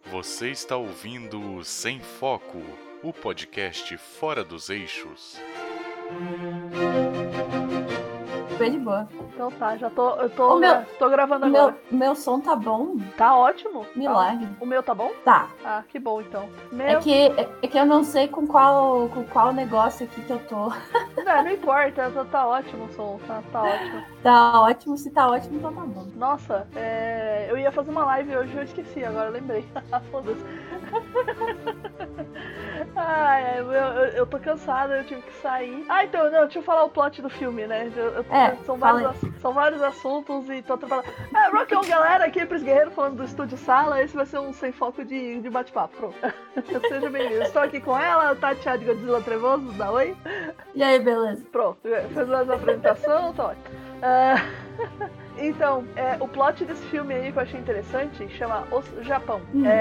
Você está ouvindo Sem Foco, o podcast fora dos eixos. Bem de boa. Então tá, tô gravando agora. Meu som tá bom? Tá ótimo. Milagre. O meu tá bom? Tá. Ah, que bom então. É que eu não sei com qual negócio aqui que eu tô. Não importa, tá ótimo o som, tá ótimo. Tá ótimo, se tá ótimo, então tá bom. Nossa, eu ia fazer uma live hoje e eu esqueci, agora eu lembrei. Foda-se. Eu tô cansada, eu tive que sair. Então, deixa eu falar o plot do filme, né? São vários assuntos e tô atrapalhando. Rock on, galera, aqui é Pris Guerreiro falando do Estúdio Sala. Esse vai ser um sem foco de bate-papo, pronto. Seja bem-vindo. Estou aqui com ela, Tati de Godzilla Trevoso, dá oi. E aí, beleza? Pronto, fez mais uma apresentação, tá ótimo. Então, o plot desse filme aí que eu achei interessante chama O Japão.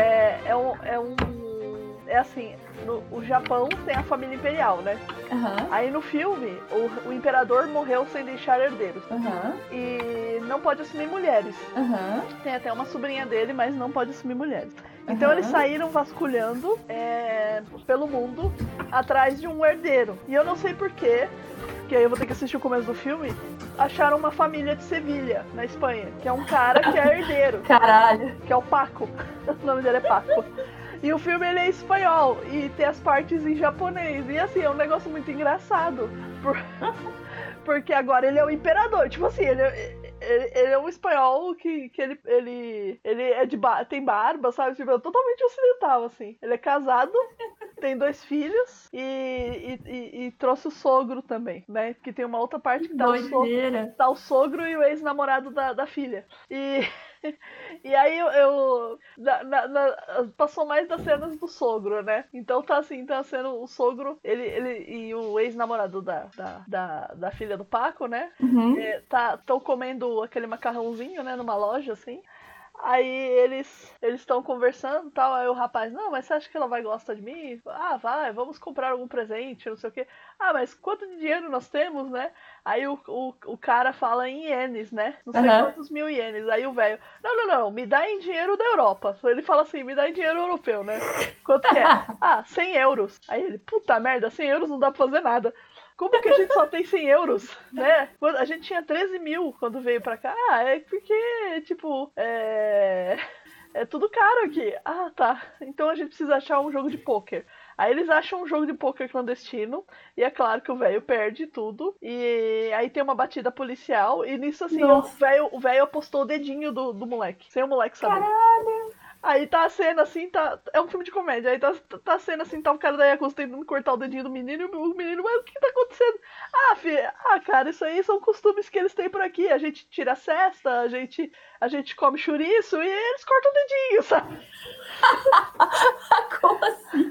É assim, o Japão tem a família imperial, né? Uhum. Aí no filme, o imperador morreu sem deixar herdeiros. Uhum. E não pode assumir mulheres. Uhum. Tem até uma sobrinha dele, mas não pode assumir mulheres. Então eles saíram vasculhando pelo mundo atrás de um herdeiro. E eu não sei porquê, que aí eu vou ter que assistir o começo do filme, acharam uma família de Sevilha, na Espanha, que é um cara que é herdeiro. Caralho. Que é o Paco. O nome dele é Paco. E o filme ele é espanhol e tem as partes em japonês. E assim, é um negócio muito engraçado. Porque agora ele é o imperador. Tipo assim, ele é um espanhol que ele tem barba, sabe? Tipo, é totalmente ocidental, assim. Ele é casado, tem 2 filhos e trouxe o sogro também, né? Que tem uma outra parte que tá o sogro e o ex-namorado da filha. E aí passou mais das cenas do sogro, né? Então tá sendo o sogro, ele e o ex-namorado da filha do Paco, né? Uhum. Estão comendo aquele macarrãozinho, né? Numa loja, assim. Aí eles estão conversando e tal, aí o rapaz, não, mas você acha que ela vai gostar de mim? Ah, vai, vamos comprar algum presente, não sei o quê. Ah, mas quanto de dinheiro nós temos, né? Aí o cara fala em ienes, né? Não sei quantos mil ienes. Aí o velho, não, me dá em dinheiro da Europa. Ele fala assim, me dá em dinheiro europeu, né? Quanto que é? 100 euros. Aí ele, puta merda, 100 euros não dá pra fazer nada. Como que a gente só tem 100 euros, né? A gente tinha 13 mil quando veio pra cá. É porque, tipo, é tudo caro aqui. Ah, tá. Então a gente precisa achar um jogo de pôquer. Aí eles acham um jogo de pôquer clandestino. E é claro que o velho perde tudo. E aí tem uma batida policial. E nisso, assim, o velho apostou o dedinho do moleque. Sem o moleque saber. Caralho! Aí tá a cena assim, é um filme de comédia. Aí tá a cena assim, tá o cara da Yakuza tentando cortar o dedinho do menino. E o menino, mas o que tá acontecendo? Filha, cara, isso aí são costumes que eles têm por aqui. A gente tira a cesta, a gente come chouriço e eles cortam o dedinho, sabe? Como assim?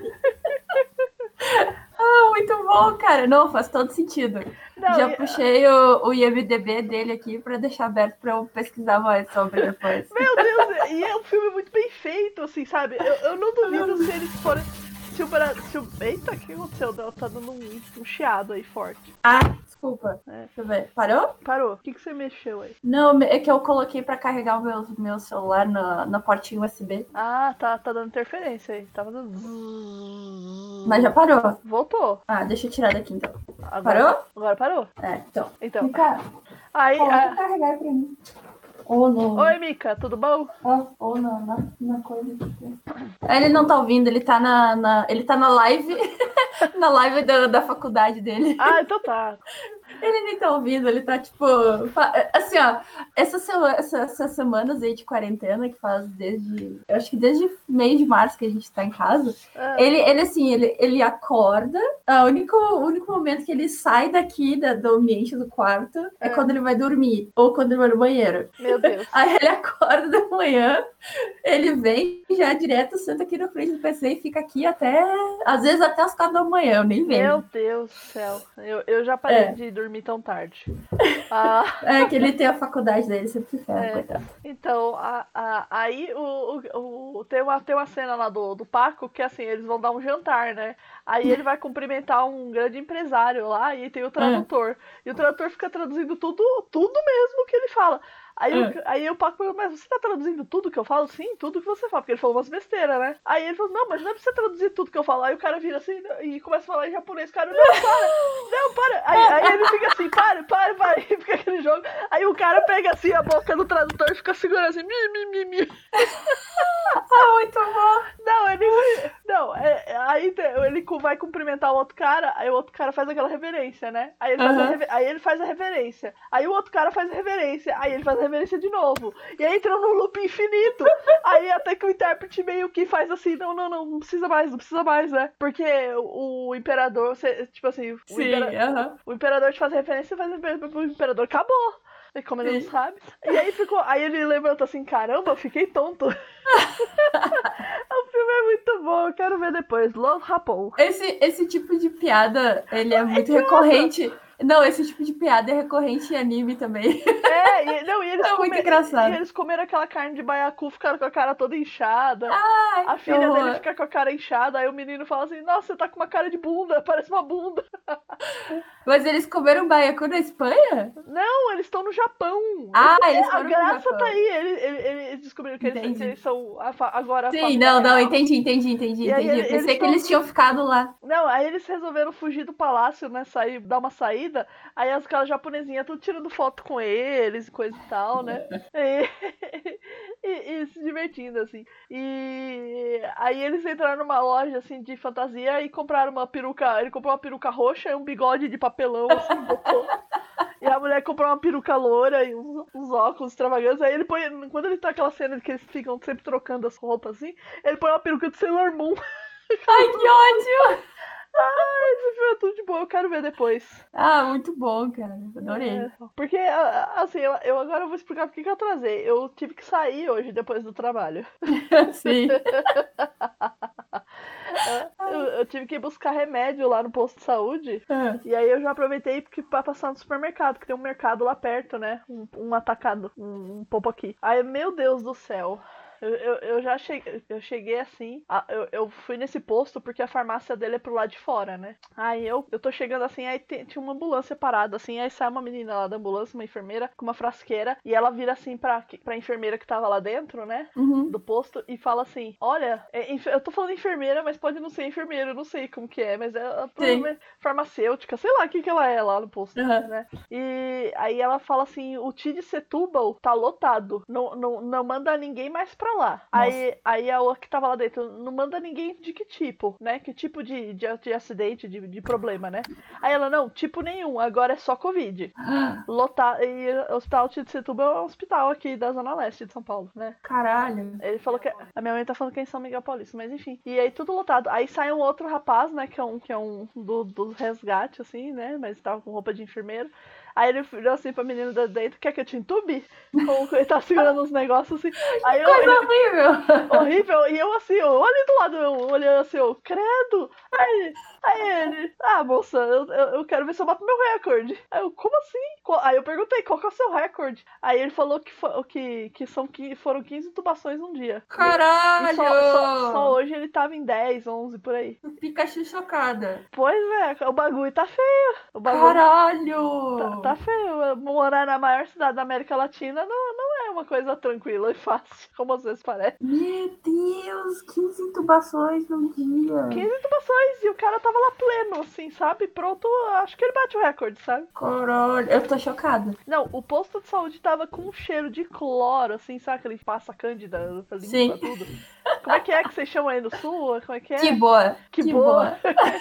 Muito bom, cara. Não, faz todo sentido. Puxei o IMDb dele aqui pra deixar aberto pra eu pesquisar mais sobre depois. Meu Deus, e é um filme muito bem feito, assim, sabe? Eu não duvido se eles forem... Eita, o que aconteceu? Tá dando um chiado aí forte. Desculpa. Deixa eu ver. Parou? Parou. O que você mexeu aí? Não, é que eu coloquei pra carregar o meu celular na portinha USB. Tá dando interferência aí. Tava dando... Mas já parou. Voltou. Deixa eu tirar daqui então. Parou? Agora parou. Então. Fica... Aí... carregar aí pra mim. Oi, Mika, tudo bom? Ou na coisa. Ele não tá ouvindo, ele tá ele tá na live, na live da faculdade dele. Então tá. Ele nem tá ouvindo, ele tá tipo... Assim, ó, essas semanas aí de quarentena que faz eu acho que desde meio de março que a gente tá em casa, ele acorda, o único momento que ele sai daqui do ambiente do quarto é quando ele vai dormir, ou quando ele vai no banheiro. Meu Deus. Aí ele acorda de manhã, ele vem já direto, senta aqui na frente do PC e fica aqui às vezes até as 4 da manhã, eu nem vejo. Meu Deus do céu, eu já parei de dormir tão tarde. Que ele tem a faculdade dele, sempre ferra, coitado. Então, aí tem uma cena lá do Paco que assim, eles vão dar um jantar, né? Aí ele vai cumprimentar um grande empresário lá e tem o tradutor. E o tradutor fica traduzindo tudo mesmo que ele fala. Aí o Paco falou, mas você tá traduzindo tudo que eu falo? Sim, tudo que você fala, porque ele falou umas besteiras, né? Aí ele falou, não, mas não é pra você traduzir tudo que eu falo. Aí o cara vira assim e começa a falar em japonês. O cara, não, para. Aí ele fica assim, para, e fica aquele jogo. Aí o cara pega assim a boca do tradutor e fica segurando assim, mi. Muito bom. Aí ele vai cumprimentar o outro cara, aí o outro cara faz aquela reverência, né? Aí ele faz a reverência. Aí o outro cara faz a reverência. Aí ele faz a reverência de novo. E aí entra num loop infinito. Aí até que o intérprete meio que faz assim, não precisa mais, né? Porque o imperador, tipo assim, o imperador te faz referência, faz referência pro imperador, acabou. E como ele não sabe. E aí ele levanta assim, caramba, eu fiquei tonto. O filme é muito bom, eu quero ver depois. Love Japão. Esse tipo de piada, ele é muito recorrente. Não, esse tipo de piada é recorrente em anime também. E eles é muito engraçado. E eles comeram aquela carne de baiacu, ficaram com a cara toda inchada. A filha dele fica com a cara inchada, aí o menino fala assim, nossa, você tá com uma cara de bunda, parece uma bunda. Mas eles comeram baiacu na Espanha? Não, eles estão no Japão. Eles foram a graça tá aí, eles descobriram que eles são agora... Sim, não, entendi. Pensei que eles tinham ficado lá. Não, aí eles resolveram fugir do palácio, né, dar uma saída. Aí aquelas japonesinhas tudo tirando foto com eles e coisa e tal, né? E se divertindo, assim. E aí eles entraram numa loja, assim, de fantasia e compraram uma peruca. Ele comprou uma peruca roxa e um bigode de papelão, assim, botou. E a mulher comprou uma peruca loura e uns óculos extravagantes. Aí ele põe, quando ele tá naquela cena de que eles ficam sempre trocando as roupas, assim, ele põe uma peruca de Sailor Moon. Ai, que ódio! Esse filme é tudo de bom, eu quero ver depois. Muito bom, cara. Adorei. Porque, assim, eu agora vou explicar por que eu atrasei. Eu tive que sair hoje, depois do trabalho. Sim. Eu tive que ir buscar remédio lá no posto de saúde. E aí eu já aproveitei pra passar no supermercado, que tem um mercado lá perto, né? Um atacado, um pouco aqui. Aí, meu Deus do céu. Eu cheguei assim, eu fui nesse posto porque a farmácia dele é pro lado de fora, né? Aí eu tô chegando assim, aí tinha uma ambulância parada, assim, aí sai uma menina lá da ambulância, uma enfermeira, com uma frasqueira, e ela vira assim pra enfermeira que tava lá dentro, né? Do posto, e fala assim, olha, eu tô falando enfermeira, mas pode não ser enfermeira, eu não sei como que é, mas ela provavelmente farmacêutica, sei lá o que ela é lá no posto, né? E aí ela fala assim, o TID Setúbal tá lotado, não manda ninguém mais pra lá. Aí a outra que tava lá dentro, não manda ninguém de que tipo, né? Que tipo de acidente, de problema, né? Aí ela, não, tipo nenhum, agora é só Covid. E o Hospital de Setúbal é um hospital aqui da Zona Leste de São Paulo, né? Caralho. Ele falou que... A minha mãe tá falando que é em São Miguel Paulista, mas enfim. E aí tudo lotado. Aí sai um outro rapaz, né? Que é um do resgate, assim, né? Mas tava com roupa de enfermeiro. Aí ele virou assim pra menina da dentro, quer que eu te entube? Ele tá segurando uns negócios assim. Aí Coisa horrível! Horrível. E eu assim, eu ali do lado, eu olhando assim, eu, credo! Aí ele, moça, eu quero ver se eu bato meu recorde. Aí eu, como assim? Aí eu perguntei, qual que é o seu recorde? Aí ele falou que foram 15 intubações num dia. Caralho! E só hoje ele tava em 10, 11, por aí. Pikachu chocada. Pois é, o bagulho tá feio. Caralho! Tá feio. Morar na maior cidade da América Latina não é uma coisa tranquila e fácil, como às vezes parece. Meu Deus, 15 intubações num dia. 15 intubações e o cara tava lá pleno, assim, sabe? Pronto, acho que ele bate o recorde, sabe? Caralho, eu tô chocada. Não, o posto de saúde tava com um cheiro de cloro, assim, sabe? Que ele passa cândida, limpa tudo. Como é que vocês chamam aí no sul? Como é que é? Que boa. Que boa.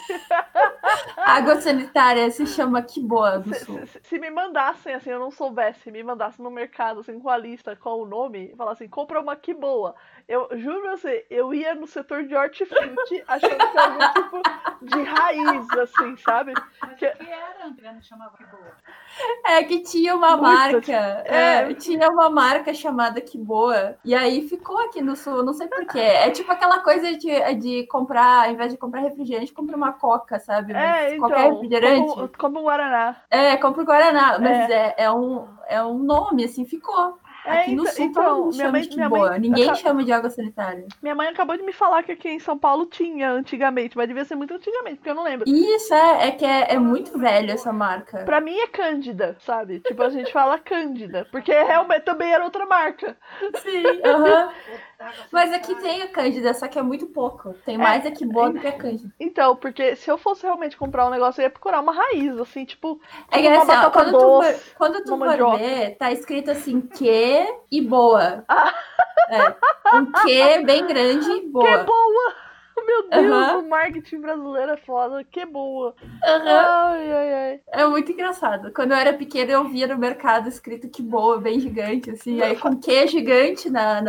Água sanitária se chama que boa do sul. Se me mandassem, assim, eu não soubesse, me mandassem no mercado, assim, com a lista, com o nome, e falassem, compra uma que boa. Eu juro pra você, eu ia no setor de hortifruti achando que era algum tipo de raiz, assim, sabe? Mas que era, André, não chamava que boa. É que tinha uma marca. Tinha uma marca chamada Que Boa. E aí ficou aqui no sul, não sei porquê. É tipo aquela coisa de comprar, ao invés de comprar refrigerante, compra uma coca, sabe? Mas qualquer refrigerante. Como o Guaraná. Compra o Guaraná. Mas é um nome, assim, ficou. Aqui no sul todo mundo chama de que boa. Ninguém chama de água sanitária. Minha mãe acabou de me falar que aqui em São Paulo tinha antigamente, mas devia ser muito antigamente, porque eu não lembro. Isso, é muito velho essa marca. Pra mim é Cândida, sabe? Tipo, a gente fala Cândida, porque realmente também era outra marca. Sim, aham. Mas aqui tem a Cândida, só que é muito pouco. Tem mais aqui boa do que a Cândida. Então, porque se eu fosse realmente comprar um negócio, eu ia procurar uma raiz, assim, tipo É que uma assim, batata doce, quando tu uma for mandioca. ver, tá escrito assim, que e boa. Um que bem grande e boa. Que boa! Meu Deus, Aham. o marketing brasileiro é foda, que boa. Aham. Ai. É muito engraçado. Quando eu era pequena, eu via no mercado escrito que boa, bem gigante, assim. Aí com que gigante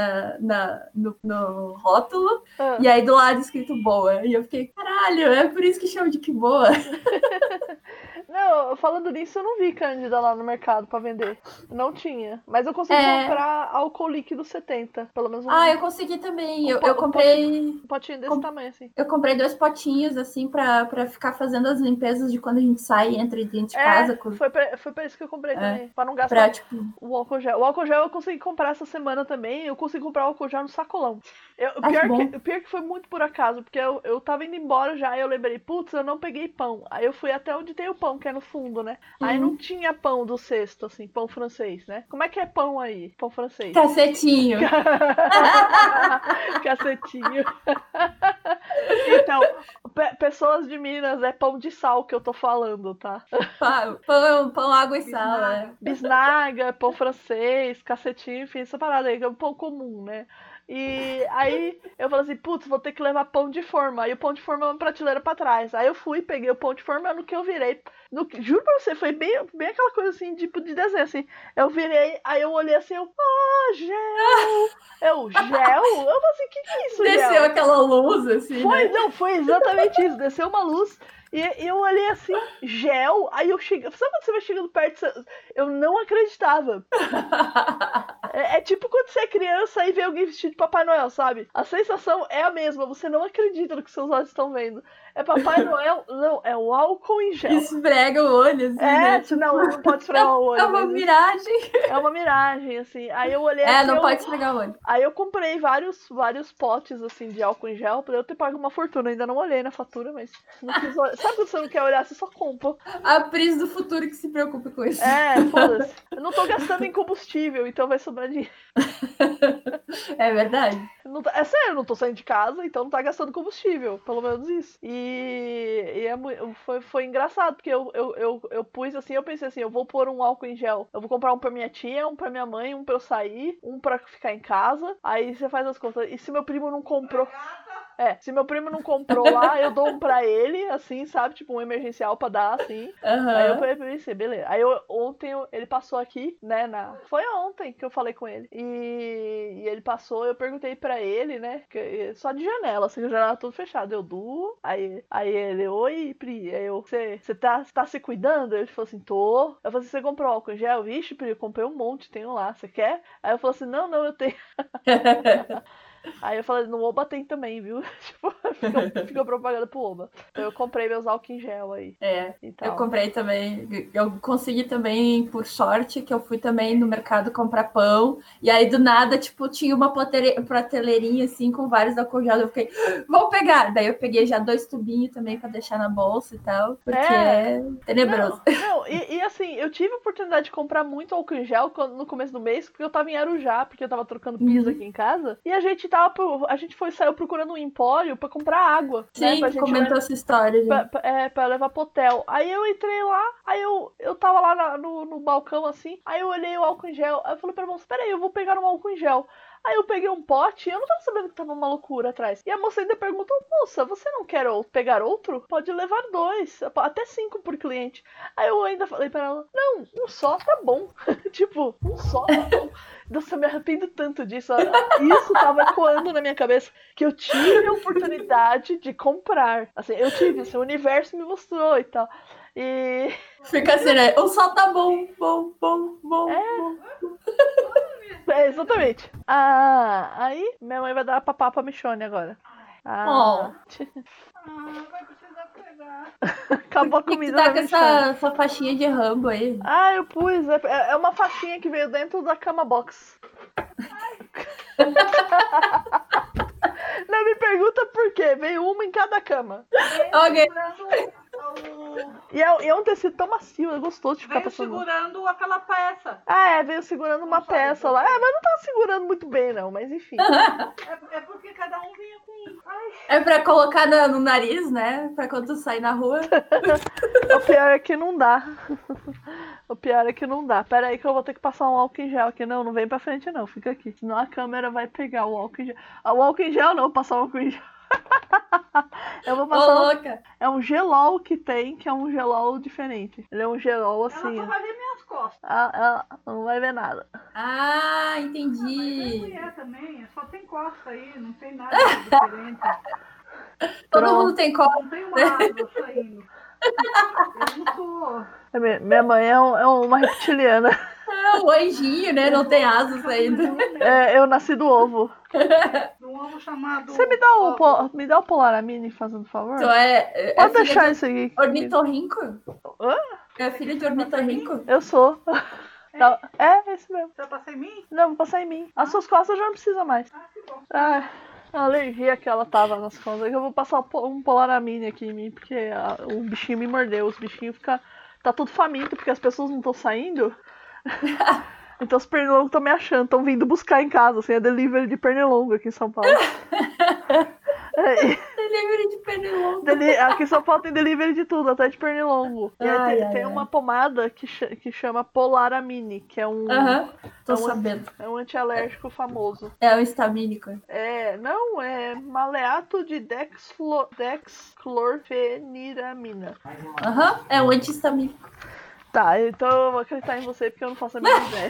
no rótulo. Ah. E aí do lado escrito boa. E eu fiquei, caralho, é por isso que chama de que boa. Não, falando nisso, eu não vi Cândida lá no mercado pra vender. Não tinha. Mas eu consegui comprar álcool líquido 70. Pelo menos um. Eu consegui também. Eu comprei. Um potinho desse tamanho, assim. Eu comprei 2 potinhos, assim, pra ficar fazendo as limpezas de quando a gente sai e entra dentro de casa. Foi pra isso que eu comprei também. Pra não gastar o álcool gel. O álcool gel eu consegui comprar essa semana também. Eu consegui comprar o álcool gel no sacolão. O pior que foi muito por acaso, porque eu tava indo embora já e eu lembrei, putz, eu não peguei pão. Aí eu fui até onde tem o pão, que é no fundo, né? Aí não tinha pão do cesto, assim, pão francês, né? Como é que é pão aí? Pão francês. Cacetinho. Cacetinho. Então, pessoas de Minas, é pão de sal que eu tô falando, tá? Pão, água e sal, Bisnaga, pão francês, cacetinho, enfim, essa parada aí, que é um pão comum, né? E aí eu falei assim, putz, vou ter que levar pão de forma. Aí o pão de forma é uma prateleira pra trás. Aí eu fui, peguei o pão de forma, no que eu virei. Juro pra você, foi bem aquela coisa assim, tipo de desenho, assim. Eu virei, aí eu olhei assim, gel! Gel? Eu falei assim, que é isso, Desceu gel? aquela luz, assim, Foi exatamente isso. Desceu uma luz. E eu olhei assim, gel. Aí eu cheguei. Sabe quando você vai chegando perto? Eu não acreditava. É tipo quando você é criança e vê alguém vestido de Papai Noel, sabe? A sensação é a mesma. Você não acredita no que seus olhos estão vendo. É Papai Noel? Não, é o álcool em gel. Esfrega o olho, assim, né? Não pode esfregar o olho. É uma miragem. É uma miragem, assim. Aí eu olhei assim, não pode esfregar o olho. Aí eu comprei vários potes, assim, de álcool em gel. Pra eu ter pago uma fortuna. Ainda não olhei na fatura, mas não quis olhar. Sabe quando você não quer olhar, você só compra. A Pris do futuro que se preocupa com isso. Foda-se. Eu não tô gastando em combustível, então vai sobrar dinheiro. É verdade. É sério, eu não tô saindo de casa, então não tá gastando combustível. Pelo menos isso. Foi engraçado, porque eu pus assim, eu pensei assim, eu vou pôr um álcool em gel. Eu vou comprar um pra minha tia, um pra minha mãe, um pra eu sair, um pra ficar em casa. Aí você faz as contas. E se meu primo não comprou... se meu primo não comprou lá, eu dou um pra ele, assim, sabe? Tipo, um emergencial pra dar, assim. Aí eu pensei, beleza. Aí ontem ele passou aqui, né? Foi ontem que eu falei com ele. E ele passou, eu perguntei pra ele, né? Só de janela, assim, a janela tudo fechado. Eu duo. Aí ele, oi, Pri. Aí você tá se cuidando? Ele falou assim, tô. Eu falei assim, você comprou álcool em gel? Vixe, Pri, eu comprei um monte, tenho lá. Você quer? Aí eu falei assim, não, eu tenho. Aí eu falei, no Oba tem também, viu? Tipo, fica propaganda pro Oba. Então eu comprei meus álcool em gel aí. Eu comprei também. Eu consegui também, por sorte, que eu fui também no mercado comprar pão. E aí, do nada, tipo, tinha uma prateleirinha, assim, com vários álcool gel. Eu fiquei, vou pegar! Daí eu peguei já 2 tubinhos também pra deixar na bolsa e tal. Porque é tenebroso. E assim, eu tive a oportunidade de comprar muito álcool em gel no começo do mês, porque eu tava em Arujá, porque eu tava trocando piso aqui em casa. E a gente saiu procurando um empório pra comprar água. Sim, né, pra gente comentou essa história. Pra levar pro hotel. Aí eu entrei lá, aí eu tava lá no balcão assim, aí eu olhei o álcool em gel. Aí eu falei pra moça, peraí, eu vou pegar um álcool em gel. Aí eu peguei um pote e eu não tava sabendo que tava uma loucura atrás. E a moça ainda perguntou, moça, você não quer pegar outro? Pode levar 2, até 5 por cliente. Aí eu ainda falei pra ela, não, um só tá bom. Tipo, um só tá bom. Nossa, eu me arrependo tanto disso. Isso tava ecoando na minha cabeça, que eu tive a oportunidade de comprar. Assim, eu tive, o universo me mostrou e tal. E... Fica assim, né? Um só tá bom. Exatamente. Aí minha mãe vai dar papá pra Michone agora. Ah, vai precisar pegar. acabou a Por que comida tu tá da com Michelle. essa faixinha de Rambo aí? Ah, eu pus. É uma faixinha que veio dentro da cama box. Não me pergunta por quê. Veio uma em cada cama. Ok. E é um tecido tão macio, é gostoso de ficar Veio passando. segurando aquela peça. Ah, veio segurando uma Não sabe peça por lá. quê? Mas não tava segurando muito bem, não. Mas enfim. É porque cada um vinha com um. Ai, É pra colocar no nariz, né? Pra quando tu sair na rua. O pior é que não dá. O pior é que não dá. Pera aí que eu vou ter que passar um álcool em gel aqui. Não vem pra frente não, fica aqui. Senão a câmera vai pegar o álcool em gel. Ah, o álcool em gel não, passar o álcool em gel. Eu vou Ô, passar louca. É um gelol que tem, que é um gelol diferente. Ele é um gelol ela assim. só vai ver minhas costas. Ela não vai ver nada. Ah, Mas é entendi. mulher também, só tem costa aí, não tem nada de diferente. Todo Pronto. mundo tem copo. Não tem uma asa saindo. Eu não sou. Minha mãe é uma reptiliana. Ah, o anjinho, né? Não tem asas ainda. Eu nasci do ovo. De um ovo chamado. Você me dá o Polaramine, fazendo favor? Tu é Pode filha deixar de isso aqui. ornitorrinco? Hã? É filha de ornitorrinco? Eu sou. Tá. É, esse mesmo. Você vai passar em mim? Não, vou passar em mim. As suas costas já não precisa mais. Ah, que bom. Ah, a alergia que ela tava nas costas. Eu vou passar um Polaramine aqui em mim, porque o bichinho me mordeu. Os bichinhos ficam. Tá tudo faminto, porque as pessoas não estão saindo. Então os pernilongos estão me achando, estão vindo buscar em casa, assim, a delivery de pernilongo aqui em São Paulo. Delivery de pernilongo. Aqui em São Paulo tem delivery de tudo, até de pernilongo. E aí tem uma pomada que chama Polaramine, que é um, Aham, tô é um sabendo. é um antialérgico famoso. É o estamínico. É maleato de dexclorfeniramina. Aham, é o anti-histamínico. Tá, então eu vou acreditar em você porque eu não faço a mínima ideia.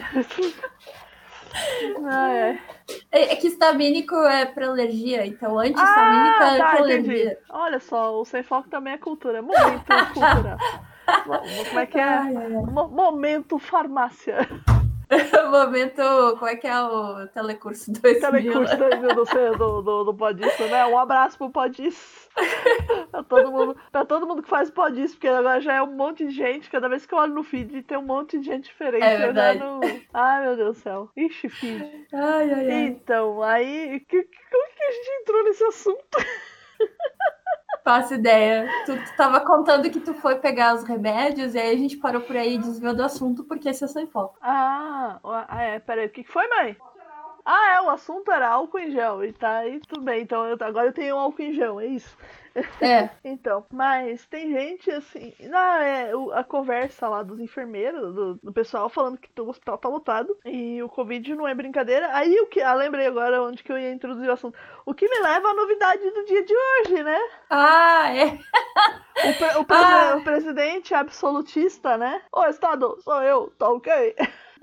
É que histamínico é pra alergia, então anti-histamínico é pra alergia. Entendi. Olha só, o Sem Foco também é cultura. Momento cultura. Como é que é? Ai, ai, ai. Momento farmácia. Momento, como é que é o telecurso 2000? Telecurso 2000 do Podiço, né? Um abraço pro Podiço. Pra todo mundo que faz Podiço, porque agora já é um monte de gente. Cada vez que eu olho no feed, tem um monte de gente diferente. É verdade. Ai, meu Deus do céu. Ixi, feed. Ai, ai, ai. Então, aí... Como que a gente entrou nesse assunto? Faço ideia. Tu tava contando que tu foi pegar os remédios e aí a gente parou por aí e desviou do assunto porque esse é sem foco. Peraí, o que foi, mãe? O assunto era álcool em gel, e tá aí tudo bem, então agora eu tenho álcool em gel, é isso? É. Então, mas tem gente assim, a conversa lá dos enfermeiros, do pessoal falando que o hospital tá lotado e o Covid não é brincadeira. Aí lembrei agora onde que eu ia introduzir o assunto. O que me leva à novidade do dia de hoje, né? Ah, é. O presidente absolutista, né? O Estado, sou eu, tá ok?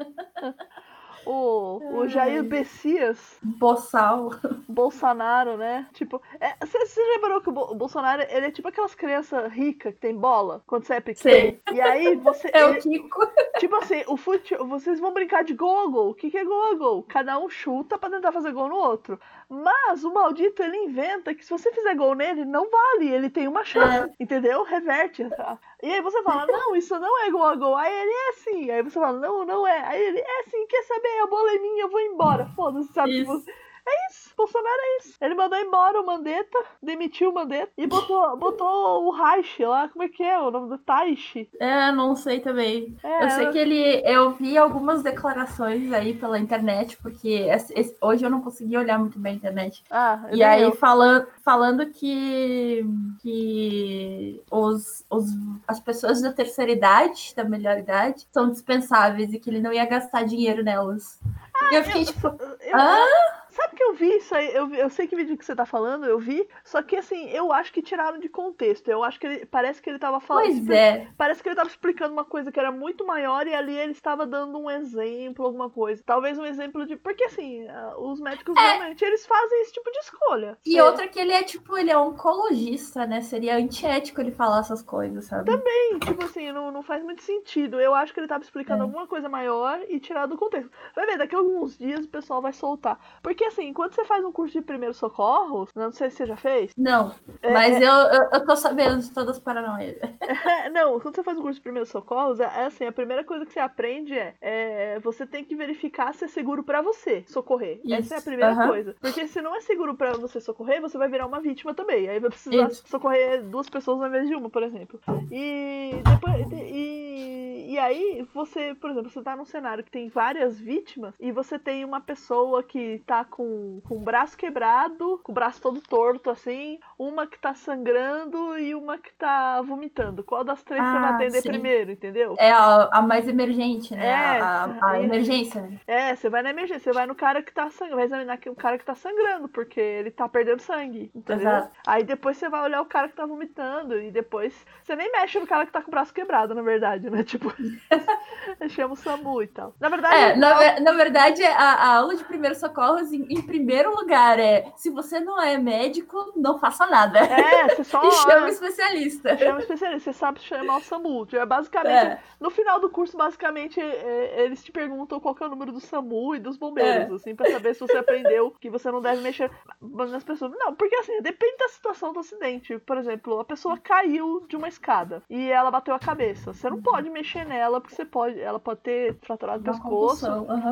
O Jair Messias Bolsonaro, né? Tipo, você já reparou que o Bolsonaro, ele é tipo aquelas crianças ricas que tem bola quando você é pequeno? Sei. E aí você... É o Kiko. Tipo assim, vocês vão brincar de gol a gol. O que é gol a gol? Cada um chuta pra tentar fazer gol no outro. Mas o maldito, ele inventa que se você fizer gol nele, não vale. Ele tem uma chance, entendeu? Reverte. E aí você fala, não, isso não é gol a gol. Aí ele é assim. Aí você fala, não é. Aí ele é assim, quer saber? A bola é minha, eu vou embora. Foda-se, sabe? Isso. É isso, Bolsonaro é isso. Ele mandou embora o Mandetta, demitiu o Mandetta e botou o Reich lá, como é que é o nome do Taishi? Não sei também. Eu sei que eu vi algumas declarações aí pela internet, porque hoje eu não consegui olhar muito bem a internet. E aí falando que as pessoas da terceira idade, da melhor idade, são dispensáveis e que ele não ia gastar dinheiro nelas. E eu fiquei tipo... Sabe que eu vi isso aí? Eu sei que vídeo que você tá falando, eu vi. Só que assim, eu acho que tiraram de contexto. Eu acho que parece que ele tava falando. Pois é. Parece que ele tava explicando uma coisa que era muito maior e ali ele estava dando um exemplo, alguma coisa. Talvez um exemplo de. Porque assim, os médicos realmente eles fazem esse tipo de escolha. E outra que ele é oncologista, né? Seria antiético ele falar essas coisas, sabe? Também, tipo assim, não faz muito sentido. Eu acho que ele tava explicando alguma coisa maior e tirar do contexto. Vai ver, daqui a alguns dias o pessoal vai soltar. Porque assim, quando você faz faz um curso de primeiros socorros, não sei se você já fez. Não, mas eu tô sabendo de todas as paranoias. Não, quando você faz um curso de primeiros socorros, é assim, a primeira coisa que você aprende você tem que verificar se é seguro pra você socorrer. Isso. Essa é a primeira coisa. Porque se não é seguro pra você socorrer, você vai virar uma vítima também. Aí vai precisar socorrer 2 pessoas ao invés de uma, por exemplo. E depois... E aí, você, por exemplo, você tá num cenário que tem várias vítimas e você tem uma pessoa que tá com o braço quebrado, com o braço todo torto, assim, uma que tá sangrando e uma que tá vomitando. Qual das 3 você vai atender primeiro, entendeu? É a mais emergente, né? A emergência. Você vai na emergência, você vai no cara que tá sangrando, vai examinar o cara que tá sangrando, porque ele tá perdendo sangue, entendeu? Exato. Aí depois você vai olhar o cara que tá vomitando e depois você nem mexe no cara que tá com o braço quebrado, na verdade, né? Tipo, chama o SAMU e tal. Na verdade... Na verdade, a aula de primeiros socorros, em primeiro lugar, se você não é médico, não faça nada. Você só... E chama um especialista. Chama um especialista, você sabe chamar o SAMU. Basicamente, no final do curso, basicamente, eles te perguntam qual que é o número do SAMU e dos bombeiros, assim, pra saber se você aprendeu que você não deve mexer nas pessoas. Não, porque assim, depende da situação do acidente. Por exemplo, a pessoa caiu de uma escada e ela bateu a cabeça. Você não pode mexer nela, porque ela pode ter fraturado o pescoço.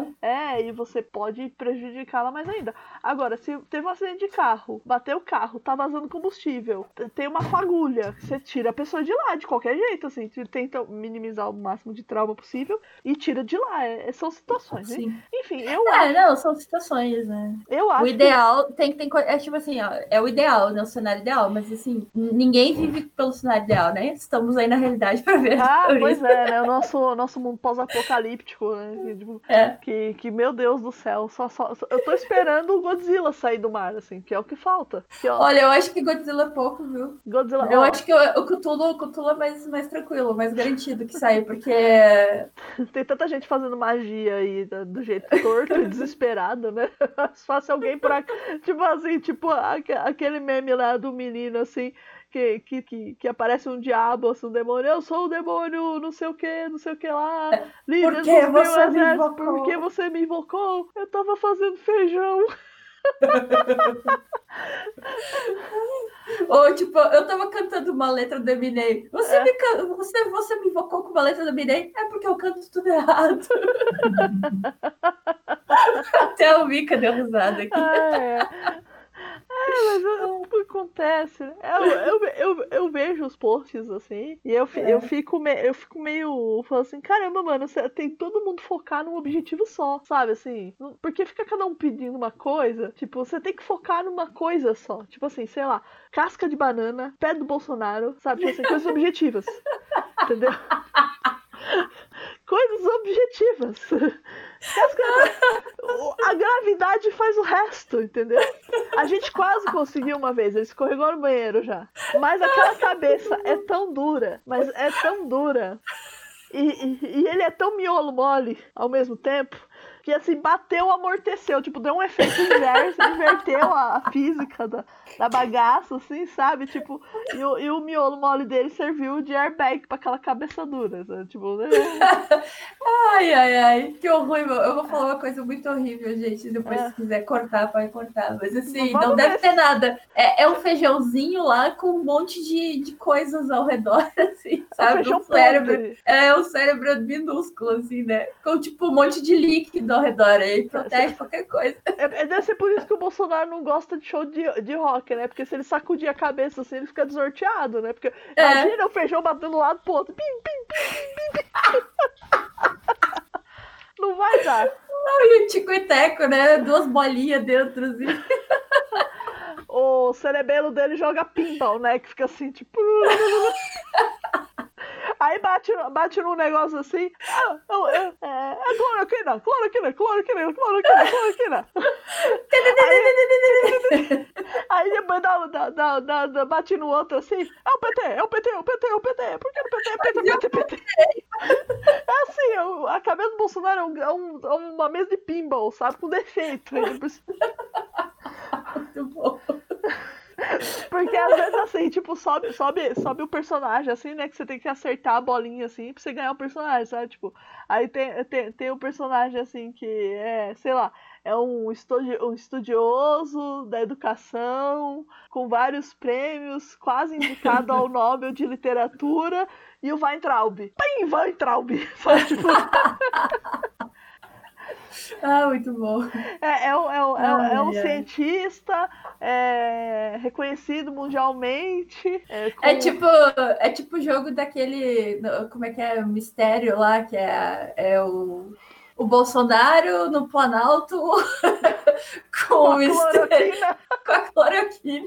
E você pode prejudicá-la mais ainda. Agora, se teve um acidente de carro, bateu o carro, tá vazando combustível, tem uma fagulha, você tira a pessoa de lá, de qualquer jeito, assim, tenta minimizar o máximo de trauma possível e tira de lá. São situações, né? Enfim, eu acho... Não, são situações, né? Eu acho o ideal tem tipo assim, é o ideal, né? O cenário ideal, mas assim, ninguém vive pelo cenário ideal, né? Estamos aí na realidade pra ver. Pois é, né? O nosso mundo pós-apocalíptico, né? Que, meu Deus do céu, eu tô esperando o Godzilla sair do mar, assim, que é o que falta. Olha, eu acho que Godzilla é pouco, viu? Eu acho que o Cthulhu é mais tranquilo, mais garantido que sair, porque... Tem tanta gente fazendo magia aí, do jeito torto e desesperado, né? Se fosse alguém por aqui, tipo aquele meme lá do menino, assim, que aparece um diabo, assim, um demônio. Eu sou o demônio, não sei o que lá. Por que você me invocou? Por que você me invocou? Eu tava fazendo feijão. Ou tipo, eu tava cantando uma letra do Eminem. Você me invocou com uma letra do Eminem? É porque eu canto tudo errado. Até o Mika deu risada aqui. Mas o que acontece? Eu vejo os posts assim e eu fico meio falando assim, caramba, mano, tem todo mundo focar num objetivo só, sabe, assim, porque fica cada um pedindo uma coisa, tipo, você tem que focar numa coisa só, tipo assim, sei lá, casca de banana, pé do Bolsonaro, sabe, tipo assim, coisas objetivas, entendeu? Coisas objetivas. A gravidade faz o resto, entendeu? A gente quase conseguiu uma vez, ele escorregou no banheiro já. Mas aquela cabeça é tão dura, e ele é tão miolo mole ao mesmo tempo, que assim, bateu, amorteceu, tipo, deu um efeito inverso, inverteu a física da bagaça, assim, sabe? Tipo, e o miolo mole dele serviu de airbag pra aquela cabeça dura, sabe? Tipo, né? Ai, que horrível. Eu vou falar uma coisa muito horrível, gente. Depois, se quiser cortar, pode cortar. Mas assim, não deve ter nada. É um feijãozinho lá com um monte de coisas ao redor, assim, sabe? Um cérebro. É um cérebro minúsculo, assim, né? Com tipo um monte de líquido ao redor aí, protege qualquer coisa. Deve ser por isso que o Bolsonaro não gosta de show de rock, né? Porque se ele sacudir a cabeça assim, ele fica desnorteado, né? Porque imagina o feijão batendo do lado pro outro. Pim, pim, pim, pim, pim. Não vai dar. E o tico e teco, né? 2 bolinhas dentro, assim. O cerebelo dele joga pinball, né? Que fica assim, tipo... Aí bate num negócio assim, cloroquina. Aí depois bate no outro assim, é o PT. Por que o PT? É assim, a cabeça do Bolsonaro é uma mesa de pinball, sabe? Com defeito. Muito bom. Porque às vezes assim, tipo, sobe o personagem, assim, né? Que você tem que acertar a bolinha, assim, pra você ganhar o personagem, sabe? Tipo, aí tem o personagem, assim, que é, sei lá, é um estudioso da educação, com vários prêmios, quase indicado ao Nobel de Literatura, e o Weintraub. Pim, Weintraub! Sabe, tipo... Ah, muito bom. É um cientista reconhecido mundialmente. É tipo o jogo daquele. Como é que é? O mistério lá, que é o Bolsonaro no Planalto com a cloroquina.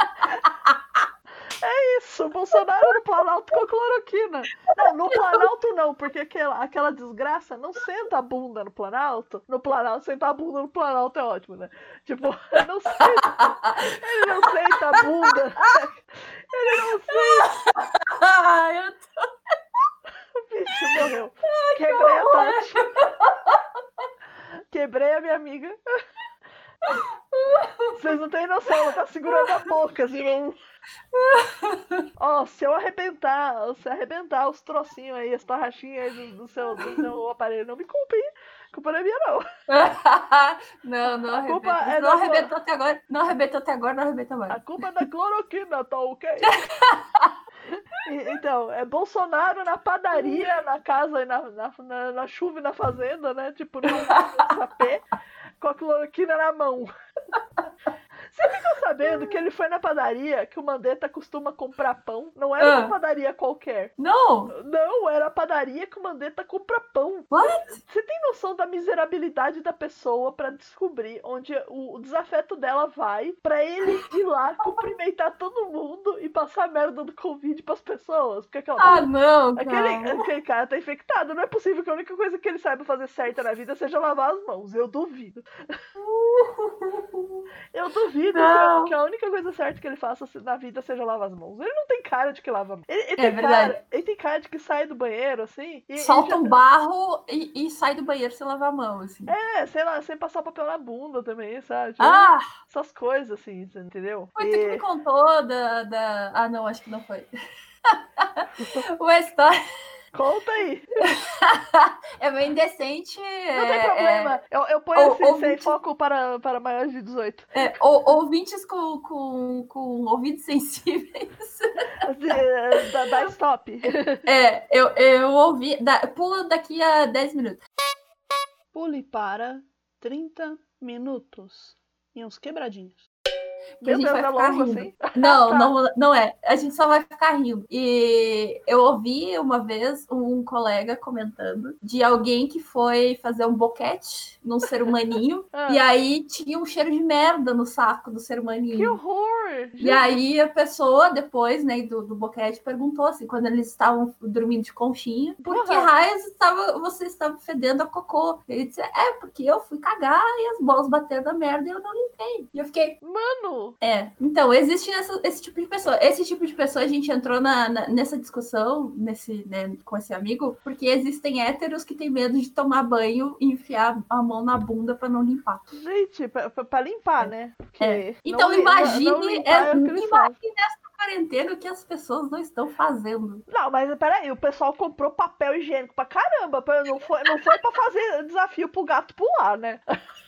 Isso, o Bolsonaro no Planalto com a cloroquina. Não, no Planalto não, porque aquela desgraça não senta a bunda no Planalto. No Planalto, sentar a bunda no Planalto é ótimo, né? Tipo, ele não senta a bunda. Ele não senta. Eu tô... O bicho morreu. Quebrei a Tati. Quebrei a minha amiga. Vocês não têm noção, ela tá segurando a boca, assim, não... Ó, se arrebentar os trocinhos aí, as tarraxinhas aí do seu aparelho, não me culpem. A culpa não é minha, não. Não arrebentou. Não arrebentou até agora, não arrebenta mais. A culpa é da cloroquina, tá ok? Então, é Bolsonaro na padaria, na casa, na chuva e na fazenda, né? Tipo, no sapê, com a cloroquina na mão. Você ficou sabendo que ele foi na padaria que o Mandetta costuma comprar pão? Não era uma padaria qualquer. Não! Não, era a padaria que o Mandetta compra pão. What? Você tem noção da miserabilidade da pessoa pra descobrir onde o desafeto dela vai pra ele ir lá cumprimentar todo mundo e passar a merda do Covid pras pessoas? Porque não, aquele cara tá infectado. Não é possível que a única coisa que ele saiba fazer certa na vida seja lavar as mãos. Eu duvido. Eu duvido que a única coisa certa que ele faça na vida seja lavar as mãos. Ele não tem cara de que lava a mão. Ele tem cara de que sai do banheiro, assim... Solta um barro e sai do banheiro sem lavar a mão, assim. Sei lá, sem passar o papel na bunda também, sabe? Tipo, essas coisas, assim, entendeu? Foi tu que me contou da... Ah, não, acho que não foi. Uma história... Conta aí. É bem indecente. Não tem problema. Eu ponho assim, sem foco para maiores de 18. Ouvintes com ouvidos sensíveis. Dá stop. Eu ouvi. Pula daqui a 10 minutos. Pule para 30 minutos. E uns quebradinhos. Que a gente vai ficar rindo. Assim? Não é. A gente só vai ficar rindo. E eu ouvi uma vez um colega comentando de alguém que foi fazer um boquete num ser humaninho e aí tinha um cheiro de merda no saco do ser humaninho. Que horror! E aí a pessoa, depois, né, do boquete, perguntou assim, quando eles estavam dormindo de conchinha, por que raios você estava fedendo a cocô? Ele disse, porque eu fui cagar e as bolas bateram da merda e eu não limpei. E eu fiquei... Mano! Então, existe esse tipo de pessoa. Esse tipo de pessoa a gente entrou nessa discussão com esse amigo, porque existem héteros que têm medo de tomar banho e enfiar a mão na bunda pra não limpar. Gente, pra limpar, né? Então imagine nessa quarentena o que as pessoas não estão fazendo. Não, mas peraí, o pessoal comprou papel higiênico pra caramba, não foi pra fazer desafio pro gato pular, né?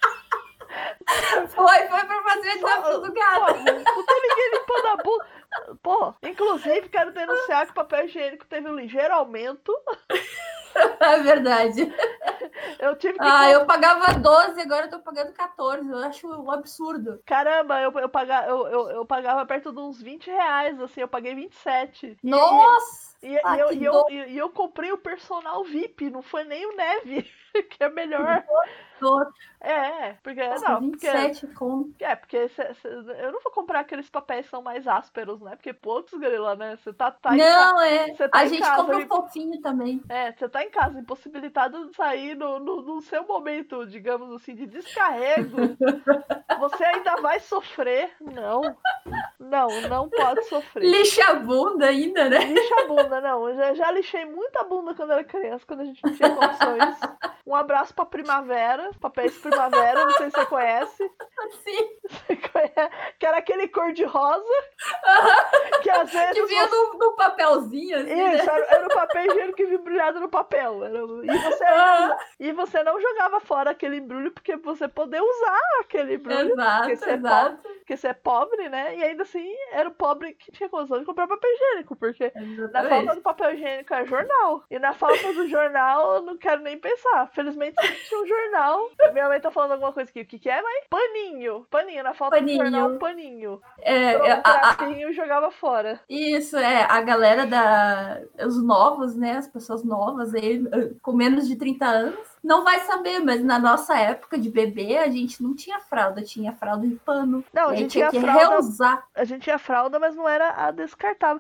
Foi pra fazer o desafio do gato. Não tem ninguém limpando a bunda. Pô, inclusive quero denunciar que o papel higiênico teve um ligeiro aumento. É verdade. Eu tive que... eu pagava 12, agora eu tô pagando 14. Eu acho um absurdo. Caramba, eu pagava perto de uns 20 reais, assim, eu paguei 27. Nossa! E eu comprei o personal VIP, não foi nem o Neve, que é melhor. Porque... Nossa, não, 27 como? Porque eu não vou comprar aqueles papéis que são mais ásperos, né? Porque poucos, grila, né? Você tá a gente compra um fofinho também. Você tá em casa, impossibilitado de sair no seu momento, digamos assim, de descarrego. Você ainda vai sofrer. Não pode sofrer. Lixa a bunda ainda, né? Lixa a bunda, não. Eu já lixei muita bunda quando era criança, quando a gente não tinha condições. Um abraço pra Primavera, papéis Primavera, não sei se você conhece. Sim. Você conhece? Que era aquele cor de rosa. Que às vezes Que vinha no papelzinho, assim, isso, né? era o papel higiênico que vinha embrulhado no papel. E você não jogava fora aquele embrulho porque você poderia usar aquele embrulho. Porque você é pobre, né? E ainda assim, era o pobre que tinha condição de comprar papel higiênico. Porque na falta do papel higiênico é jornal. E na falta do jornal, eu não quero nem pensar. Felizmente, sempre tinha um jornal. Minha mãe tá falando alguma coisa aqui. O que é, mãe? Paninho. Na falta do jornal, paninho. E jogava fora. Isso, a galera os novos, né, as pessoas novas aí, com menos de 30 anos, não vai saber, mas na nossa época de bebê, a gente não tinha fralda, tinha fralda de pano. Não, a gente tinha que reusar. A gente tinha fralda, mas não era a descartável.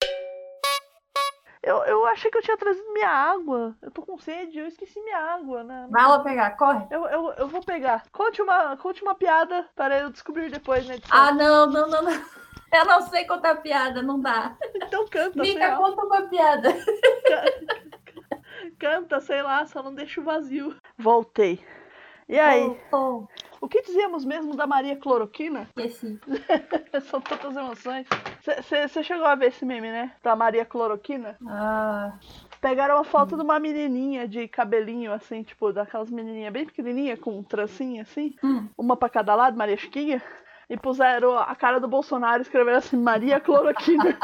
Eu achei que eu tinha trazido minha água. Eu tô com sede, eu esqueci minha água, né? Vai lá pegar, corre. Eu vou pegar. Conte uma piada para eu descobrir depois, né? Ah, não. Eu não sei contar piada, não dá. Então canta, Mica, conta uma piada. Canta, sei lá, só não deixa o vazio. Voltei. E aí? O que dizíamos mesmo da Maria Cloroquina? Esqueci. São tantas emoções. Você chegou a ver esse meme, né? Da Maria Cloroquina? Pegaram uma foto de uma menininha de cabelinho, assim, tipo, daquelas menininhas bem pequenininha, com trancinha, assim. Uma pra cada lado, Maria Chiquinha. E puseram a cara do Bolsonaro e escreveram assim, Maria Cloroquina.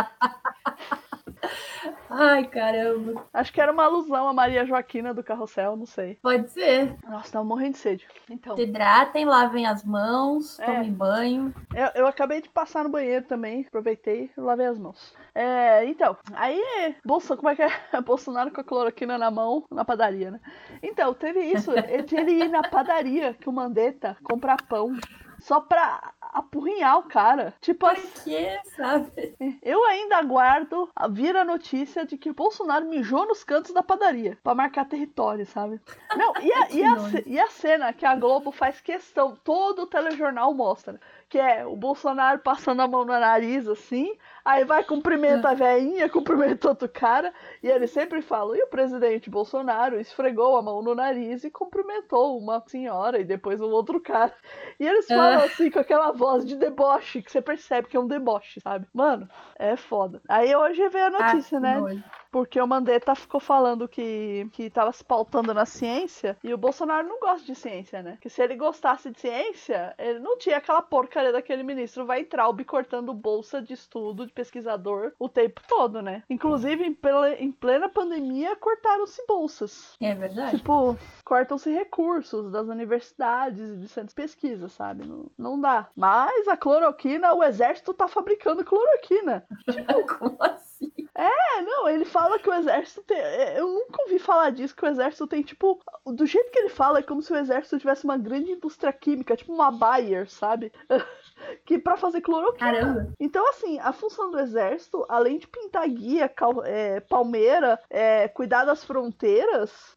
Ai, caramba. Acho que era uma alusão a Maria Joaquina do Carrossel, não sei. Pode ser. Nossa, tava morrendo de sede. Então. Se hidratem, lavem as mãos, tomem banho. Eu acabei de passar no banheiro também, aproveitei e lavei as mãos. Então, aí, como é que é? Bolsonaro com a cloroquina na mão, na padaria, né? Então, teve isso, ele ir na padaria que o Mandetta comprar pão. Só pra apurrinhar o cara. Tipo assim. Por quê, sabe? Eu ainda aguardo vir a notícia de que o Bolsonaro mijou nos cantos da padaria. Pra marcar território, sabe? Não, e a cena que a Globo faz questão, todo o telejornal mostra. Que é o Bolsonaro passando a mão no nariz, assim. Aí vai, cumprimenta a velhinha, cumprimenta outro cara. E ele sempre fala, e o presidente Bolsonaro esfregou a mão no nariz e cumprimentou uma senhora e depois um outro cara. E eles falam assim, com aquela voz de deboche, que você percebe que é um deboche, sabe? Mano, é foda. Aí hoje veio a notícia, né? Nojo. Porque o Mandetta ficou falando que tava se pautando na ciência, e o Bolsonaro não gosta de ciência, né? Que se ele gostasse de ciência, ele não tinha aquela porcaria daquele ministro Weintraub cortando bolsa de estudo de pesquisador o tempo todo, né? Inclusive, em plena pandemia, cortaram-se bolsas. É verdade. Tipo, cortam-se recursos das universidades e de centros de pesquisa, sabe? Não dá. Mas a cloroquina, o exército tá fabricando cloroquina. Tipo, como assim? Não, ele fala que o exército tem... Eu nunca ouvi falar disso, que o exército tem, tipo... Do jeito que ele fala, é como se o exército tivesse uma grande indústria química, tipo uma Bayer, sabe? Que pra fazer cloroquina. Caramba. Então, assim, a função do exército, além de pintar guia, palmeira, cuidar das fronteiras,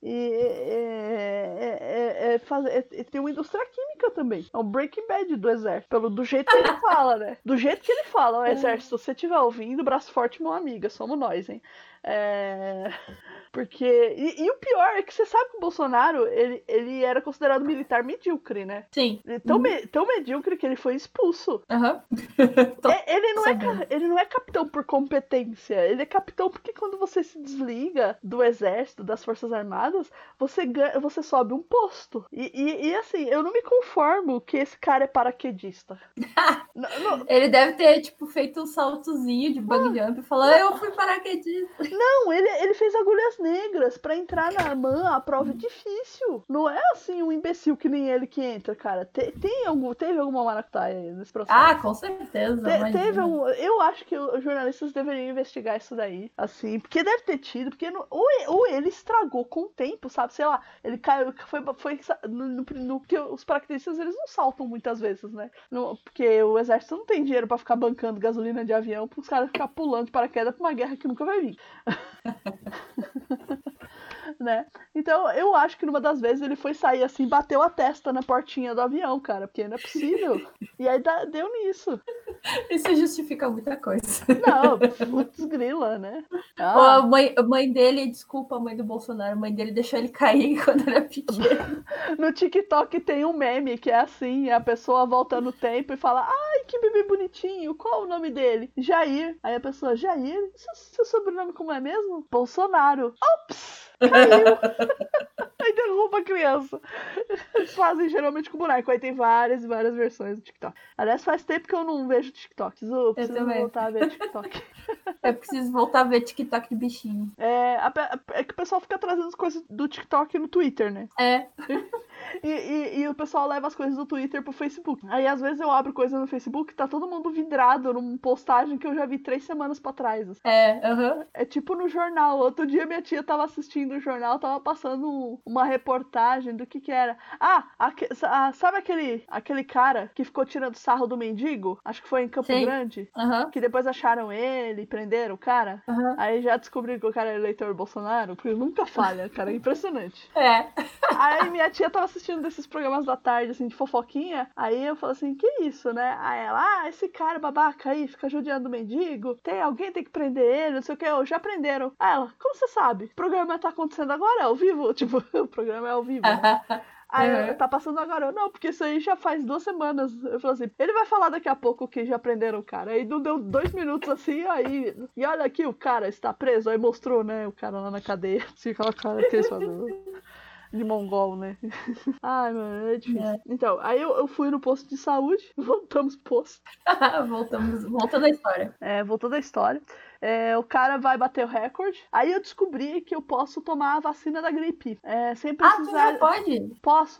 tem uma indústria química também. É um Breaking Bad do exército. Do jeito que ele fala, né? Do jeito que ele fala, o exército, se você estiver ouvindo, braço forte, meu amiga, somos nós, hein? Porque... E o pior é que você sabe que o Bolsonaro, ele era considerado militar medíocre, né? Sim. Tão medíocre que ele foi expulso. Ele não é capitão por competência. Ele é capitão porque quando você se desliga do exército, das forças armadas, você sobe um posto. E assim, eu não me conformo que esse cara é paraquedista. não. Ele deve ter, tipo, feito um saltozinho de bungee jump e falou, eu fui paraquedista. Não, ele fez agulhas negras pra entrar na AMAN, a prova é difícil. Não é assim um imbecil que nem ele que entra, cara. Teve alguma maracutaia aí nesse processo. Ah, com certeza. Eu acho que os jornalistas deveriam investigar isso daí, assim, porque deve ter tido, porque ou ele estragou com o tempo, sabe? Sei lá, ele caiu, porque os paraquedistas, eles não saltam muitas vezes, né? Porque o exército não tem dinheiro pra ficar bancando gasolina de avião pros caras ficar pulando de paraquedas pra uma guerra que nunca vai vir. Né? Então eu acho que numa das vezes ele foi sair assim, bateu a testa na portinha do avião, cara, porque não é possível. E aí deu nisso. Isso justifica muita coisa. Não, putz grila, né? A mãe dele, desculpa, a mãe do Bolsonaro, a mãe dele deixou ele cair quando era pequeno. No TikTok tem um meme que é assim, a pessoa volta no tempo e fala, ai, que bebê bonitinho, qual o nome dele? Jair. Aí a pessoa, Jair? Seu sobrenome como é mesmo? Bolsonaro. Ops! Caiu. Aí derruba a criança. Eles fazem geralmente com boneco. Aí tem várias e várias versões do TikTok. Aliás, faz tempo que eu não vejo TikTok. Preciso voltar a ver TikTok. Eu preciso voltar a ver TikTok de bichinho. É que o pessoal fica trazendo as coisas do TikTok no Twitter, né? É. E o pessoal leva as coisas do Twitter pro Facebook. Aí às vezes eu abro coisa no Facebook e tá todo mundo vidrado numa postagem que eu já vi 3 semanas pra trás. Assim. É tipo no jornal. Outro dia minha tia tava assistindo o jornal, tava passando uma reportagem do que era. Sabe aquele cara que ficou tirando sarro do mendigo? Acho que foi em Campo Grande. Que depois acharam ele e prenderam o cara. Aí já descobriram que o cara era eleitor do Bolsonaro, porque nunca falha, cara. É impressionante. Aí minha tia tava assistindo desses programas da tarde, assim, de fofoquinha. Aí eu falo assim, que isso, né? Aí ela, esse cara babaca aí, fica judiando o mendigo. Alguém tem que prender ele, não sei o que. Já prenderam. Aí ela, como você sabe? O programa tá acontecendo agora? É ao vivo? Tipo, o programa é ao vivo, né? Aí tá passando agora. Não, porque isso aí já faz 2 semanas. Eu falo assim, ele vai falar daqui a pouco que já prenderam o cara. Aí não deu 2 minutos assim, aí... E olha aqui, o cara está preso. Aí mostrou, né, o cara lá na cadeia. Assim, aquela cara que eles fazem... De mongol, né? Ai, mano, é difícil. Então, aí eu fui no posto de saúde. Voltamos pro posto. Voltando à história. Voltando à história. O cara vai bater o recorde. Aí eu descobri que eu posso tomar a vacina da gripe. Sem precisar... tu já pode? Posso,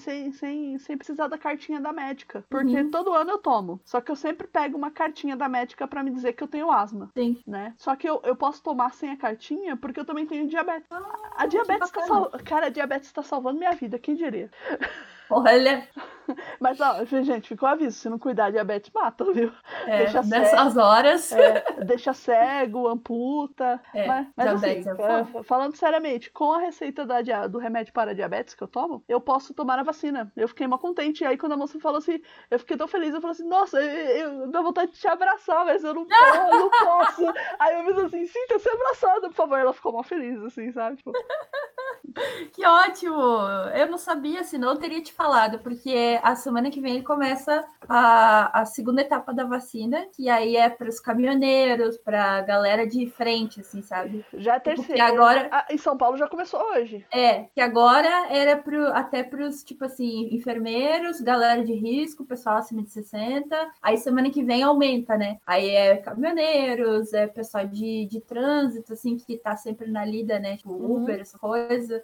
sem precisar da cartinha da médica. Porque todo ano eu tomo. Só que eu sempre pego uma cartinha da médica pra me dizer que eu tenho asma. Sim. Né? Só que eu posso tomar sem a cartinha porque eu também tenho diabetes. A diabetes Cara, a diabetes tá salvando minha vida, quem diria? Olha. Mas, ó, gente, fica o aviso, se não cuidar, a diabetes mata, viu? Deixa nessas horas. Deixa cego, amputa. Mas assim, falando seriamente, com a receita do remédio para diabetes que eu tomo, eu posso tomar a vacina. Eu fiquei mó contente. E aí, quando a moça falou assim, eu fiquei tão feliz, eu falei assim, nossa, eu dou vontade de te abraçar, mas eu não posso. Aí eu fiz assim, sinta-se abraçada, por favor. Ela ficou mó feliz, assim, sabe? Tipo... Que ótimo! Eu não sabia, senão eu teria te falado, porque a semana que vem começa a segunda etapa da vacina, que aí é para os caminhoneiros, para a galera de frente, assim, sabe? Já é terceira. Agora... em São Paulo já começou hoje. Que agora era até para os, tipo assim, enfermeiros, galera de risco, pessoal acima de 60. Aí semana que vem aumenta, né? Aí é caminhoneiros, é pessoal de trânsito, assim, que tá sempre na lida, né? Tipo Uber, essa coisa.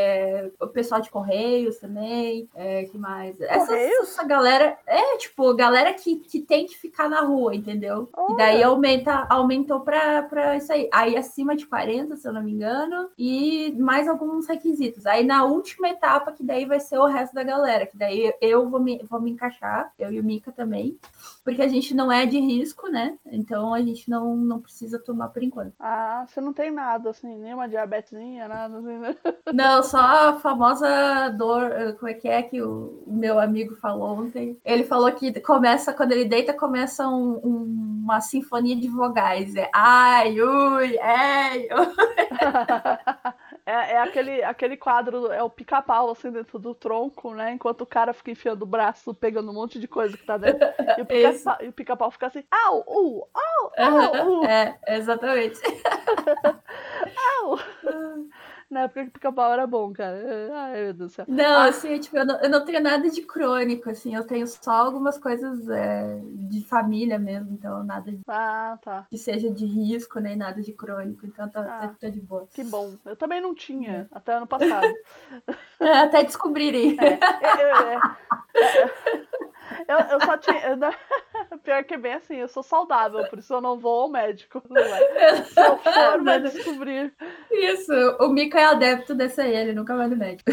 O pessoal de Correios também. Que mais? Essa galera... tipo, galera que tem que ficar na rua, entendeu? E daí aumentou pra isso aí. Aí acima de 40, se eu não me engano, e mais alguns requisitos. Aí na última etapa, que daí vai ser o resto da galera, que daí eu vou me encaixar, eu e o Mika também, porque a gente não é de risco, né? Então a gente não precisa tomar por enquanto. Você não tem nada, assim, nenhuma diabetesinha, nada assim, né? Não, só a famosa dor, como é que o meu amigo falou ontem? Ele falou que quando ele deita, começa uma sinfonia de vogais. Ai, ui, ei, aquele quadro, é o pica-pau, assim, dentro do tronco, né? Enquanto o cara fica enfiando o braço, pegando um monte de coisa que tá dentro. E o pica-pau fica assim, au, au, au. Exatamente. Au. Na época que pica-pau era bom, cara. Ai, meu Deus do céu. Não, assim, tipo, eu não tenho nada de crônico, assim. Eu tenho só algumas coisas de família mesmo. Então, nada que seja de risco, nem nada de crônico. Então, tá de boa. Que bom. Eu também não tinha, até ano passado. Até descobrirem. Eu só tinha... Pior que é bem assim, eu sou saudável, por isso eu não vou ao médico. Se eu for, vai descobrir. Isso, o Mika é adepto dessa aí, ele nunca vai no médico.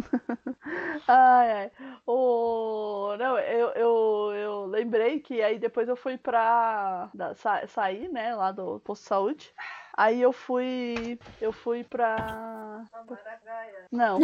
Ai. Não, eu lembrei que aí depois eu fui sair, né, lá do posto de saúde. Aí eu fui pra... Não.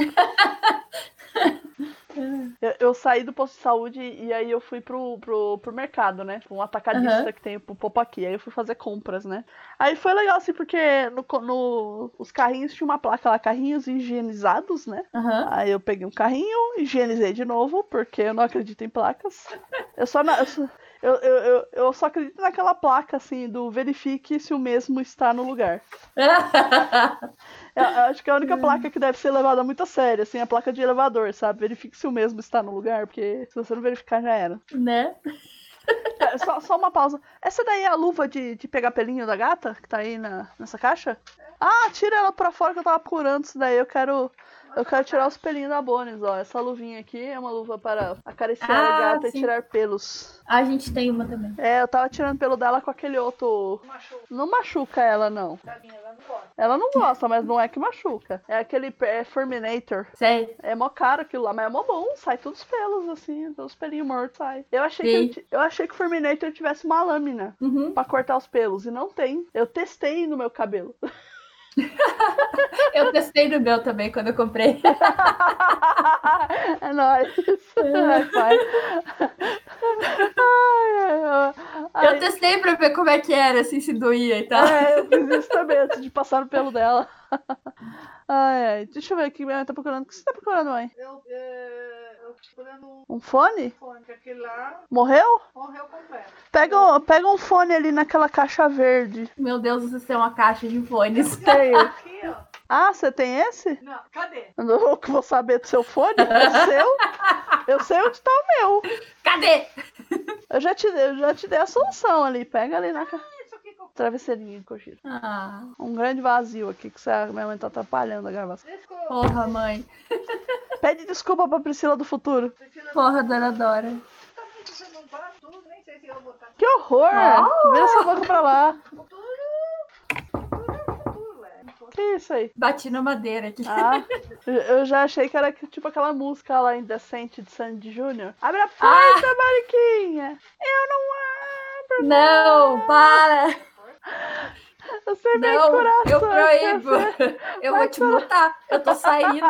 Eu saí do posto de saúde e aí eu fui pro mercado, né? Um atacadista que tem o Popo aqui. Aí eu fui fazer compras, né? Aí foi legal, assim, porque os carrinhos tinha uma placa lá, carrinhos higienizados, né? Aí eu peguei um carrinho, higienizei de novo, porque eu não acredito em placas. Eu só acredito naquela placa, assim, do verifique se o mesmo está no lugar. Eu acho que é a única placa que deve ser levada muito a sério, assim, a placa de elevador, sabe? Verifique se o mesmo está no lugar, porque se você não verificar, já era. Né? Só uma pausa. Essa daí é a luva de pegar pelinho da gata, que tá aí nessa caixa? Ah, tira ela pra fora que eu tava procurando isso daí. Eu quero tirar os pelinhos da Bonis, ó. Essa luvinha aqui é uma luva para acariciar a gata e sim. tirar pelos. A gente tem uma também. É, eu tava tirando pelo dela com aquele outro... Não machuca ela, não. Ela não gosta, mas não é que machuca. É aquele Furminator. Sei. É mó caro aquilo lá, mas é mó bom. Sai todos os pelos, assim. Todos os pelinhos mortos saem. Eu achei que o Furminator tivesse uma lâmina pra cortar os pelos. E não tem. Eu testei no meu cabelo. Eu testei no meu também quando eu comprei. É nóis. Ai, pai. Eu testei pra ver como é que era, assim, se doía e tal. É, eu fiz isso também antes de passar no pelo dela. Ai. Deixa eu ver aqui, minha mãe tá procurando. O que você tá procurando, mãe? Eu tô procurando Um fone? fone, que aquele lá Morreu? morreu completo. Pega um fone ali naquela caixa verde. Meu Deus, vocês têm uma caixa de fones. Tenho. Aqui, ó. Ah, você tem esse? Não, cadê? Eu não vou saber do seu fone? É seu? Eu sei onde tá o meu. Cadê? Eu já te dei a solução ali. Pega ali na caixa. Isso aqui que eu Travesseirinho, coxinha. Ah, Um grande vazio aqui que minha mãe tá atrapalhando a gravação. porra, mãe. Pede desculpa pra Priscila do futuro. Porra, dona Dora. Tá muito você não para tudo, nem sei se eu vou botar Que horror! Oh! Vira essa boca pra lá. futuro, Léo. Que isso aí? Bati na madeira aqui. Ah, eu já achei que era tipo aquela música lá indecente de Sandy Júnior. Abre a porta, Mariquinha! Eu não abro! Não, para! Eu sei bem Não, coração. eu proíbo. Eu Vai vou te mutar. Eu tô saindo.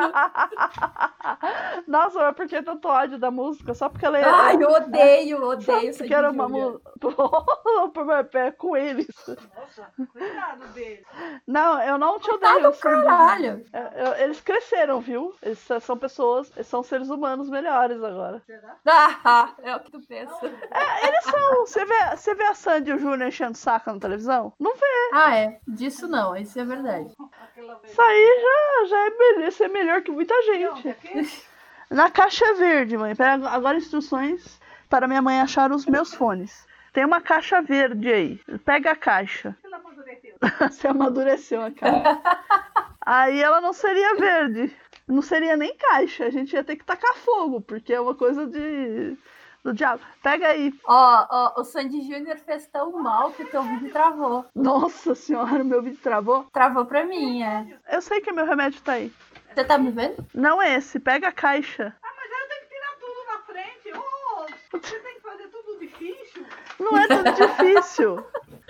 Nossa, mas por que tanto ódio da música? Só porque ela é. Ai, eu odeio Porque Sandy era uma Júnior. música. Com eles. Nossa, cuidado dele. Não, eu não te Tá odeio. do caralho. Eles cresceram, viu? Eles são pessoas, eles são seres humanos melhores agora. Será? Ah, é o que tu pensa. Eles são. Você vê a Sandy e o Júnior enchendo o saco na televisão? Não vê. Ah, é. Disso não. Isso é verdade. Aquela vez. Isso aí já é melhor, isso é melhor que muita gente. Aqui? Na caixa verde, mãe. Pera, agora instruções para minha mãe achar os meus fones. Tem uma caixa verde aí. Pega a caixa. Ela amadureceu. Você amadureceu a caixa. Aí ela não seria verde. Não seria nem caixa. A gente ia ter que tacar fogo, porque é uma coisa do diabo. Pega aí. Ó, o Sandy Júnior fez tão mal que teu vídeo travou. Nossa senhora, meu vídeo travou. Travou pra mim, é. Eu sei que meu remédio tá aí. Você tá me vendo? Não é esse. Pega a caixa. Ah, mas ela tem que tirar tudo na frente. Ô, você tem que fazer tudo difícil. Não é tão difícil.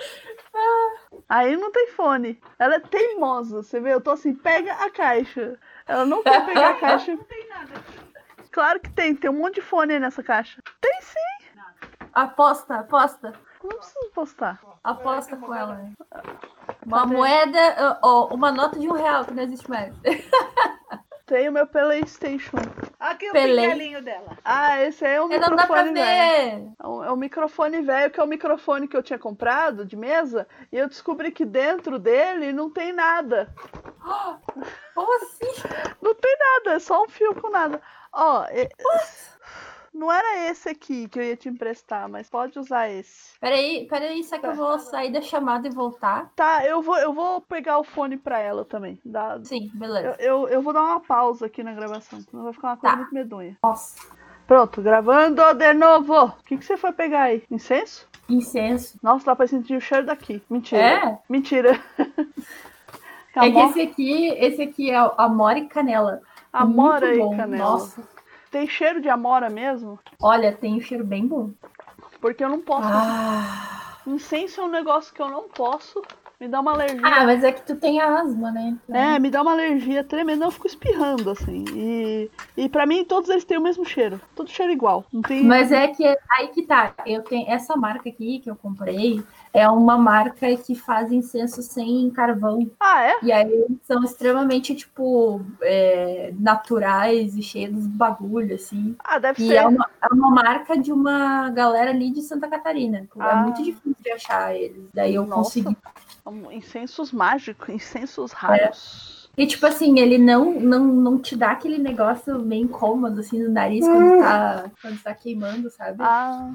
Aí não tem fone. Ela é teimosa, você vê? Eu tô assim, pega a caixa. Ela não quer pegar a caixa. Não tem nada. Claro que tem um monte de fone aí nessa caixa. Tem sim. Aposta. Não preciso postar. Aposta com ela. Né? Uma moeda, uma nota de R$1, que não existe mais. Tem o meu PlayStation. Aqui o Pelé. pinguelinho dela. Ah, esse aí é um Não dá pra microfone velho. ver. É um microfone velho, que é o microfone que eu tinha comprado de mesa. E eu descobri que dentro dele não tem nada. Como assim? Não tem nada, é só um fio com nada. Ó, não era esse aqui que eu ia te emprestar, mas pode usar esse. Peraí, só que eu vou sair da chamada e voltar. Tá, eu vou pegar o fone pra ela também. Sim, beleza. Eu vou dar uma pausa aqui na gravação, senão vai ficar uma coisa Tá. muito medonha. Nossa, Pronto, gravando de novo. O que você foi pegar aí? Incenso? incenso. Nossa, dá pra sentir o cheiro daqui. Mentira. É? Mentira. É que esse aqui é amora e canela. Amora Muito e bom. canela. Nossa, Tem cheiro de amora mesmo? olha, tem um cheiro bem bom. Porque eu não posso. Ah, Incenso é um negócio que eu não posso Me dá uma alergia. Ah, mas é que tu tem asma, né? Me dá uma alergia tremenda, eu fico espirrando, assim. E pra mim, todos eles têm o mesmo cheiro. Todo cheiro igual. Não tem... Mas é que aí que tá. Eu tenho essa marca aqui que eu comprei. É uma marca que faz incenso sem carvão. Ah, é? E aí são extremamente, tipo, naturais e cheios de bagulho, assim. Ah, deve E ser. é uma marca de uma galera ali de Santa Catarina. É muito difícil de achar eles. Daí eu consegui. Incensos mágicos, incensos raros. E, tipo assim, ele não te dá aquele negócio meio incômodo, assim, no nariz quando tá queimando, sabe? Ah.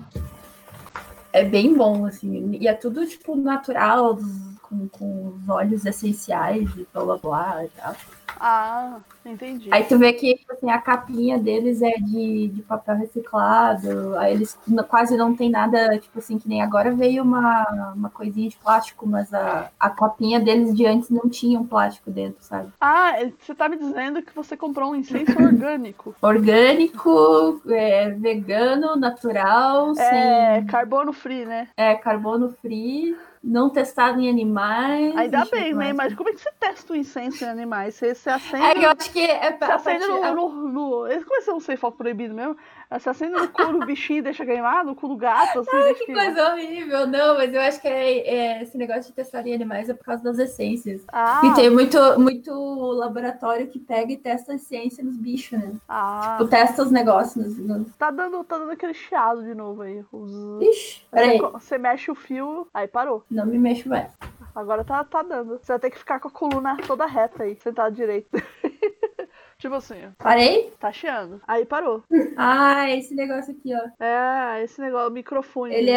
É bem bom, assim. E é tudo, tipo, natural, com os óleos essenciais e blá blá blá e tal. Ah, entendi. Aí tu vê que, tipo assim, a capinha deles é de papel reciclado. Aí eles quase não tem nada, tipo assim, que nem agora veio uma coisinha de plástico, mas a capinha deles de antes não tinha um plástico dentro, sabe? Ah, você tá me dizendo que você comprou um incenso orgânico. Orgânico, vegano, natural, sem... carbono free, né? Carbono free, não testado em animais. Ainda bem, né? Mas como é que você testa o incenso em animais? Você acende... É que eu acho que você acende no... Como é que eu não sei foco proibido mesmo? Você acende no cu do bichinho e deixa queimar? No cu do gato, assim, Ai, deixa que queimar. coisa horrível. Não, mas eu acho que esse negócio de testar em animais é por causa das essências. Ah. E tem muito laboratório que pega e testa a essência nos bichos, né? Ah. Tipo, testa os negócios. Tá dando aquele chiado de novo aí. Ixi, peraí. Você mexe o fio, aí parou. Não me mexo mais. Agora tá dando. Você vai ter que ficar com a coluna toda reta aí, sentado direito. Tipo assim, ó. Parei? Tá chiando. Aí parou. Ah, esse negócio aqui, ó. Esse negócio, o microfone. Ele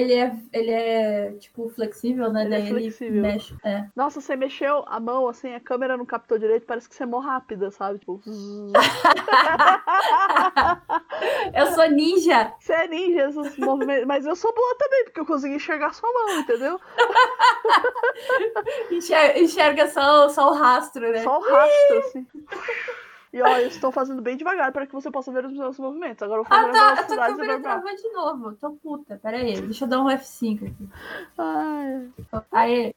é tipo flexível, né? Ele é Daí flexível. ele mexe. Nossa, você mexeu a mão assim, a câmera não captou direito, parece que você é mó rápida, sabe? Tipo. Eu sou ninja. Você é ninja, esses movimentos. Mas eu sou boa também, porque eu consegui enxergar sua mão, entendeu? Enxerga só o rastro, né? Só o rastro, assim. E ó, eu estou fazendo bem devagar para que você possa ver os meus movimentos. Agora eu vou fazer A velocidade tua e câmera travou de novo. Tô puta. Pera aí. Deixa eu dar um F5 aqui. Ai. Aê.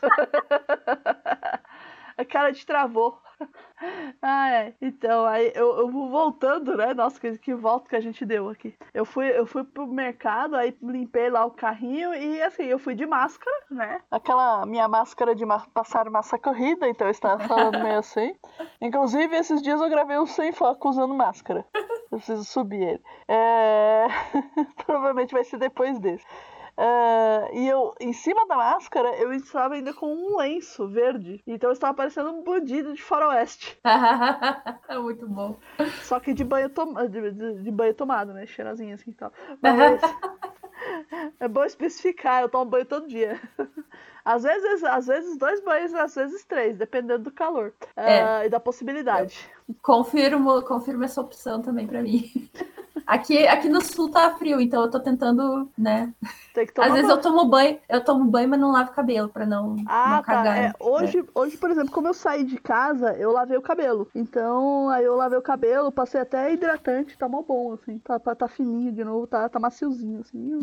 A cara te travou. Então, aí eu vou voltando, né? Nossa, que volta que a gente deu aqui. Eu fui pro mercado, aí limpei lá o carrinho e assim, eu fui de máscara, né? Aquela minha máscara de passar massa corrida, então eu estava falando meio assim. Inclusive, esses dias eu gravei um sem foco usando máscara. Eu preciso subir ele. Provavelmente vai ser depois desse. E eu, em cima da máscara, eu estava ainda com um lenço verde. Então eu estava parecendo um bandido de faroeste. É muito bom. Só que de banho, de banho tomado, né? Cheirosinho assim e tal. Mas é bom especificar, eu tomo banho todo dia. Às vezes 2 banhos, às vezes 3, dependendo do calor e da possibilidade. Confirmo essa opção também pra mim. Aqui no sul tá frio, então eu tô tentando, né? Tem que tomar Às vezes banho. eu tomo banho, mas não lavo o cabelo pra não cagar. Hoje, por exemplo, como eu saí de casa, eu lavei o cabelo. Então, aí eu lavei o cabelo, passei até hidratante, tá mó bom, assim. Tá fininho de novo, tá maciozinho, assim.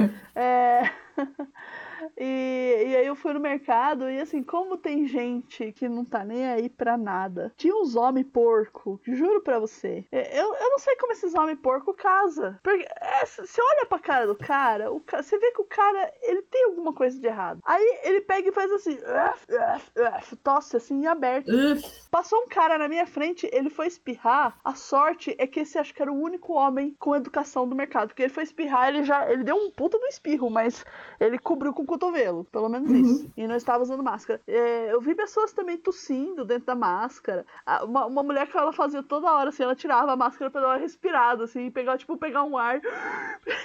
E aí eu fui no mercado e assim, como tem gente que não tá nem aí pra nada. Tinha uns homem porco, juro pra você. Eu não sei como esses homem porco casa. Porque você olha pra cara do cara, você vê que o cara, ele tem alguma coisa de errado. Aí ele pega e faz assim, tosse assim, aberto. Passou um cara na minha frente, ele foi espirrar. A sorte é que esse acho que era o único homem com educação do mercado. Porque ele foi espirrar, ele deu um puta do espirro, mas ele cobriu com o cotovelo, pelo menos isso. E não estava usando máscara. Eu vi pessoas também tossindo dentro da máscara. Uma mulher que ela fazia toda hora, assim, ela tirava a máscara pra dar uma respirada, assim, pegar um ar.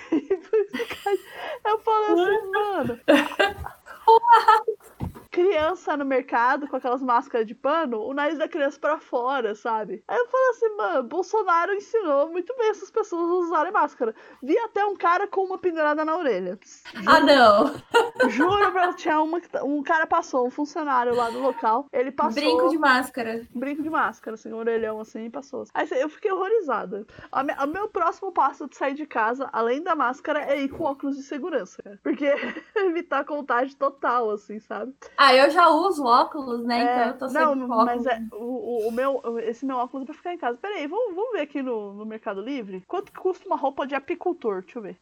Eu falei assim, mano. criança no mercado com aquelas máscaras de pano, o nariz da criança pra fora, sabe? Aí eu falo assim, mano, Bolsonaro ensinou muito bem essas pessoas a usarem máscara. Vi até um cara com uma pendurada na orelha. Ah, não. Juro, bro, tinha um cara passou, um funcionário lá do local, ele passou... Brinco de máscara. Brinco de máscara, assim, um orelhão assim, e passou. Aí eu fiquei horrorizada. O meu próximo passo de sair de casa, além da máscara, é ir com óculos de segurança, cara. Porque evitar contágio total, assim, sabe? Ah, eu já uso óculos, né? Então eu tô sempre com óculos. Mas esse meu óculos é pra ficar em casa. Peraí, vamos ver aqui no Mercado Livre? Quanto que custa uma roupa de apicultor? Deixa eu ver.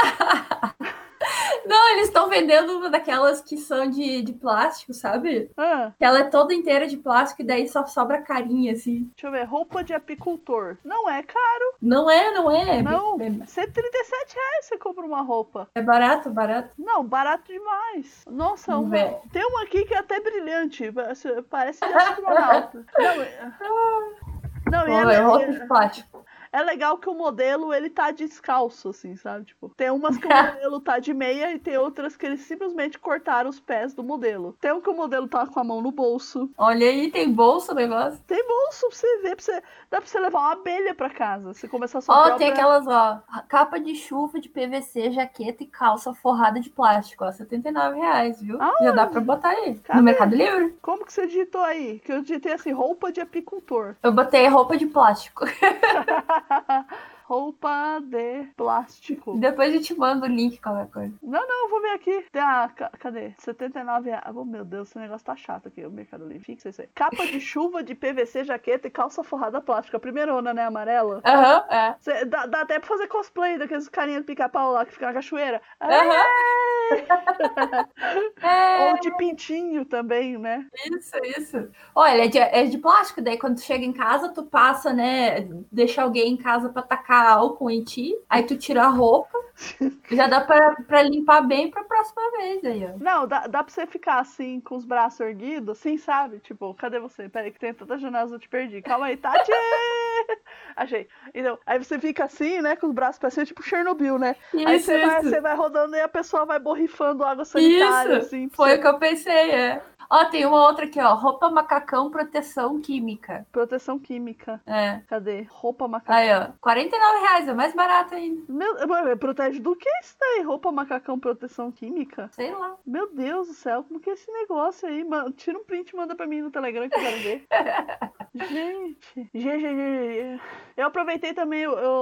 Não, eles estão vendendo uma daquelas que são de plástico, sabe? Que ela é toda inteira de plástico e daí só sobra carinha, assim. Deixa eu ver, roupa de apicultor. Não é caro. Não é. Não, R$137 você compra uma roupa. É barato. Não, barato demais. Nossa, tem uma aqui que é até brilhante. Parece de astronauta. Não, é roupa de plástico. É legal que o modelo, ele tá descalço, assim, sabe? Tipo, tem umas que o modelo tá de meia e tem outras que eles simplesmente cortaram os pés do modelo. Tem um que o modelo tá com a mão no bolso. Olha aí, tem bolso o negócio. Tem bolso pra você ver, dá pra você levar uma abelha pra casa. Você começar a sua própria... tem aquelas, capa de chuva de PVC, jaqueta e calça forrada de plástico, R$79, viu? Já dá pra botar aí. No Mercado Livre. Como que você digitou aí? Que eu digitei assim, roupa de apicultor. Eu botei roupa de plástico. Roupa de plástico. Depois eu te mando o link, qualquer coisa. Não, eu vou ver aqui. Cadê? R$79. Oh, meu Deus, esse negócio tá chato aqui, o Mercado Livre. Fixa isso aí. Capa de chuva de PVC, jaqueta e calça forrada plástica. A primeirona, né? Amarela. É. Dá até pra fazer cosplay daqueles carinhas do pica-pau lá que fica na cachoeira. Ou de pintinho também, né? Isso. Olha, é de plástico, daí quando tu chega em casa, tu passa, né? Deixa alguém em casa pra tacar álcool em ti, aí tu tira a roupa, já dá pra limpar bem pra próxima vez aí, ó. Não, dá pra você ficar assim, com os braços erguidos, assim, sabe? Tipo, cadê você? Peraí que tem tanta janela, eu te perdi. Calma aí, Tati! Achei. Então, aí você fica assim, né, com os braços pra cima, tipo Chernobyl, né? Aí você vai rodando e a pessoa vai borrifando água sanitária, assim. Foi o que eu pensei, tem uma outra aqui, roupa macacão, proteção química. Proteção química. Cadê? Roupa macacão. Aí, ó, R$49, é mais barato ainda. Protege do que isso daí? Roupa macacão, proteção química? Sei lá. Meu Deus do céu, como que é esse negócio aí? Mano, tira um print e manda pra mim no Telegram que eu quero ver. Gente. Eu aproveitei também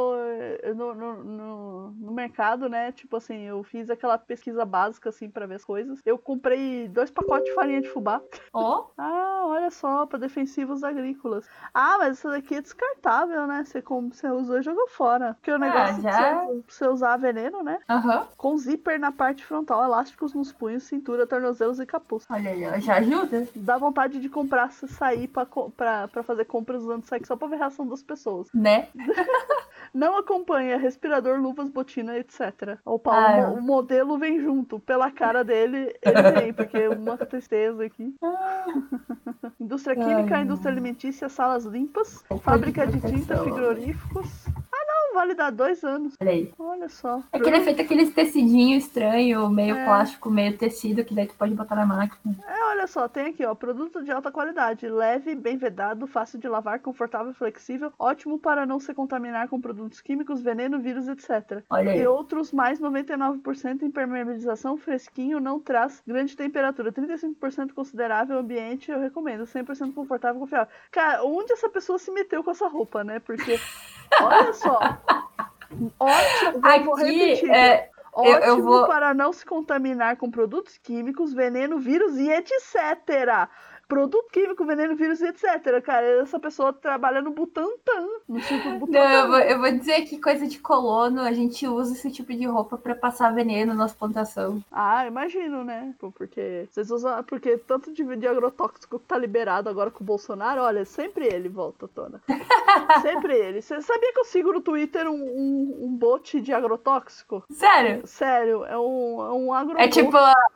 no mercado, né? Tipo assim, eu fiz aquela pesquisa básica, assim, pra ver as coisas. Eu comprei 2 pacotes de farinha de fubá. Olha só, para defensivos agrícolas. Mas essa daqui é descartável, né? Você usou e jogou fora. Porque o negócio você usar veneno, né? Com zíper na parte frontal, elásticos nos punhos, cintura, tornozelos e capuz. Olha aí, já ajuda. Dá vontade de comprar, se sair pra fazer compras usando isso aqui só pra ver a reação das pessoas. Né? Não acompanha respirador, luvas, botina, etc. O Paulo, o modelo vem junto. Pela cara dele, ele vem, porque uma tristeza aqui. Indústria química, indústria alimentícia, salas limpas, fábrica de tinta, frigoríficos. Vale dar 2 anos. Olha aí. Olha só. É que ele é feito aqueles tecidinho estranho, meio plástico, meio tecido, que daí tu pode botar na máquina. Olha só, tem aqui, ó, produto de alta qualidade, leve, bem vedado, fácil de lavar, confortável, flexível, ótimo para não se contaminar com produtos químicos, veneno, vírus, etc. Olha aí. E outros mais 99% impermeabilização, fresquinho, não traz grande temperatura, 35% considerável, ambiente, eu recomendo, 100% confortável, confiável. Cara, onde essa pessoa se meteu com essa roupa, né? Porque, olha só, ótimo, vou repetir. Ótimo para não se contaminar com produtos químicos, veneno, vírus e etc. Produto químico, veneno, vírus e etc. Cara, essa pessoa trabalha no Butantan. No Círculo Butantan. Não, eu vou dizer que coisa de colono, a gente usa esse tipo de roupa pra passar veneno nas plantações. Imagino, né? Porque vocês usam. Porque tanto de agrotóxico que tá liberado agora com o Bolsonaro, olha, sempre ele volta à tona. Sempre ele. Você sabia que eu sigo no Twitter um bot de agrotóxico? Sério? Sério, é um agrobot. É tipo a porcentagem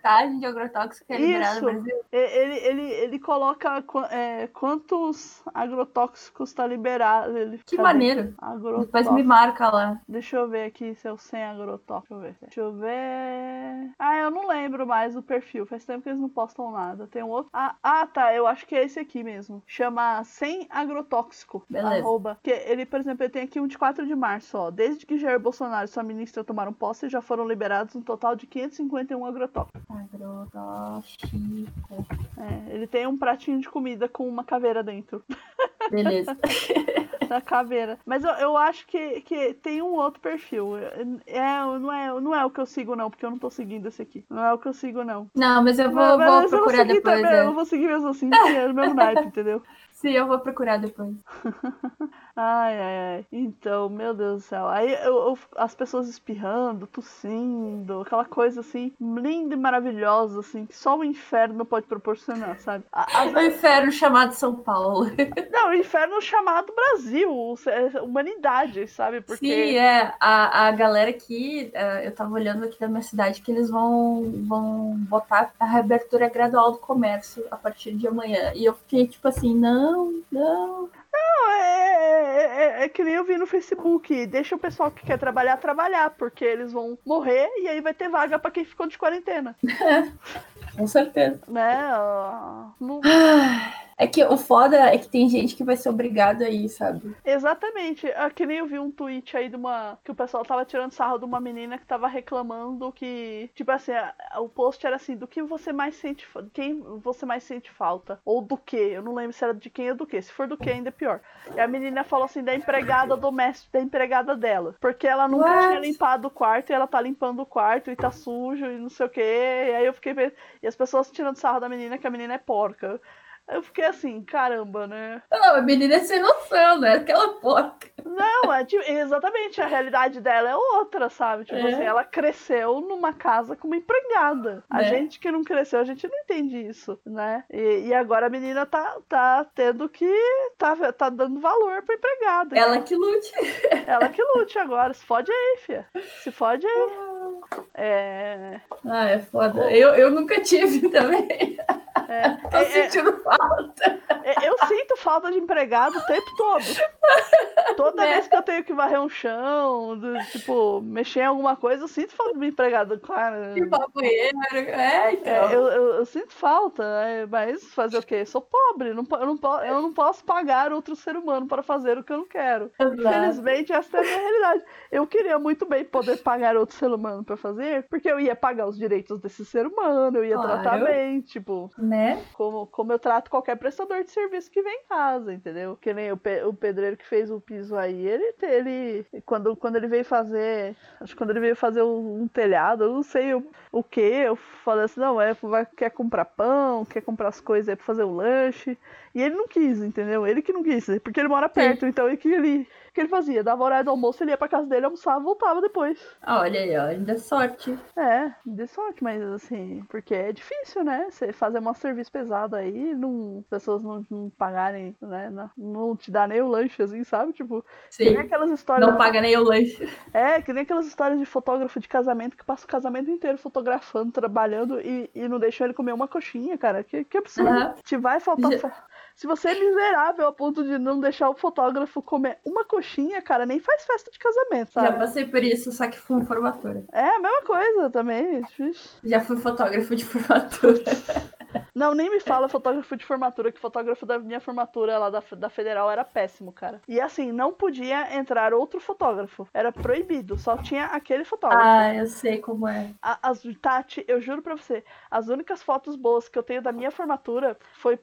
porcentagem de agrotóxico que é liberado no Brasil? Ele coloca quantos agrotóxicos tá liberado. Que maneiro. Depois me marca lá. Deixa eu ver aqui se é o sem agrotóxico. Deixa eu ver. Ah, eu não lembro mais o perfil. Faz tempo que eles não postam nada. Tem um outro. Ah, tá. Eu acho que é esse aqui mesmo. Chama Sem Agrotóxico. Beleza. Que ele, por exemplo, ele tem aqui um de 4 de março, ó. Desde que Jair Bolsonaro e sua ministra tomaram posse, já foram liberados um total de 551 agrotóxicos. Agrotóxico. Ele tem um pratinho de comida com uma caveira dentro. Beleza. Da caveira. Mas eu acho que tem um outro perfil. Não é o que eu sigo, não, porque eu não tô seguindo esse aqui. Não é o que eu sigo, não. Não, mas eu vou procurar depois. Também, eu vou seguir mesmo assim, porque é no mesmo naipe, entendeu? Sim, eu vou procurar depois. Ai. Então, meu Deus do céu. Aí as pessoas espirrando, tossindo, aquela coisa assim, linda e maravilhosa, assim, que só o inferno pode proporcionar, sabe? O inferno chamado São Paulo. Não, o inferno chamado Brasil, humanidade, sabe? Porque... Sim, a galera aqui, eu tava olhando aqui da minha cidade, que eles vão botar a reabertura gradual do comércio a partir de amanhã. E eu fiquei tipo assim, não. Não, é que nem eu vi no Facebook. Deixa o pessoal que quer trabalhar, porque eles vão morrer e aí vai ter vaga pra quem ficou de quarentena. Com certeza. Né? É que o foda é que tem gente que vai ser obrigado a ir, sabe? Exatamente. Que nem eu vi um tweet aí que o pessoal tava tirando sarro de uma menina que tava reclamando que, tipo assim, o post era assim, do que você mais sente, quem você mais sente falta? Ou do que? Eu não lembro se era de quem ou do que. Se for do que, ainda é pior. E a menina falou assim, da empregada doméstica, da empregada dela. Porque ela nunca tinha limpado o quarto e ela tá limpando o quarto e tá sujo e não sei o que. E aí eu fiquei vendo. E as pessoas tirando sarro da menina, que a menina é porca. Eu fiquei assim, caramba, né? Não, a menina é sem noção, né? Aquela porca. Não, exatamente, a realidade dela é outra, sabe? Tipo assim, ela cresceu numa casa com uma empregada. A gente que não cresceu, a gente não entende isso, né? E agora a menina tá tendo que... Tá dando valor pra empregada. Ela que lute. Ela que lute agora. Se fode aí, fia. Se fode aí. É foda. Eu nunca tive também. Tô sentindo falta. Eu sinto falta de empregado o tempo todo. Toda vez que eu tenho que varrer um chão, tipo, mexer em alguma coisa, eu sinto falta de empregado, claro. De banheiro. Então. Eu sinto falta, mas fazer o quê? Eu sou pobre, eu não posso pagar outro ser humano para fazer o que eu não quero. Exato. Infelizmente, essa é a minha realidade. Eu queria muito bem poder pagar outro ser humano para fazer, porque eu ia pagar os direitos desse ser humano, eu ia tratar bem, tipo, né? Como eu trato qualquer prestador de serviço que vem em casa, entendeu? Que nem o pedreiro que fez o piso aí, ele quando ele veio fazer, acho que quando ele veio fazer um telhado, eu não sei o que, eu falei assim, não, quer comprar pão, quer comprar as coisas aí pra fazer o lanche, e ele não quis, entendeu? Ele que não quis, porque ele mora perto, então o que ele fazia? Dava horário do almoço, ele ia pra casa dele, almoçava e voltava depois. Olha aí, ó, ainda sorte. De sorte, mas assim, porque é difícil, né? Você fazer um serviço pesado aí, as pessoas não pagarem, né? Não te dá nem o lanche, assim, sabe? Tipo, sim. Que nem aquelas histórias. Não paga nem o lanche. Que nem aquelas histórias de fotógrafo de casamento que passa o casamento inteiro fotografando, trabalhando e não deixam ele comer uma coxinha, cara. Que absurdo. Te vai faltar. Se você é miserável a ponto de não deixar o fotógrafo comer uma coxinha, cara, nem faz festa de casamento, sabe? Já passei por isso, só que fui formatura. A mesma coisa também. Já fui fotógrafo de formatura. Não, nem me fala fotógrafo de formatura, que fotógrafo da minha formatura lá da Federal era péssimo, cara. E assim, não podia entrar outro fotógrafo. Era proibido, só tinha aquele fotógrafo. Eu sei como é. Tati, eu juro pra você, as únicas fotos boas que eu tenho da minha formatura foi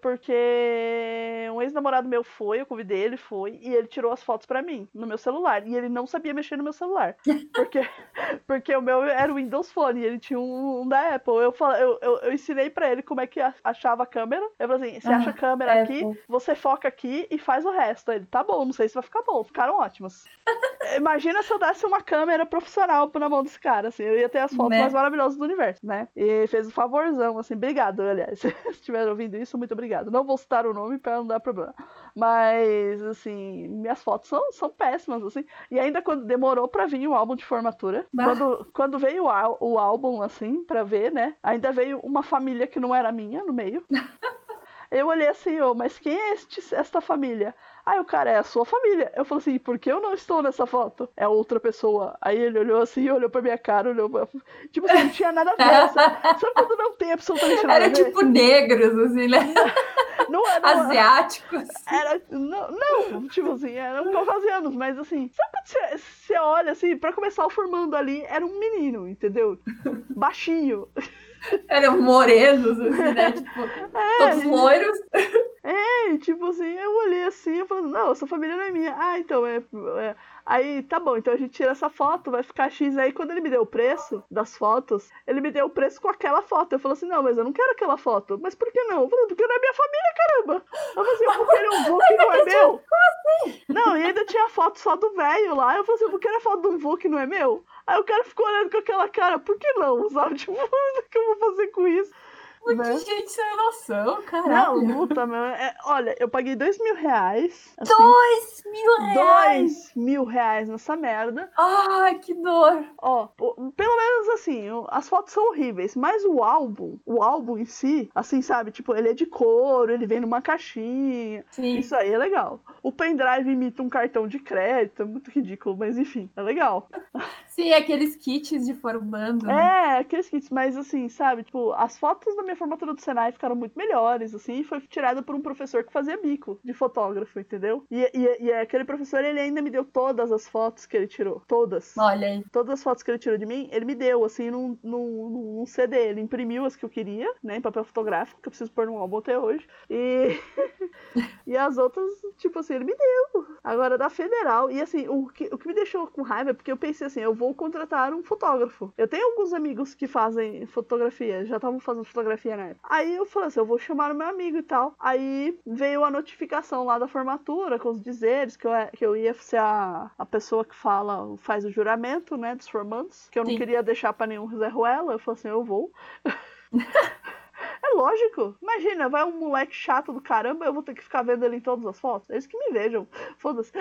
porque um ex-namorado meu eu convidei ele, e ele tirou as fotos pra mim, no meu celular. E ele não sabia mexer no meu celular. Porque o meu era o Windows Phone, e ele tinha um da Apple. Eu ensinei pra ele como é que achava a câmera. Eu falei assim, você acha a câmera aqui, você foca aqui e faz o resto. Ele, tá bom, não sei se vai ficar bom. Ficaram ótimas. Imagina se eu desse uma câmera profissional na mão desse cara, assim, eu ia ter as fotos mais maravilhosas do universo, né? E fez um favorzão, assim, obrigado, aliás. Se estiver ouvindo isso, muito obrigado. Não vou citar o nome pra não dar problema. Mas, assim, minhas fotos são péssimas, assim. E ainda quando demorou pra vir o álbum de formatura, quando veio o álbum, assim, pra ver, né? Ainda veio uma família que não era minha no meio. Eu olhei assim, mas quem é esta família? Aí o cara, é a sua família. Eu falei assim, por que eu não estou nessa foto? É outra pessoa. Aí ele olhou assim, olhou pra minha cara, tipo assim, não tinha nada a ver. Sabe quando não tem absolutamente nada a ver? Era tipo negros, assim, né? Não, asiáticos. Não, tipo assim, eram caucasianos, mas assim, sabe quando você olha assim, pra começar o formando ali, era um menino, entendeu? Baixinho. Eram morenos, assim, né? Tipo, todos loiros. Tipo assim, eu olhei assim, eu falei, não, essa família não é minha. Ah, então, aí, tá bom, então a gente tira essa foto, vai ficar X. Aí, quando ele me deu o preço das fotos, ele me deu o preço com aquela foto. Eu falei assim, não, mas eu não quero aquela foto. Mas por que não? Eu falei, porque não é minha família, caramba. Eu falei assim, eu vou querer um vô que não é meu. Não, e ainda tinha foto só do velho lá. Eu falei assim, eu vou querer foto de um vô que não é meu. Aí o cara ficou olhando com aquela cara, por que não? Sabe, tipo, o que eu vou fazer com isso? Muita gente sem noção, caralho. Não, luta, meu. Olha, eu paguei R$2.000. Assim, R$2.000 nessa merda. Ai, que dor. Ó, pelo menos assim, as fotos são horríveis, mas o álbum em si, assim, sabe? Tipo, ele é de couro, ele vem numa caixinha. Sim. Isso aí é legal. O pendrive imita um cartão de crédito, é muito ridículo, mas enfim, é legal. Sim, aqueles kits de formando. Né? Aqueles kits, mas assim, sabe? Tipo, as fotos da minha formatura do Senai ficaram muito melhores, assim, e foi tirada por um professor que fazia bico de fotógrafo, entendeu? E aquele professor, ele ainda me deu todas as fotos que ele tirou. Todas. Olha aí. Todas as fotos que ele tirou de mim, ele me deu, assim, num CD. Ele imprimiu as que eu queria, né, em papel fotográfico, que eu preciso pôr num álbum até hoje. E as outras, tipo assim, ele me deu. Agora, da Federal, e assim, o que me deixou com raiva é porque eu pensei assim, eu vou contratar um fotógrafo. Eu tenho alguns amigos que fazem fotografia, já estavam fazendo fotografia na época. Aí eu falei assim, eu vou chamar o meu amigo e tal. Aí veio a notificação lá da formatura, com os dizeres, que eu ia ser a pessoa que faz o juramento, né, dos formandos, que eu não queria deixar pra nenhum Zé Ruela. Eu falei assim, eu vou. É lógico. Imagina, vai um moleque chato do caramba, eu vou ter que ficar vendo ele em todas as fotos. Eles que me vejam. Foda-se.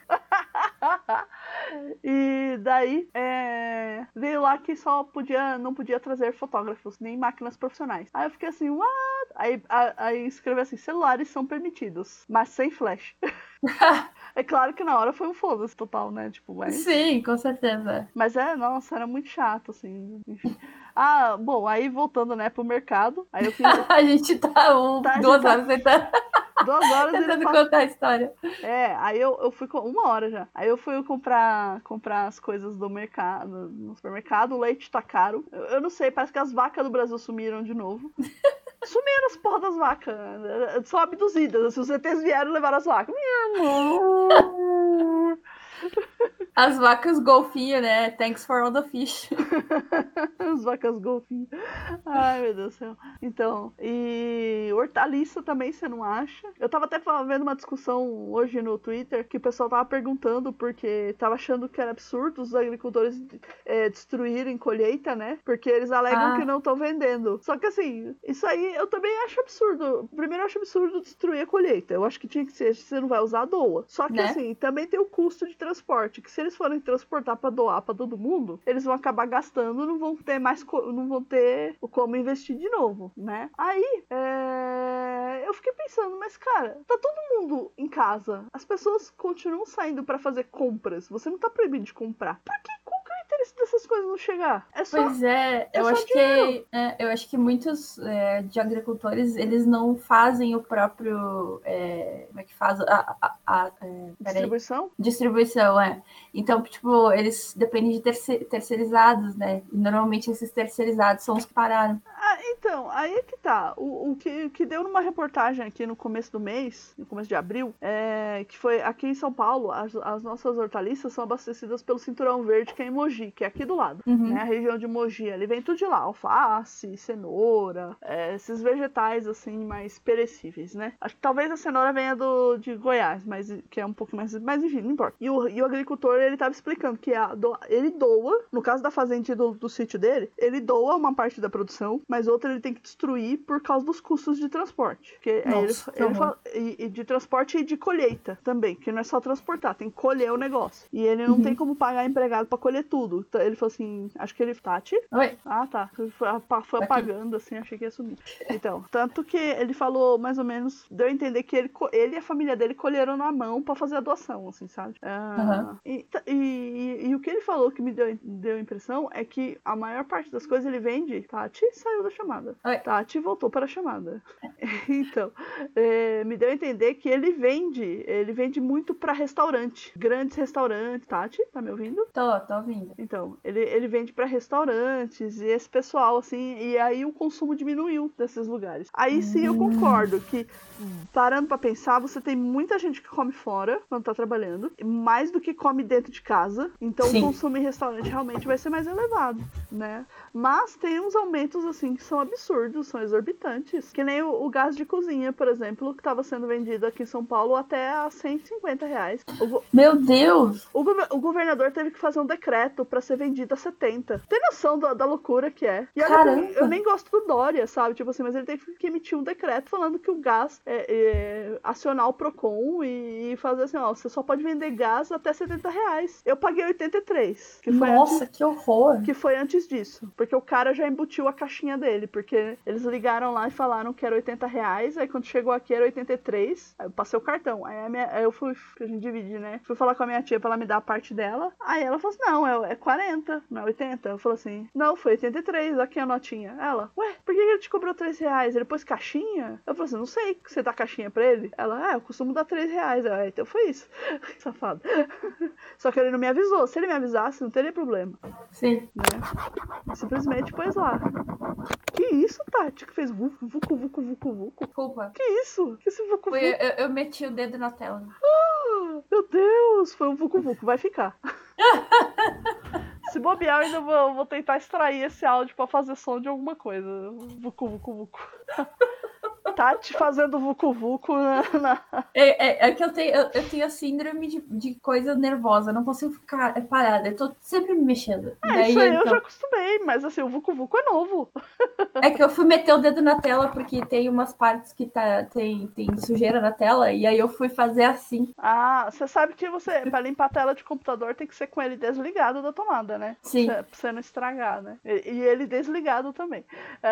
E daí, veio lá que só não podia trazer fotógrafos, nem máquinas profissionais. Aí eu fiquei assim, what? Aí escreveu assim, celulares são permitidos, mas sem flash. É claro que na hora foi um foda-se total, né? Tipo, mas... Sim, com certeza. Mas nossa, era muito chato, assim, enfim. Bom, aí voltando, né, pro mercado, aí eu fiz... A gente tá 2 horas tentando... 2 horas tentando contar a história. Aí eu fui com 1 hora já. Aí eu fui comprar as coisas do mercado, no supermercado, o leite tá caro. Eu não sei, parece que as vacas do Brasil sumiram de novo. Sumiram as porra das vacas. São abduzidas. Os ETs vieram e levaram as vacas. As vacas golfinho, né? Thanks for all the fish. As vacas golfinho. Ai, meu Deus do céu. Então, e hortaliça também, você não acha? Eu tava até vendo uma discussão hoje no Twitter que o pessoal tava perguntando porque tava achando que era absurdo os agricultores destruírem colheita, né? Porque eles alegam que não estão vendendo. Só que assim, isso aí eu também acho absurdo. Primeiro eu acho absurdo destruir a colheita. Eu acho que tinha que ser, se você não vai usar, doa. Só que assim, também tem o custo de transporte, que se eles forem transportar pra doar pra todo mundo, eles vão acabar gastando, não vão ter como investir de novo, né? Aí, eu fiquei pensando, mas cara, tá todo mundo em casa, as pessoas continuam saindo pra fazer compras, você não tá proibido de comprar. Pra quê? Qual que é o interesse dessas coisas não chegar? Pois é, eu acho que muitos de agricultores, eles não fazem o próprio, como é que faz? Distribuição? Distribuição, Então, tipo, eles dependem de terceirizados, né? E normalmente esses terceirizados são os que pararam. Então, aí é que tá. O que deu numa reportagem aqui no começo do mês, no começo de abril, que foi aqui em São Paulo, as nossas hortaliças são abastecidas pelo Cinturão Verde, que é em Mogi, que é aqui do lado, né? A região de Mogi, ali vem tudo de lá, alface, cenoura, esses vegetais, assim, mais perecíveis, né? Acho que talvez a cenoura venha de Goiás, mas que é um pouco mais... Mas enfim, não importa. E o agricultor, ele tava explicando que ele doa, no caso da fazenda do sítio dele, ele doa uma parte da produção, mas outra ele tem que destruir por causa dos custos de transporte. Porque Nossa, ele fala, e de transporte e de colheita também, que não é só transportar, tem que colher o negócio. E ele não tem como pagar empregado pra colher tudo. Então, ele falou assim, acho que ele... Tati? Oi. Ah, tá. Foi apagando, assim, achei que ia sumir. Então, tanto que ele falou, mais ou menos, deu a entender que ele e a família dele colheram na mão pra fazer a doação, assim, sabe? E o que ele falou que me deu a impressão é que a maior parte das coisas ele vende. Tati saiu da chamada. Oi. Tati voltou para a chamada. Então, me deu a entender que ele vende muito pra restaurante. Grandes restaurantes. Tati, tá me ouvindo? Tô ouvindo. Então, ele vende pra restaurantes e esse pessoal, assim, e aí o consumo diminuiu desses lugares. Aí sim eu concordo que, parando pra pensar, você tem muita gente que come fora quando tá trabalhando, mais do que come dentro de casa, então Sim. o consumo em restaurante realmente vai ser mais elevado, né? Mas tem uns aumentos, assim, que são absurdos, são exorbitantes, que nem o gás de cozinha, por exemplo, que tava sendo vendido aqui em São Paulo até a R$150. Meu Deus! O governador teve que fazer um decreto pra ser vendido a 70. Tem noção da loucura que é? E olha, Caramba! eu nem gosto do Dória, sabe? Tipo assim, mas ele teve que emitir um decreto falando que o gás acionar o Procon e fazer assim, ó, você só pode vender gás até R$70. Eu paguei 83. Nossa, que horror! Que foi antes disso. Porque o cara já embutiu a caixinha dele. Porque eles ligaram lá e falaram que era R$80. Aí quando chegou aqui era 83. Aí eu passei o cartão. Aí eu fui, que a gente divide, né? Fui falar com a minha tia pra ela me dar a parte dela. Aí ela falou assim, não, é 40, não é 80. Eu falei assim, não, foi 83, aqui a notinha. Ela, ué, por que ele te cobrou R$3? Ele pôs caixinha? Eu falei assim, não sei, você dá caixinha pra ele? Ela, eu costumo dar R$3. Então foi isso. Safado. Só que ele não me avisou. Se ele me avisasse, não teria problema. Sim. Né? Simplesmente pôs lá. Que isso, Tati? Que fez vucu, vucu, vucu, vucu, vucu? Desculpa. Que isso? Que esse vucu, vucu? Eu meti o dedo na tela. Meu Deus, foi um vucu, vucu. Vai ficar. Se bobear, eu ainda vou tentar extrair esse áudio pra fazer som de alguma coisa. Vucu, vucu, vucu. Tati fazendo vucu-vucu É que eu tenho a síndrome de coisa nervosa. Eu não consigo ficar parada. Eu tô sempre me mexendo. Daí, isso aí então... eu já acostumei, mas assim, o vucu-vucu é novo. É que eu fui meter o dedo na tela porque tem umas partes que tem sujeira na tela. E aí eu fui fazer assim. Ah, você sabe que pra limpar a tela de computador tem que ser com ele desligado da tomada, né? Sim. Pra você não estragar, né? E ele desligado também.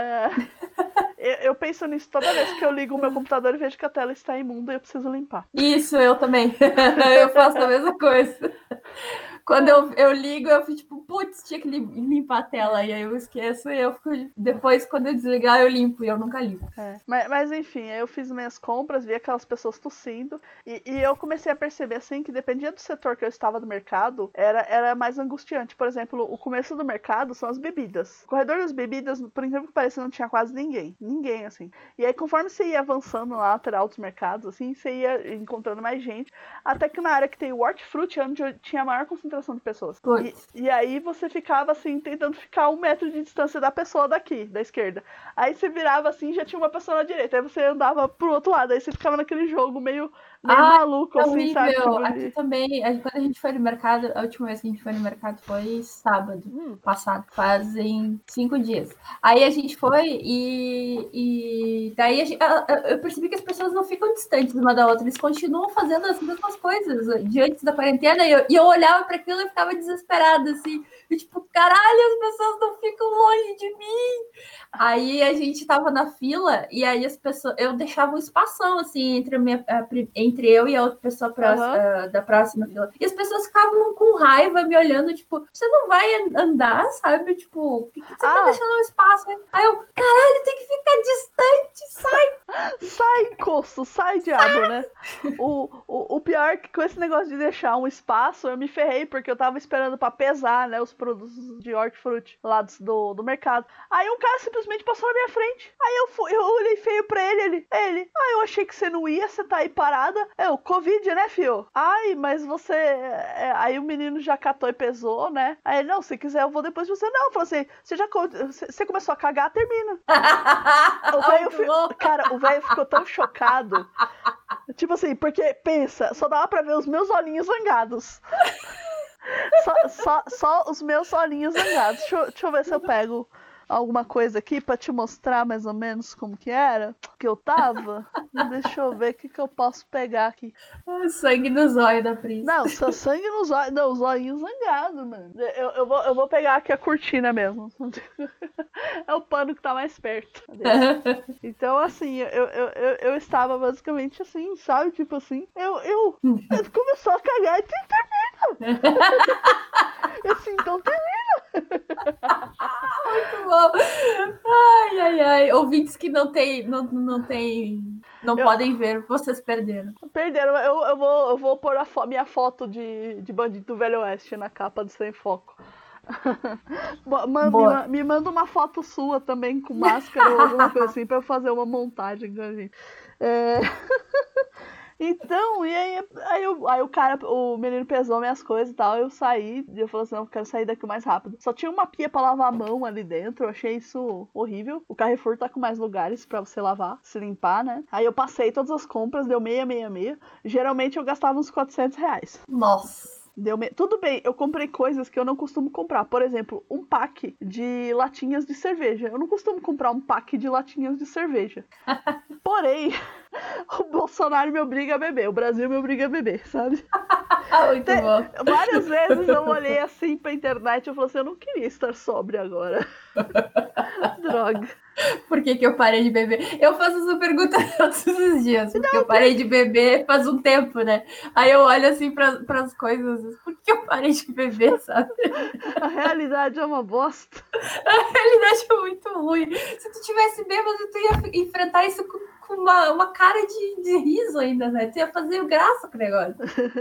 Eu penso nisso toda vez que eu ligo o meu computador e vejo que a tela está imunda e eu preciso limpar. Isso, eu também. Eu faço a mesma coisa. Quando eu ligo, eu fico tipo, putz, tinha que limpar a tela. E aí eu esqueço e eu fico... Depois, quando eu desligar, eu limpo. E eu nunca limpo. Mas enfim, eu fiz minhas compras, vi aquelas pessoas tossindo. E eu comecei a perceber, assim, que dependia do setor que eu estava do mercado, era mais angustiante. Por exemplo, o começo do mercado são as bebidas. O corredor das bebidas, por incrível que pareça, não tinha quase ninguém. Ninguém, assim. E aí, conforme você ia avançando na lateral dos mercados, assim, você ia encontrando mais gente. Até que na área que tem o hortifruti, é onde eu tinha a maior concentração de pessoas. E aí você ficava assim, tentando ficar 1 metro de distância da pessoa daqui, da esquerda. Aí você virava assim, já tinha uma pessoa na direita. Aí você andava pro outro lado. Aí você ficava naquele jogo meio maluco, assim, horrível. sabe? Tipo, aqui também, quando a gente foi no mercado, a última vez que a gente foi no mercado foi sábado passado, fazem 5 dias. Aí a gente foi e daí eu percebi que as pessoas não ficam distantes uma da outra, eles continuam fazendo as mesmas coisas de antes da quarentena e eu olhava para aquilo e ficava desesperada, assim, e, tipo, caralho, as pessoas não ficam longe de mim. Aí a gente tava na fila e aí as pessoas, eu deixava um espação, assim, entre eu e a outra pessoa da próxima fila. E as pessoas ficavam com raiva me olhando, tipo, você não vai andar, sabe? Tipo, por que você tá deixando um espaço? Aí eu, caralho, tem que ficar distante, sai! Sai, encosto, sai, diabo, né? O pior é que com esse negócio de deixar um espaço, eu me ferrei, porque eu tava esperando pra pesar, né, os produtos de hortifruti lá do mercado. Aí um cara simplesmente passou na minha frente. Aí eu olhei feio pra ele, eu achei que você não ia, você tá aí parada. O Covid, né, fio? Ai, mas você... Aí o menino já catou e pesou, né? Aí ele, não, se quiser eu vou depois de você. Não, eu falei assim, você começou a cagar, termina. Cara, o velho ficou tão chocado. Tipo assim, porque, pensa, só dava pra ver os meus olhinhos zangados. Só os meus olhinhos zangados. Deixa eu ver se eu pego alguma coisa aqui pra te mostrar mais ou menos como que era, que eu tava. Deixa eu ver o que eu posso pegar aqui. Sangue no zóio da Pris. Não, só sangue nos olhos. Não, os olhinhos zangados, mano. Eu vou pegar aqui a cortina mesmo. É o pano que tá mais perto. Então, assim, eu estava basicamente assim, sabe? Tipo assim, eu começou a cagar e termina. Assim, então termina. Muito bom. Ai. Ouvintes que não podem ver, vocês perderam. Perderam. Eu vou pôr minha foto de bandido do Velho Oeste na capa do Sem Foco. Me manda uma foto sua também com máscara ou alguma coisa assim pra eu fazer uma montagem com a gente. Então, e aí o menino pesou minhas coisas e tal, eu saí, e eu falei assim, não, eu quero sair daqui o mais rápido. Só tinha uma pia pra lavar a mão ali dentro, eu achei isso horrível. O Carrefour tá com mais lugares pra você lavar, se limpar, né? Aí eu passei todas as compras, deu meia. Geralmente eu gastava uns R$400. Nossa. Tudo bem, eu comprei coisas que eu não costumo comprar. Por exemplo, um pack de latinhas de cerveja. Eu não costumo comprar um pack de latinhas de cerveja. Porém, o Bolsonaro me obriga a beber, o Brasil me obriga a beber, sabe? Muito bom. Várias vezes eu olhei assim pra internet e eu falei assim, eu não queria estar sóbria agora. Droga. Por que eu parei de beber? Eu faço essa pergunta todos os dias, porque eu parei de beber faz um tempo, né? Aí eu olho assim pras coisas, por que eu parei de beber, sabe? A realidade é uma bosta. A realidade é muito ruim. Se tu tivesse bêbado, tu ia enfrentar isso com uma cara de riso ainda, né? Tu ia fazer graça com o negócio.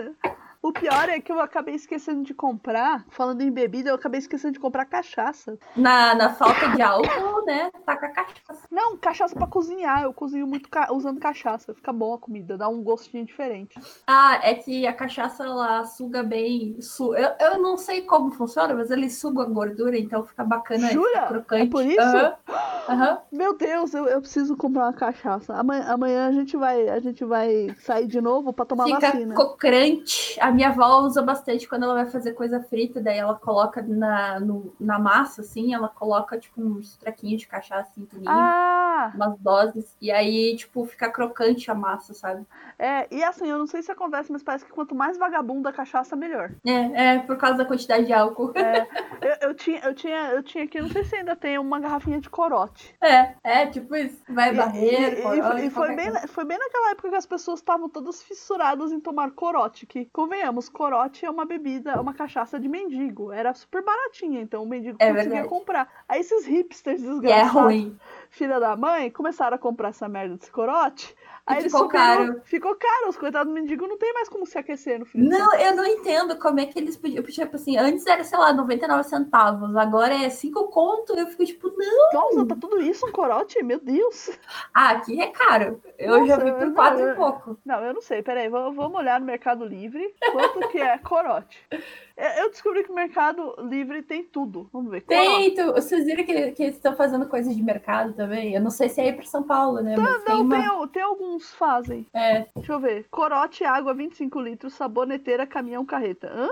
O pior é que eu acabei esquecendo de comprar, falando em bebida, eu acabei esquecendo de comprar cachaça. Na falta de álcool, né? Tá com a cachaça. Não, cachaça pra cozinhar. Eu cozinho muito usando cachaça. Fica bom a comida, dá um gostinho diferente. Ah, é que a cachaça, ela suga bem. Eu não sei como funciona, mas ele suga a gordura, então fica bacana. Jura? Fica crocante. É por isso? Uhum. Meu Deus, eu preciso comprar uma cachaça. Amanhã a gente vai sair de novo pra tomar vacina. Fica crocante. A minha avó usa bastante quando ela vai fazer coisa frita, daí ela coloca na massa, assim, ela coloca, tipo, uns trequinhos de cachaça, assim, umas doses, e aí, tipo, fica crocante a massa, sabe? E assim, eu não sei se acontece, mas parece que quanto mais vagabundo a cachaça, melhor. Por causa da quantidade de álcool. Eu tinha aqui, não sei se ainda tem uma garrafinha de corote. Tipo isso. Vai barrer, corote. E foi bem naquela época que as pessoas estavam todas fissuradas em tomar corote, que, convenhamos, corote é uma bebida, uma cachaça de mendigo. Era super baratinha, então o mendigo conseguia comprar. Aí esses hipsters desgraçados, ruim. Filha da mãe, começaram a comprar essa merda desse corote. Aí eles ficou caro. Ficou caro, os coitados do mendigo não tem mais como se aquecer no frio. Não, eu não entendo como é que eles podiam. Tipo assim, antes era, sei lá, 99 centavos, agora é 5 conto. Eu fico tipo, não. Nossa, tá tudo isso um corote? Meu Deus. Aqui é caro. Eu já vi por 4 e pouco. Não, eu não sei, peraí, vamos olhar no Mercado Livre quanto que é corote. Eu descobri que o Mercado Livre tem tudo. Vamos ver. Tem, vocês viram que eles estão fazendo coisas de mercado também? Eu não sei se é aí pra São Paulo, né? Mas tem alguns fazem. Deixa eu ver. Corote, água, 25 litros, saboneteira, caminhão, carreta. Hã?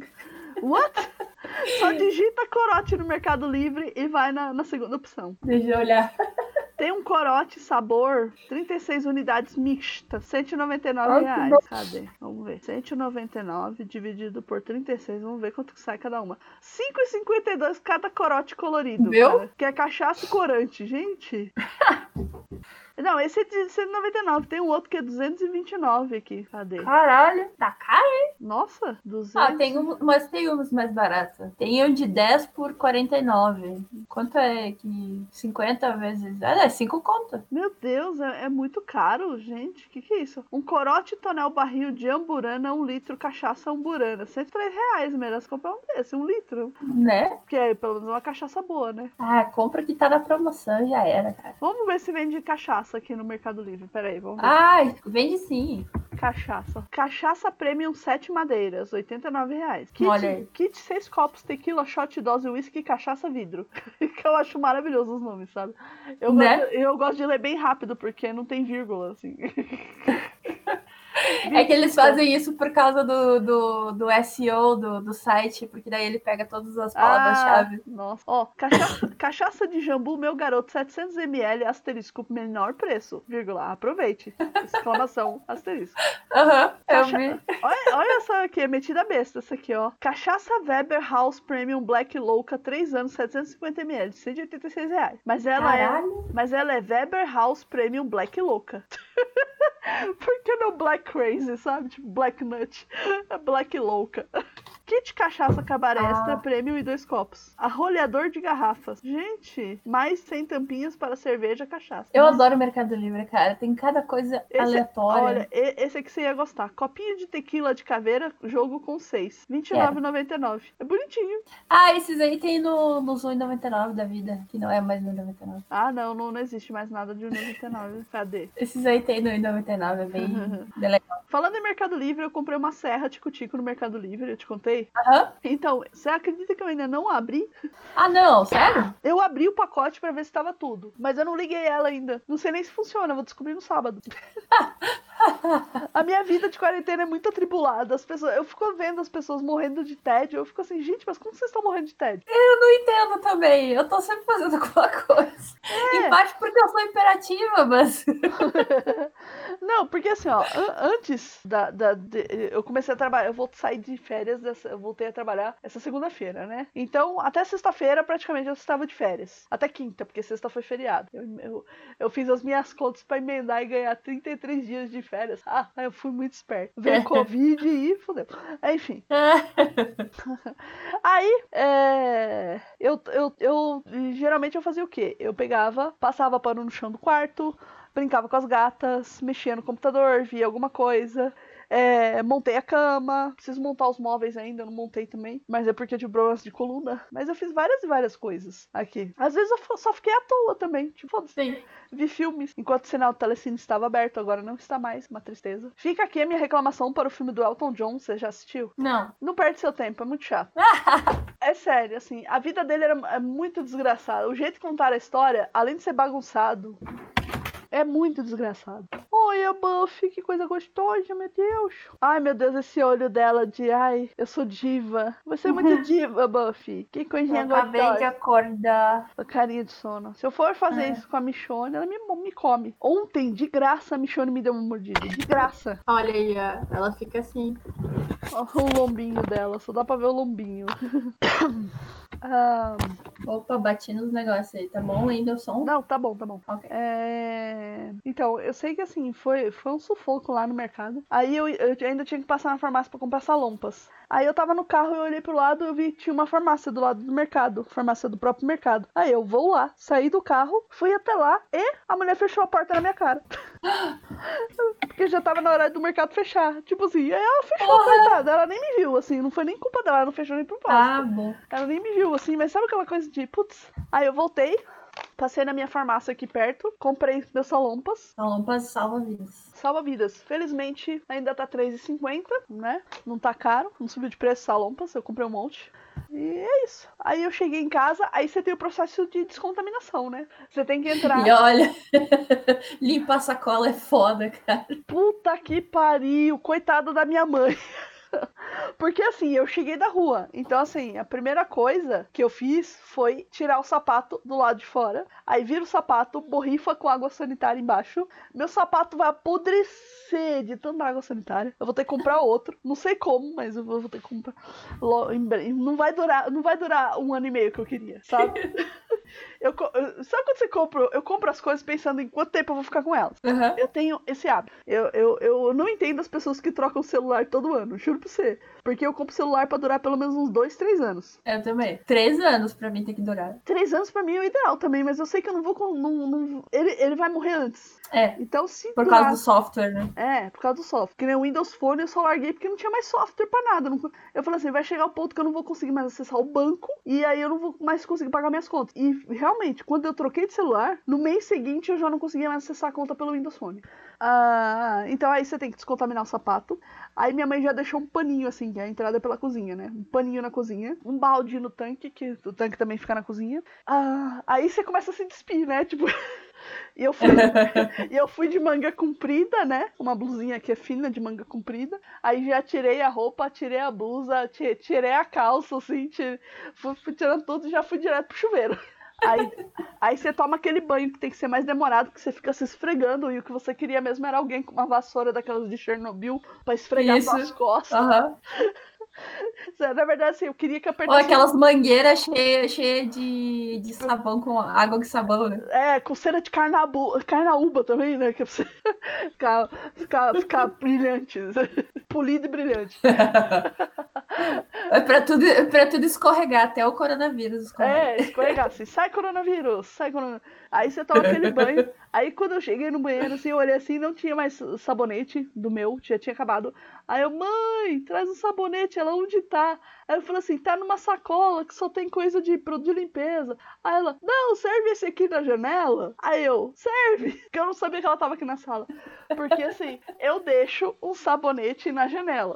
What? Só digita corote no Mercado Livre e vai na segunda opção. Deixa eu olhar. Tem um corote sabor, 36 unidades mixtas, R$199. Cadê? Vamos ver. 199 dividido por 36, vamos ver quanto que sai cada uma. R$5,52 cada corote colorido. Viu? Cara, que é cachaça e corante, gente. Não, esse é de 199, tem um outro que é 229 aqui. Cadê? Caralho, tá caro, hein? Nossa, 200. Mas tem umas mais baratas. Tem um de 10 por 49. Quanto é que 50 vezes? 5 conto. Meu Deus, é muito caro, gente. Que é isso? Um corote tonel barril de amburana, 1 litro, cachaça amburana. R$103, melhor comprar um desse, 1 litro. Né? Porque é pelo menos uma cachaça boa, né? Compra que tá na promoção, já era, cara. Vamos ver se vende cachaça aqui no Mercado Livre. Peraí, vamos ver. Vende sim. Cachaça. Cachaça Premium 7 madeiras, R$89. Olha aí. Kit 6 copos, tequila, shot, dose, whisky e cachaça vidro. Que eu acho maravilhoso os nomes, sabe? Eu gosto de ler bem rápido, porque não tem vírgula, assim. É que eles fazem isso por causa do SEO do site, porque daí ele pega todas as palavras-chave. Nossa. Ó, cachaça de jambu, meu garoto, 700 ml, asterisco, menor preço, vírgula, aproveite. Exclamação, asterisco. Aham, eu vi. Olha essa aqui, é metida besta, essa aqui, ó. Cachaça Weber House Premium Black Louca, 3 anos, 750 ml, R$186. Mas ela é Weber House Premium Black Louca. Por que não Black Crazy, sabe? Tipo, Black Nut. Black Louca. Kit cachaça cabaré extra premium e 2 copos. Arroleador de garrafas. Gente, mais 100 tampinhas para cerveja cachaça. Eu adoro o Mercado Livre, cara. Tem cada coisa aleatória. Olha, esse aqui você ia gostar. Copinho de tequila de caveira, jogo com 6. R$29,99. É bonitinho. Ah, esses aí tem no R$1,99 da vida, que não é mais R$1,99. Ah, não existe mais nada de R$1,99. Cadê? Esses aí tem no R$1,99, é bem legal. Falando em Mercado Livre, eu comprei uma serra tico-tico no Mercado Livre, eu te contei? Aham. Então, você acredita que eu ainda não abri? Ah, não, sério? Eu abri o pacote pra ver se tava tudo, mas eu não liguei ela ainda. Não sei nem se funciona, vou descobrir no sábado. A minha vida de quarentena é muito atribulada. Eu fico vendo as pessoas morrendo de tédio, eu fico assim, gente, mas como vocês estão morrendo de tédio? Eu não entendo também, eu tô sempre fazendo alguma coisa. Em parte porque eu sou imperativa, mas... Não, porque assim, ó, antes eu comecei a trabalhar, eu vou sair de férias, eu voltei a trabalhar essa segunda-feira, né? Então, até sexta-feira, praticamente, eu estava de férias. Até quinta, porque sexta foi feriado. Eu fiz as minhas contas pra emendar e ganhar 33 dias de férias. Ah, eu fui muito esperto. Veio Covid e fodeu. Enfim. Aí, geralmente eu fazia o quê? Eu pegava, passava pano no chão do quarto, brincava com as gatas, mexia no computador, via alguma coisa, montei a cama, preciso montar os móveis ainda, eu não montei também, mas é porque eu tive problemas de coluna. Mas eu fiz várias e várias coisas aqui. Às vezes eu só fiquei à toa também, tipo, foda-se. Vi filmes, enquanto o sinal do Telecine estava aberto, agora não está mais, uma tristeza. Fica aqui a minha reclamação para o filme do Elton John, você já assistiu? Não. Não perde seu tempo, é muito chato. É sério, assim, a vida dele é muito desgraçada. O jeito de contar a história, além de ser bagunçado, é muito desgraçado. Oi, a Buffy, que coisa gostosa, meu Deus. Ai, meu Deus, esse olho dela de, ai, eu sou diva. Você é muito diva, Buffy. Que coisinha gostosa. Acabei de acordar. A carinha de sono. Se eu for fazer isso com a Michonne, ela me come. Ontem, de graça, a Michonne me deu uma mordida. De graça. Olha aí, ela fica assim. O lombinho dela, só dá pra ver o lombinho. Opa, bati nos negócios aí, tá bom ainda o som? Não, tá bom. Ok. Então, eu sei que assim, foi um sufoco lá no mercado. Aí eu ainda tinha que passar na farmácia pra comprar salompas. Aí eu tava no carro, eu olhei pro lado, eu vi que tinha uma farmácia do lado do mercado, farmácia do próprio mercado. Aí eu vou lá, saí do carro, fui até lá e a mulher fechou a porta na minha cara. Porque já tava na hora do mercado fechar. Tipo assim, aí ela fechou, coitada. Ela nem me viu, assim, não foi nem culpa dela, ela não fechou nem por propósito. Ah, bom. Ela nem me viu, assim, mas sabe aquela coisa de, putz. Aí eu voltei, passei na minha farmácia aqui perto, comprei meus salompas. Salompas salva vidas. Salva vidas. Felizmente ainda tá R$3,50, né? Não tá caro, não subiu de preço salompas, eu comprei um monte. E é isso. Aí eu cheguei em casa, aí você tem o processo de descontaminação, né? Você tem que entrar. E olha, limpar a sacola é foda, cara. Puta que pariu, coitado da minha mãe. Porque assim, eu cheguei da rua. Então assim, a primeira coisa que eu fiz foi tirar o sapato do lado de fora. Aí vira o sapato, borrifa com água sanitária embaixo. Meu sapato vai apodrecer de tanta água sanitária. Eu vou ter que comprar outro. Não sei como, mas eu vou ter que comprar em breve. Não vai durar 1 ano e meio que eu queria, sabe? Sabe quando você compra? Eu compro as coisas pensando em quanto tempo eu vou ficar com elas. Uhum. Eu tenho esse hábito. Eu não entendo as pessoas que trocam o celular todo ano, juro pra você. Porque eu compro celular pra durar pelo menos uns 2, 3 anos. Eu também. 3 anos pra mim tem que durar. 3 anos pra mim é o ideal também, mas eu sei que eu não vou... Ele vai morrer antes. Então se por causa do software, né? Por causa do software. Que nem o Windows Phone eu só larguei porque não tinha mais software pra nada. Eu falei assim, vai chegar o ponto que eu não vou conseguir mais acessar o banco e aí eu não vou mais conseguir pagar minhas contas. E realmente, quando eu troquei de celular, no mês seguinte eu já não conseguia mais acessar a conta pelo Windows Phone. Então aí você tem que descontaminar o sapato. Aí minha mãe já deixou um paninho assim, que é a entrada pela cozinha, né? Um paninho na cozinha, um balde no tanque, que o tanque também fica na cozinha. Aí você começa a se despir, né? Tipo... E eu fui de manga comprida, né? Uma blusinha que é fina de manga comprida. Aí já tirei a roupa, tirei a blusa, tirei a calça, assim. Fui tirando tudo e já fui direto pro chuveiro. Aí você toma aquele banho que tem que ser mais demorado, que você fica se esfregando. E o que você queria mesmo era alguém com uma vassoura daquelas de Chernobyl pra esfregar suas costas. Uhum. Na verdade, assim, eu queria que Ou apertasse... aquelas mangueiras cheias de sabão, com água de sabão, né? É, com cera de carnaúba também, né? Que é pra você ficar brilhante. Polido e brilhante. É pra tudo escorregar, até o coronavírus escorregar. Escorregar assim, sai coronavírus. Aí você toma aquele banho. Aí quando eu cheguei no banheiro, assim, eu olhei assim, não tinha mais sabonete do meu, já tinha acabado. Aí eu, mãe, traz um sabonete, ela, onde tá? Aí eu falei assim, tá numa sacola que só tem coisa de produto de limpeza. Aí ela, não, serve esse aqui na janela. Aí eu, serve, porque eu não sabia que ela tava aqui na sala. Porque assim, eu deixo um sabonete na janela.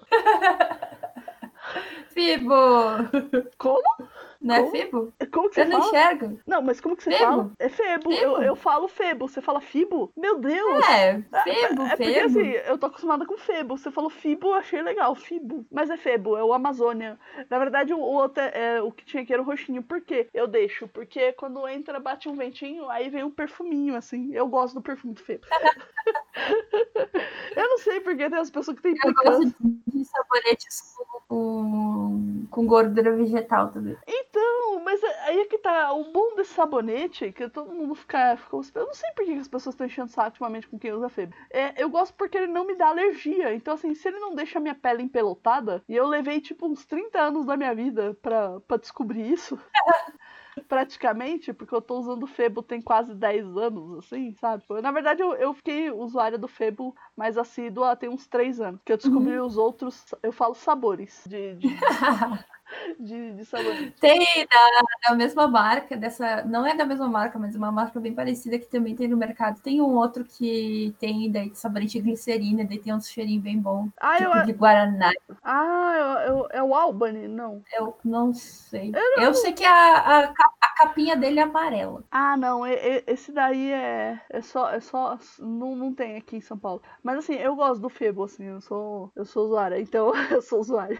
Fibo! Como? Não é Fibo? Como que Você você não fala? enxerga? Não, mas como que você Febo? fala? É Febo. Eu falo Febo. Você fala Fibo? Meu Deus! É, Febo, É porque Febo. assim, eu tô acostumada com Febo. Você falou Fibo, eu achei legal, Fibo. Mas é Febo, é o Amazônia. Na verdade, o outro o que tinha aqui era o roxinho. Por quê? Eu deixo. Porque quando entra, bate um ventinho, aí vem um perfuminho, assim. Eu gosto do perfume do Febo. Eu não sei porque tem as pessoas que têm Eu implicância. gosto de sabonetes com gordura vegetal também. Então, mas aí é que tá. O bom desse sabonete, que todo mundo fica eu não sei por que as pessoas estão enchendo saco ultimamente com quem usa Febo. Eu gosto porque ele não me dá alergia. Então, assim, se ele não deixa a minha pele empelotada, e eu levei, tipo, uns 30 anos da minha vida pra descobrir isso. Praticamente, porque eu tô usando o Febo tem quase 10 anos, assim, sabe? Na verdade, eu fiquei usuária do Febo mais assídua tem uns 3 anos. Que eu descobri os outros, eu falo sabores de sabonete. Tem da mesma marca, não é da mesma marca, mas uma marca bem parecida que também tem no mercado. Tem um outro que tem daí sabonete de glicerina, daí tem uns cheirinhos bem bons, de Guaraná. É o Albany? Não. Eu não sei. Eu sei que a capinha dele é amarela. Ah, não, esse daí é só não tem aqui em São Paulo. Mas assim, eu gosto do Febo, assim, eu sou usuária, então eu sou usuária.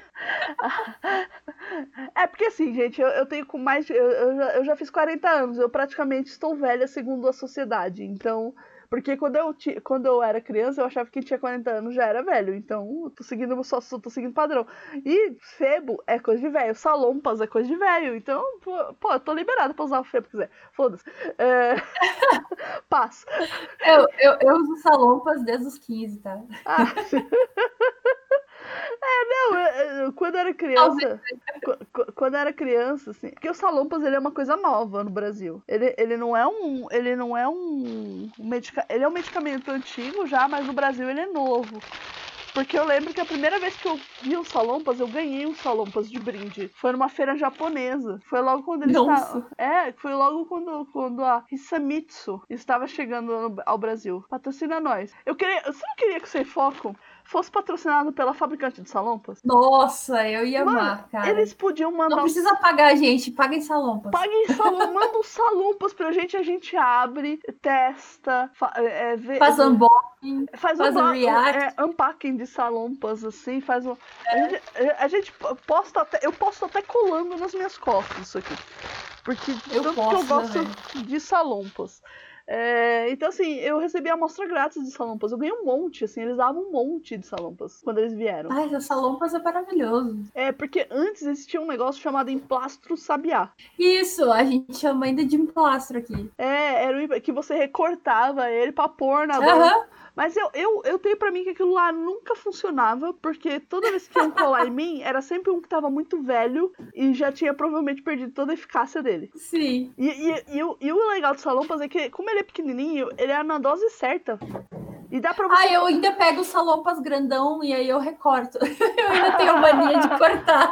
É porque assim, gente, eu tenho com mais eu já fiz 40 anos, eu praticamente estou velha segundo a sociedade, então... Porque quando eu era criança, eu achava que tinha 40 anos já era velho. Então, eu tô seguindo padrão. E Febo é coisa de velho. Salompas é coisa de velho. Então, pô, eu tô liberada pra usar o Febo se quiser. Foda-se. Paz. Eu uso Salompas desde os 15, tá? Quando eu era criança, assim, porque o Salompas ele é uma coisa nova no Brasil. Ele não é um medicamento, ele é um medicamento antigo já, mas no Brasil ele é novo. Porque eu lembro que a primeira vez que eu vi um Salompas, eu ganhei um Salompas de brinde. Foi numa feira japonesa. Foi logo quando ele estava... foi logo quando a Hisamitsu estava chegando ao Brasil. Patrocina nós. Você não queria que o Sem Foco fosse patrocinado pela fabricante de Salompas? Nossa, eu ia amar, cara. Eles podiam mandar... Não precisa pagar, gente. Paguem Salompas. Manda uns Salompas pra gente, a gente abre, testa, faz unboxing, faz um react. Unpacking de Salompas, assim, faz um... A gente posta até... Eu posto até colando nas minhas costas isso aqui. Porque eu gosto de Salompas. Então, assim, eu recebi a amostra grátis de Salompas. Eu ganhei um monte, assim, eles davam um monte de Salompas quando eles vieram. Ai, essa Salompas é maravilhoso. Porque antes existia um negócio chamado emplastro sabiá. Isso, a gente chama ainda de emplastro aqui. Era que você recortava ele pra pôr na dor. Mas eu tenho pra mim que aquilo lá nunca funcionava, porque toda vez que iam colar em mim, era sempre um que tava muito velho e já tinha provavelmente perdido toda a eficácia dele. Sim. E o legal do Salompas é que, como ele é pequenininho, ele é na dose certa. E dá pra você... eu ainda pego o Salompas grandão e aí eu recorto. Eu ainda tenho mania de cortar.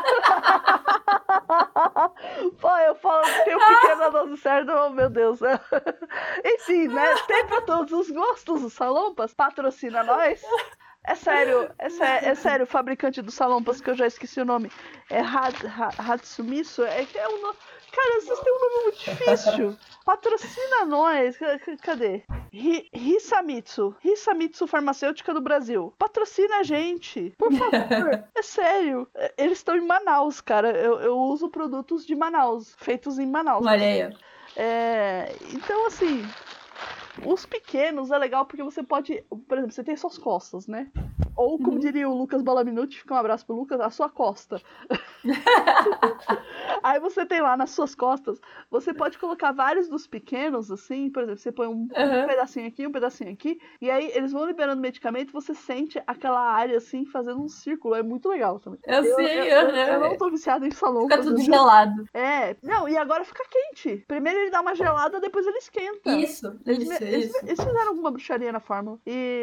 Pô, eu falo que tem o pequeno na dose certa, oh meu Deus. Enfim, né? Tem pra todos os gostos o Salompas. Patrocina nós. É sério, fabricante do Salompas, que eu já esqueci o nome. É Hatsumiso, Cara, vocês têm um nome muito difícil. Patrocina nós. Cadê? Hisamitsu Farmacêutica do Brasil. Patrocina a gente. Por favor. É sério. Eles estão em Manaus, cara. Eu uso produtos de Manaus. Feitos em Manaus. Olha aí, ó. Então, assim... Os pequenos é legal porque você pode... Por exemplo, você tem suas costas, né? Ou, como diria o Lucas Balaminuti, fica um abraço pro Lucas, a sua costa. Aí você tem lá nas suas costas, você pode colocar vários dos pequenos, assim, por exemplo, você põe um pedacinho aqui, e aí eles vão liberando medicamento e você sente aquela área, assim, fazendo um círculo. É muito legal também. Eu não tô viciada em salão. Fica tudo gelado. Não, e agora fica quente. Primeiro ele dá uma gelada, depois ele esquenta. Isso. Eles fizeram alguma bruxaria na fórmula.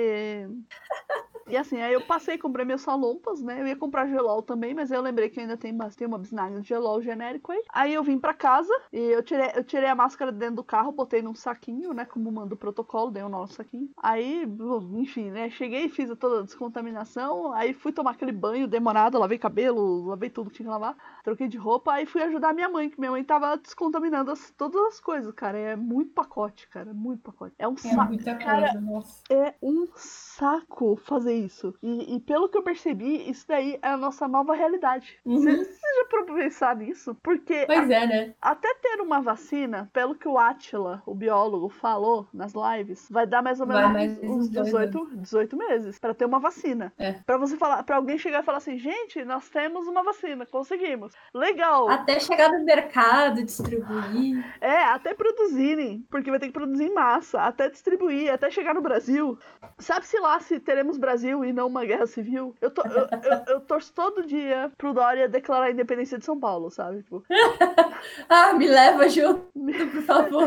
E assim, aí eu comprei meus salompas, né? Eu ia comprar gelol também, mas aí eu lembrei que ainda tem uma bisnaga de gelol genérico aí. Aí eu vim pra casa e eu tirei a máscara dentro do carro, botei num saquinho, né? Como manda o protocolo, dei um nó no saquinho. Aí, enfim, né? Cheguei, fiz toda a descontaminação, aí fui tomar aquele banho demorado, lavei cabelo, lavei tudo que tinha que lavar, troquei de roupa, aí fui ajudar minha mãe, que minha mãe tava descontaminando todas as coisas, cara. É muito pacote, cara, muito pacote. É um saco. Muita cara, coisa, nossa. É um saco fazer isso. E pelo que eu percebi, isso daí é a nossa nova realidade. Você já parou pensar nisso? Porque Pois né? até ter uma vacina, pelo que o Átila, o biólogo, falou nas lives, vai dar mais ou menos uns 18 meses pra ter uma vacina. Pra você falar, pra alguém chegar e falar assim, gente, nós temos uma vacina, conseguimos. Legal. Até chegar no mercado, distribuir. Até produzirem, porque vai ter que produzir em massa, até distribuir, até chegar no Brasil. Sabe-se lá se teremos Brasil e não uma guerra civil? Eu torço todo dia pro Dória declarar a independência de São Paulo, sabe? Tipo... me leva junto, por favor.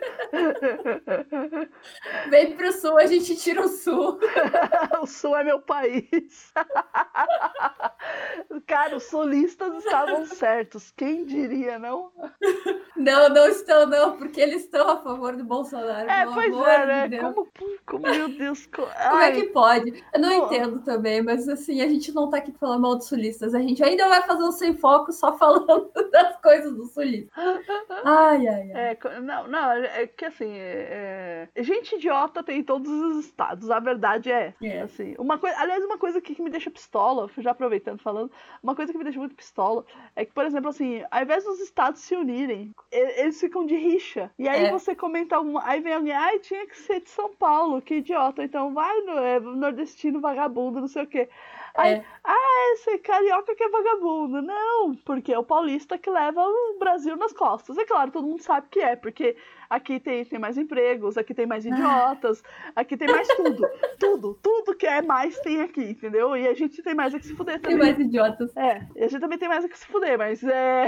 Vem pro sul, a gente tira o sul. O sul é meu país. Cara, os sulistas estavam certos. Quem diria, não? Não estão, não, porque eles estão a favor do Bolsonaro. Pois amor né? de Deus. Como, meu Deus. Como é que pode? Eu não entendo também, mas assim, a gente não tá aqui falando mal dos sulistas. A gente ainda vai fazer um sem foco só falando das coisas dos sulistas. Ai. É que assim, gente idiota tem em todos os estados. A verdade assim, uma coisa que me deixa pistola, já aproveitando falando, uma coisa que me deixa muito pistola é que, por exemplo, assim, ao invés dos estados se unirem, eles ficam de rixa. E aí você comenta aí vem alguém, tinha que ser de São Paulo, que idiota, então vai no nordestino vagabundo, não sei o quê. Esse carioca que é vagabundo. Não, porque é o paulista que leva o Brasil nas costas. É claro, todo mundo sabe que porque aqui tem mais empregos, aqui tem mais idiotas, aqui tem mais tudo. Tudo que é mais tem aqui, entendeu? E a gente tem mais a que se fuder também. Tem mais idiotas. E a gente também tem mais a que se fuder, mas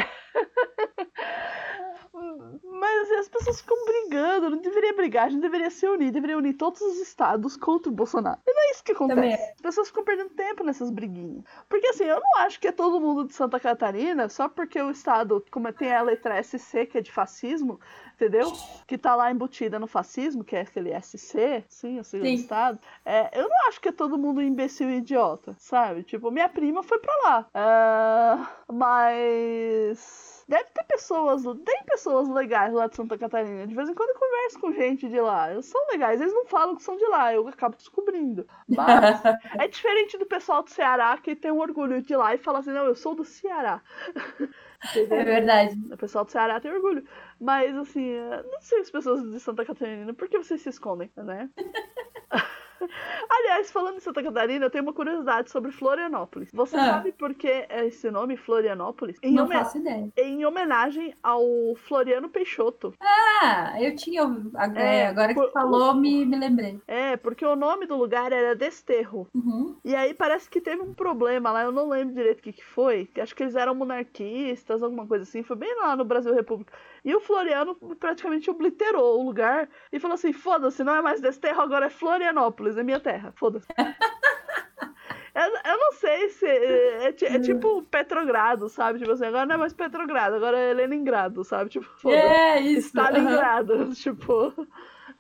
Mas assim, as pessoas ficam brigando, não deveria brigar, a gente deveria se unir, deveria unir todos os estados contra o Bolsonaro. E não é isso que acontece. As pessoas ficam perdendo tempo nessas briguinhas. Porque assim, eu não acho que é todo mundo de Santa Catarina, só porque o estado, como tem a letra SC, que é de fascismo, entendeu? Que tá lá embutida no fascismo, que é aquele SC, sim, o segundo estado. Eu não acho que é todo mundo imbecil e idiota, sabe? Tipo, minha prima foi pra lá. Mas... Tem pessoas legais lá de Santa Catarina. De vez em quando eu converso com gente de lá. Eles são legais, eles não falam que são de lá, eu acabo descobrindo. Mas é diferente do pessoal do Ceará que tem um orgulho de lá e fala assim, não, eu sou do Ceará. Entendeu? É verdade. O pessoal do Ceará tem orgulho. Mas assim, não sei as pessoas de Santa Catarina, por que vocês se escondem, né? Aliás, falando em Santa Catarina, eu tenho uma curiosidade sobre Florianópolis. Você sabe por que esse nome, Florianópolis? Não faço ideia. Em homenagem ao Floriano Peixoto. Eu tinha a ideia. Agora que você falou, me lembrei. Porque o nome do lugar era Desterro. E aí parece que teve um problema lá, eu não lembro direito o que foi. Acho que eles eram monarquistas, alguma coisa assim. Foi bem lá no Brasil República. E o Floriano praticamente obliterou o lugar e falou assim, foda-se, não é mais Desterro, agora é Florianópolis, é minha terra, foda-se. Eu não sei se... É tipo Petrogrado, sabe? Tipo assim, agora não é mais Petrogrado, agora é Leningrado, sabe? Tipo, foda-se. Isso. Stalingrado, tipo...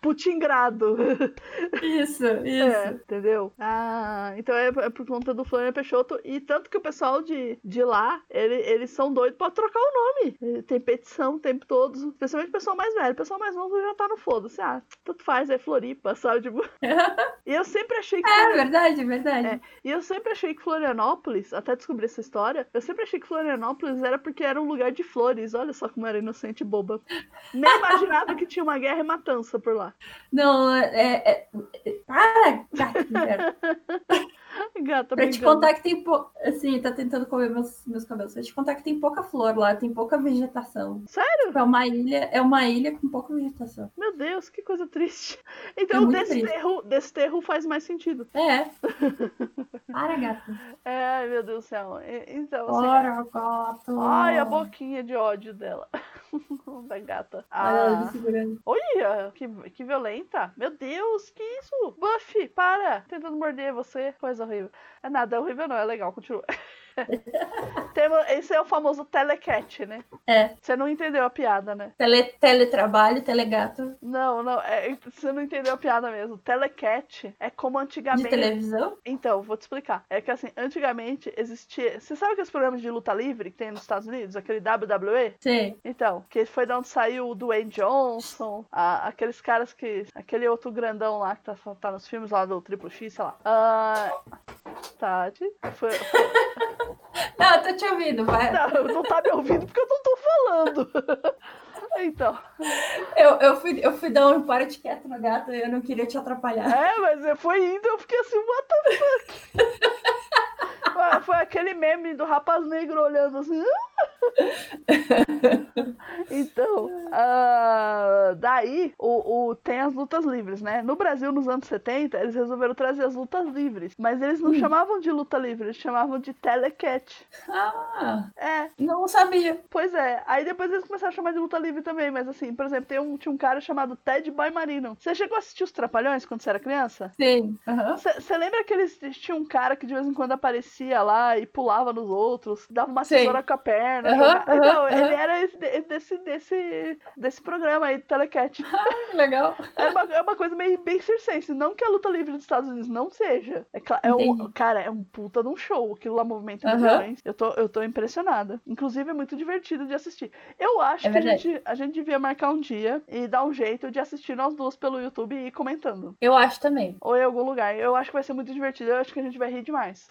Putingrado. Isso. Entendeu? Então é por conta do Florian Peixoto. E tanto que o pessoal de lá, eles são doidos pra trocar o nome. Tem petição o tempo todo. Especialmente o pessoal mais velho. O pessoal mais novo já tá no foda-se. Tanto faz, é Floripa, sabe? Tipo... E eu sempre achei que... verdade. E eu sempre achei que Florianópolis, até descobrir essa história, eu sempre achei que Florianópolis era porque era um lugar de flores. Olha só como era inocente e boba. Nem imaginava que tinha uma guerra e matança por lá. Não, para, gato. Gata, Pra te contar que tem assim, tá tentando comer meus cabelos. Pra te contar que tem pouca flor lá, tem pouca vegetação. Sério? Tipo, é uma ilha com pouca vegetação. Meu Deus, que coisa triste. Então Desterro faz mais sentido. Para, gato. Ai, meu Deus do céu. Então, Bora, gato. Ai, a boquinha de ódio dela. Da gata. Olha ela me segurando. Olha, que violenta. Meu Deus, que isso? Buffy, para. Tentando morder você. Coisa horrível. É nada, é horrível não, é legal, continua. Esse é o famoso telecat, né? Você não entendeu a piada, né? Teletrabalho, telegato. Não, você não entendeu a piada mesmo. Telecat é como antigamente... De televisão? Então, vou te explicar. É que assim, antigamente existia... Você sabe aqueles programas de luta livre que tem nos Estados Unidos? Aquele WWE? Sim. Então, que foi de onde saiu o Dwayne Johnson, aqueles caras que... Aquele outro grandão lá que tá nos filmes lá do Triple X, sei lá. Tati? Não, eu tô te ouvindo, vai. Não tá me ouvindo porque eu não tô falando. Então. Eu fui dar um para de quieto no gato e eu não queria te atrapalhar. Mas você foi indo, eu fiquei assim, what the fuck? Foi aquele meme do rapaz negro olhando assim. Então, daí tem as lutas livres, né? No Brasil, nos anos 70, eles resolveram trazer as lutas livres. Mas eles não chamavam de luta livre, eles chamavam de telecat. Não sabia. Pois é, aí depois eles começaram a chamar de luta livre também. Mas assim, por exemplo, tinha um cara chamado Ted Boy Marino. Você chegou a assistir Os Trapalhões quando você era criança? Sim. Você lembra que eles tinham um cara que de vez em quando aparecia lá e pulava nos outros, dava uma tesoura com a perna? Então, ele era desse programa aí, do Telecat. Legal. É uma coisa meio bem circense. Não que a luta livre dos Estados Unidos não seja. Cara, é um puta de um show. Aquilo lá movimenta milhões. Eu tô impressionada. Inclusive, é muito divertido de assistir. Eu acho que a gente devia marcar um dia e dar um jeito de assistir nós duas pelo YouTube e ir comentando. Eu acho também. Ou em algum lugar. Eu acho que vai ser muito divertido. Eu acho que a gente vai rir demais.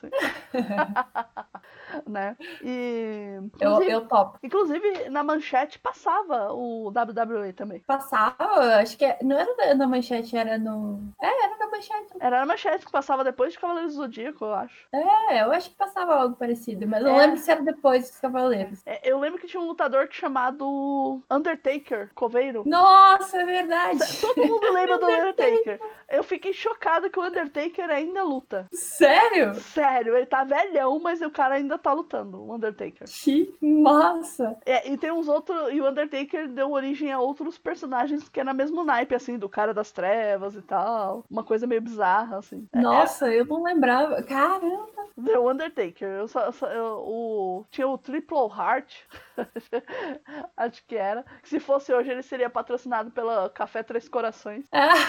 Né? E... Eu topo. Inclusive, na Manchete passava o WWE também. Passava? Acho que não era na Manchete, era no... era na Manchete. Era na Manchete que passava depois de Cavaleiros do Zodíaco, eu acho. Eu acho que passava algo parecido, mas não lembro se era depois dos Cavaleiros. Eu lembro que tinha um lutador chamado Undertaker, Coveiro. Nossa, é verdade. Todo mundo lembra do Undertaker. Eu fiquei chocada que o Undertaker ainda luta. Sério? Sério, ele tá velhão, mas o cara ainda tá lutando, o Undertaker. Que massa! E tem uns outros, e o Undertaker deu origem a outros personagens que é na mesmo naipe, assim, do cara das trevas e tal. Uma coisa meio bizarra, assim. Nossa, eu não lembrava. Caramba! O Undertaker. Tinha o Triple Heart. Acho que era. Que se fosse hoje, ele seria patrocinado pela Café Três Corações.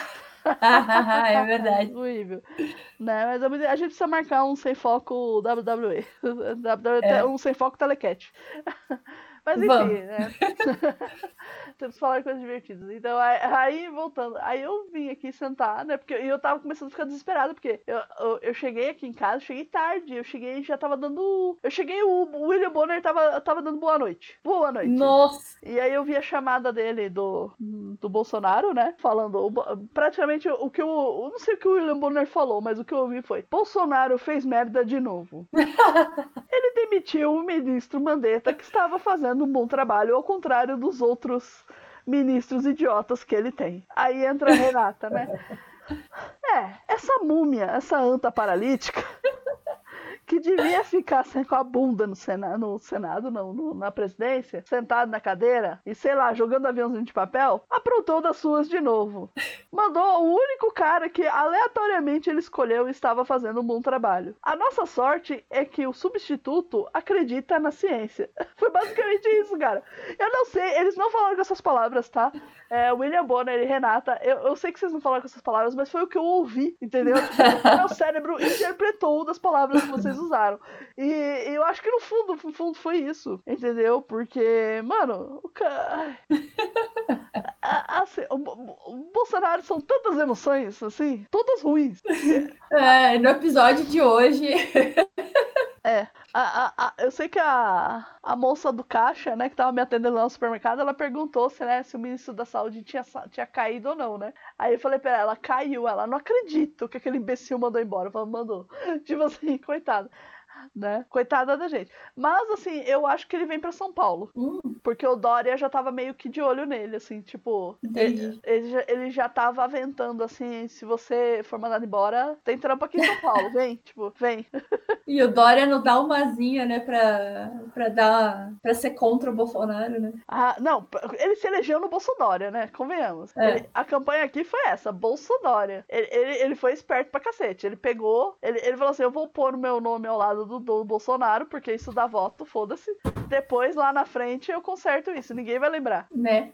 É verdade. Horrível. Né? Mas a gente precisa marcar um sem foco WWE. Um sem foco Telecat. Mas enfim, né? Temos que falar de coisas divertidas. Então, aí voltando. Aí eu vim aqui sentar, né? Porque eu tava começando a ficar desesperada, porque eu cheguei aqui em casa, cheguei tarde. Eu cheguei e já tava dando... o William Bonner tava dando boa noite. Boa noite. Nossa! E aí eu vi a chamada dele do Bolsonaro, né? Falando praticamente o que eu não sei o que o William Bonner falou, mas o que eu ouvi foi: Bolsonaro fez merda de novo. Ele demitiu o ministro Mandetta, que estava fazendo um bom trabalho, ao contrário dos outros ministros idiotas que ele tem. Aí entra a Renata, né? Essa múmia, essa anta paralítica, que devia ficar assim, com a bunda no Senado, não, na presidência, sentado na cadeira e, sei lá, jogando aviãozinho de papel, aprontou das suas de novo. Mandou o único cara que aleatoriamente ele escolheu e estava fazendo um bom trabalho. A nossa sorte é que o substituto acredita na ciência. Foi basicamente isso, cara. Eu não sei, eles não falaram com essas palavras, tá? William Bonner e Renata, eu sei que vocês não falaram com essas palavras, mas foi o que eu ouvi, entendeu? Tipo, meu cérebro interpretou das palavras que vocês usaram. E eu acho que no fundo foi isso, entendeu? Porque, mano, o cara... Assim, o Bolsonaro são tantas emoções, assim, todas ruins. No episódio de hoje... Eu sei que a moça do caixa, né, que tava me atendendo lá no supermercado, ela perguntou se o ministro da saúde tinha caído ou não, né? Aí eu falei pra ela, caiu. Ela, não acredito que aquele imbecil mandou embora. Eu falei, mandou. Tipo assim, coitado. Né? Coitada da gente. Mas, assim, eu acho que ele vem pra São Paulo. Porque o Dória já tava meio que de olho nele, assim, tipo... Ele já tava aventando, assim, se você for mandado embora, tem trampo aqui em São Paulo, vem, tipo, vem. E o Dória não dá uma asinha, né, pra ser contra o Bolsonaro, né? Não, ele se elegeu no Bolsodória, né? Convenhamos. A campanha aqui foi essa, Bolsodória. Ele foi esperto pra cacete. Ele pegou, ele falou assim, eu vou pôr o meu nome ao lado do Bolsonaro, porque isso dá voto, foda-se. Depois, lá na frente, eu conserto isso. Ninguém vai lembrar. Né?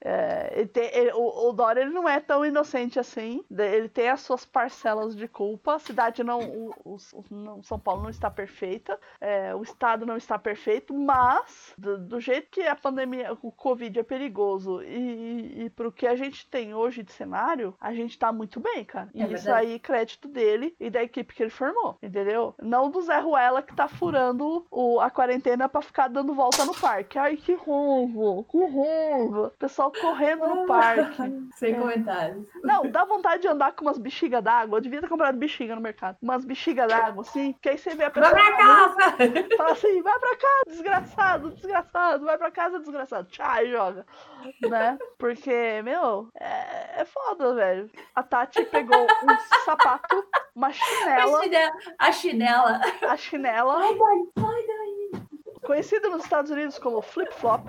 O Dória, ele não é tão inocente assim. Ele tem as suas parcelas de culpa. A cidade São Paulo não está perfeita. O estado não está perfeito. Mas, do jeito que a pandemia, o Covid é perigoso e pro que a gente tem hoje de cenário, a gente tá muito bem, cara. E isso aí, crédito dele e da equipe que ele formou, entendeu? Não do Zé Ruela que tá furando a quarentena pra ficar dando volta no parque. Ai, que raiva, que raiva. Pessoal correndo no parque. Sem comentários. Não, dá vontade de andar com umas bexigas d'água. Eu devia ter comprado bexiga no mercado. Umas bexigas d'água, assim, que aí você vê a pessoa... Vai pra casa! Fala assim, vai pra casa, desgraçado, vai pra casa, desgraçado. Tchau, e joga. Né? Porque, meu, é foda, velho. A Tati pegou um sapato, uma chinela. A chinela. A chinela. Sai daí. Conhecida nos Estados Unidos como flip-flop.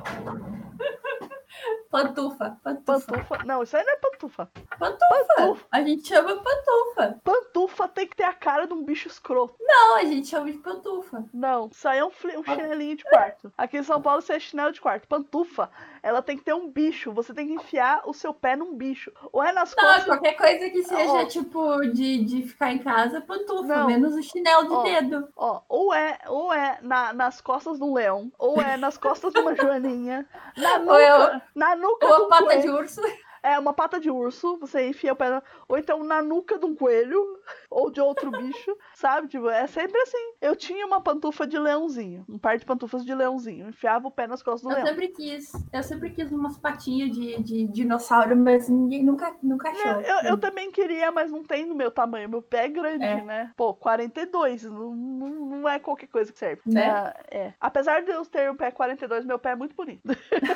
Pantufa. Não, isso aí não é pantufa. Pantufa. A gente chama pantufa. Pantufa tem que ter a cara de um bicho escroto. Não, a gente chama de pantufa. Não, isso aí é um chinelinho de quarto. Aqui em São Paulo isso é chinelo de quarto. Pantufa, ela tem que ter um bicho. Você tem que enfiar o seu pé num bicho. Ou é nas costas... Não, qualquer coisa que seja, tipo, de ficar em casa, pantufa. Não. Menos o chinelo de dedo. Ou é nas costas de um leão, ou é nas costas de uma joaninha, na nuca ou a pata de urso. Uma pata de urso, você enfia o pé ou então na nuca de um coelho, ou de outro bicho, sabe? Tipo, é sempre assim. Eu tinha uma pantufa de leãozinho, um par de pantufas de leãozinho, enfiava o pé nas costas do leão. Eu sempre quis umas patinhas de dinossauro, mas ninguém nunca achou. Eu também queria, mas não tem no meu tamanho, meu pé é grande, né? Pô, 42, não é qualquer coisa que serve. Né? Apesar de eu ter o pé 42, meu pé é muito bonito.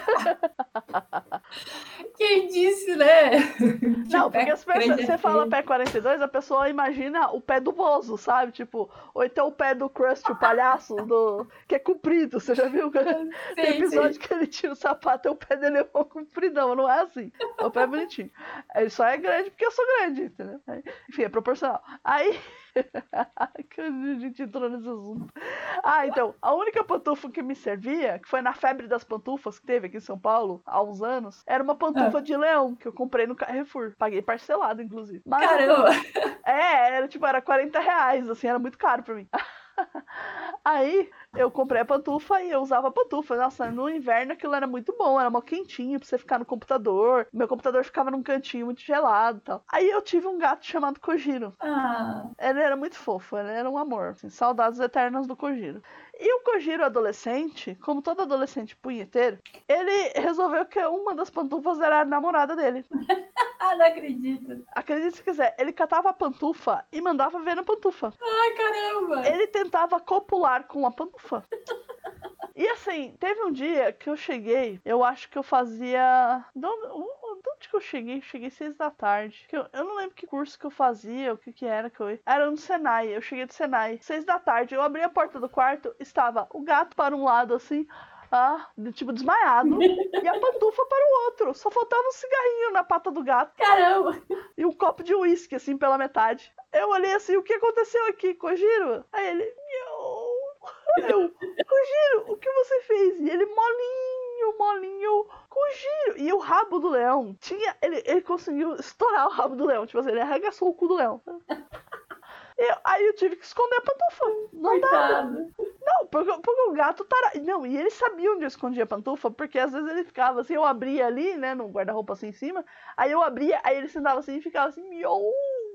Quem disse, né? Não, porque você fala pé 42, a pessoa imagina o pé do Bozo, sabe? Tipo, ou então o pé do Krusty, o palhaço, que é comprido. Você já viu? Tem episódio que ele tira o sapato e o pé dele é compridão, não é assim. O pé é bonitinho. Ele só é grande porque eu sou grande, entendeu? Enfim, é proporcional. Aí... que a gente entrou nesse assunto. Então, a única pantufa que me servia, que foi na febre das pantufas que teve aqui em São Paulo, há uns anos, era uma pantufa de leão, que eu comprei no Carrefour. Paguei parcelado, inclusive. Mas, caramba! Era R$40, assim, era muito caro pra mim. Aí eu comprei a pantufa e eu usava a pantufa. Nossa, no inverno aquilo era muito bom, era mó quentinho pra você ficar no computador. Meu computador ficava num cantinho muito gelado e tal. Aí eu tive um gato chamado Kojiro. Ele era muito fofo, ele era um amor. Assim, saudades eternas do Kojiro. E o Kojiro adolescente, como todo adolescente punheteiro, ele resolveu que uma das pantufas era a namorada dele. Não acredito. Acredite se quiser, ele catava a pantufa e mandava ver na pantufa. Ai, caramba! Ele tentava copular com a pantufa. E assim, teve um dia que eu cheguei, eu acho que eu fazia... de onde que eu cheguei? Cheguei 6 da tarde. Eu não lembro que curso que eu fazia, o que era que eu... Era no Senai, eu cheguei do Senai. 6 da tarde, eu abri a porta do quarto, estava o gato para um lado, assim, tipo, desmaiado, e a pantufa para o outro. Só faltava um cigarrinho na pata do gato. Caramba! E um copo de uísque, assim, pela metade. Eu olhei assim, o que aconteceu aqui, Kojiro? Aí ele, eu, Kojiro, o que você fez? E ele, molinho, Kojiro. E o rabo do leão ele conseguiu estourar o rabo do leão. Tipo assim, ele arregaçou o cu do leão. Aí eu tive que esconder a pantufa. Não dava. Não, porque o gato Não, e ele sabia onde eu escondia a pantufa, porque às vezes ele ficava assim, eu abria ali, né, no guarda-roupa assim em cima, aí eu abria, aí ele sentava assim e ficava assim, miou.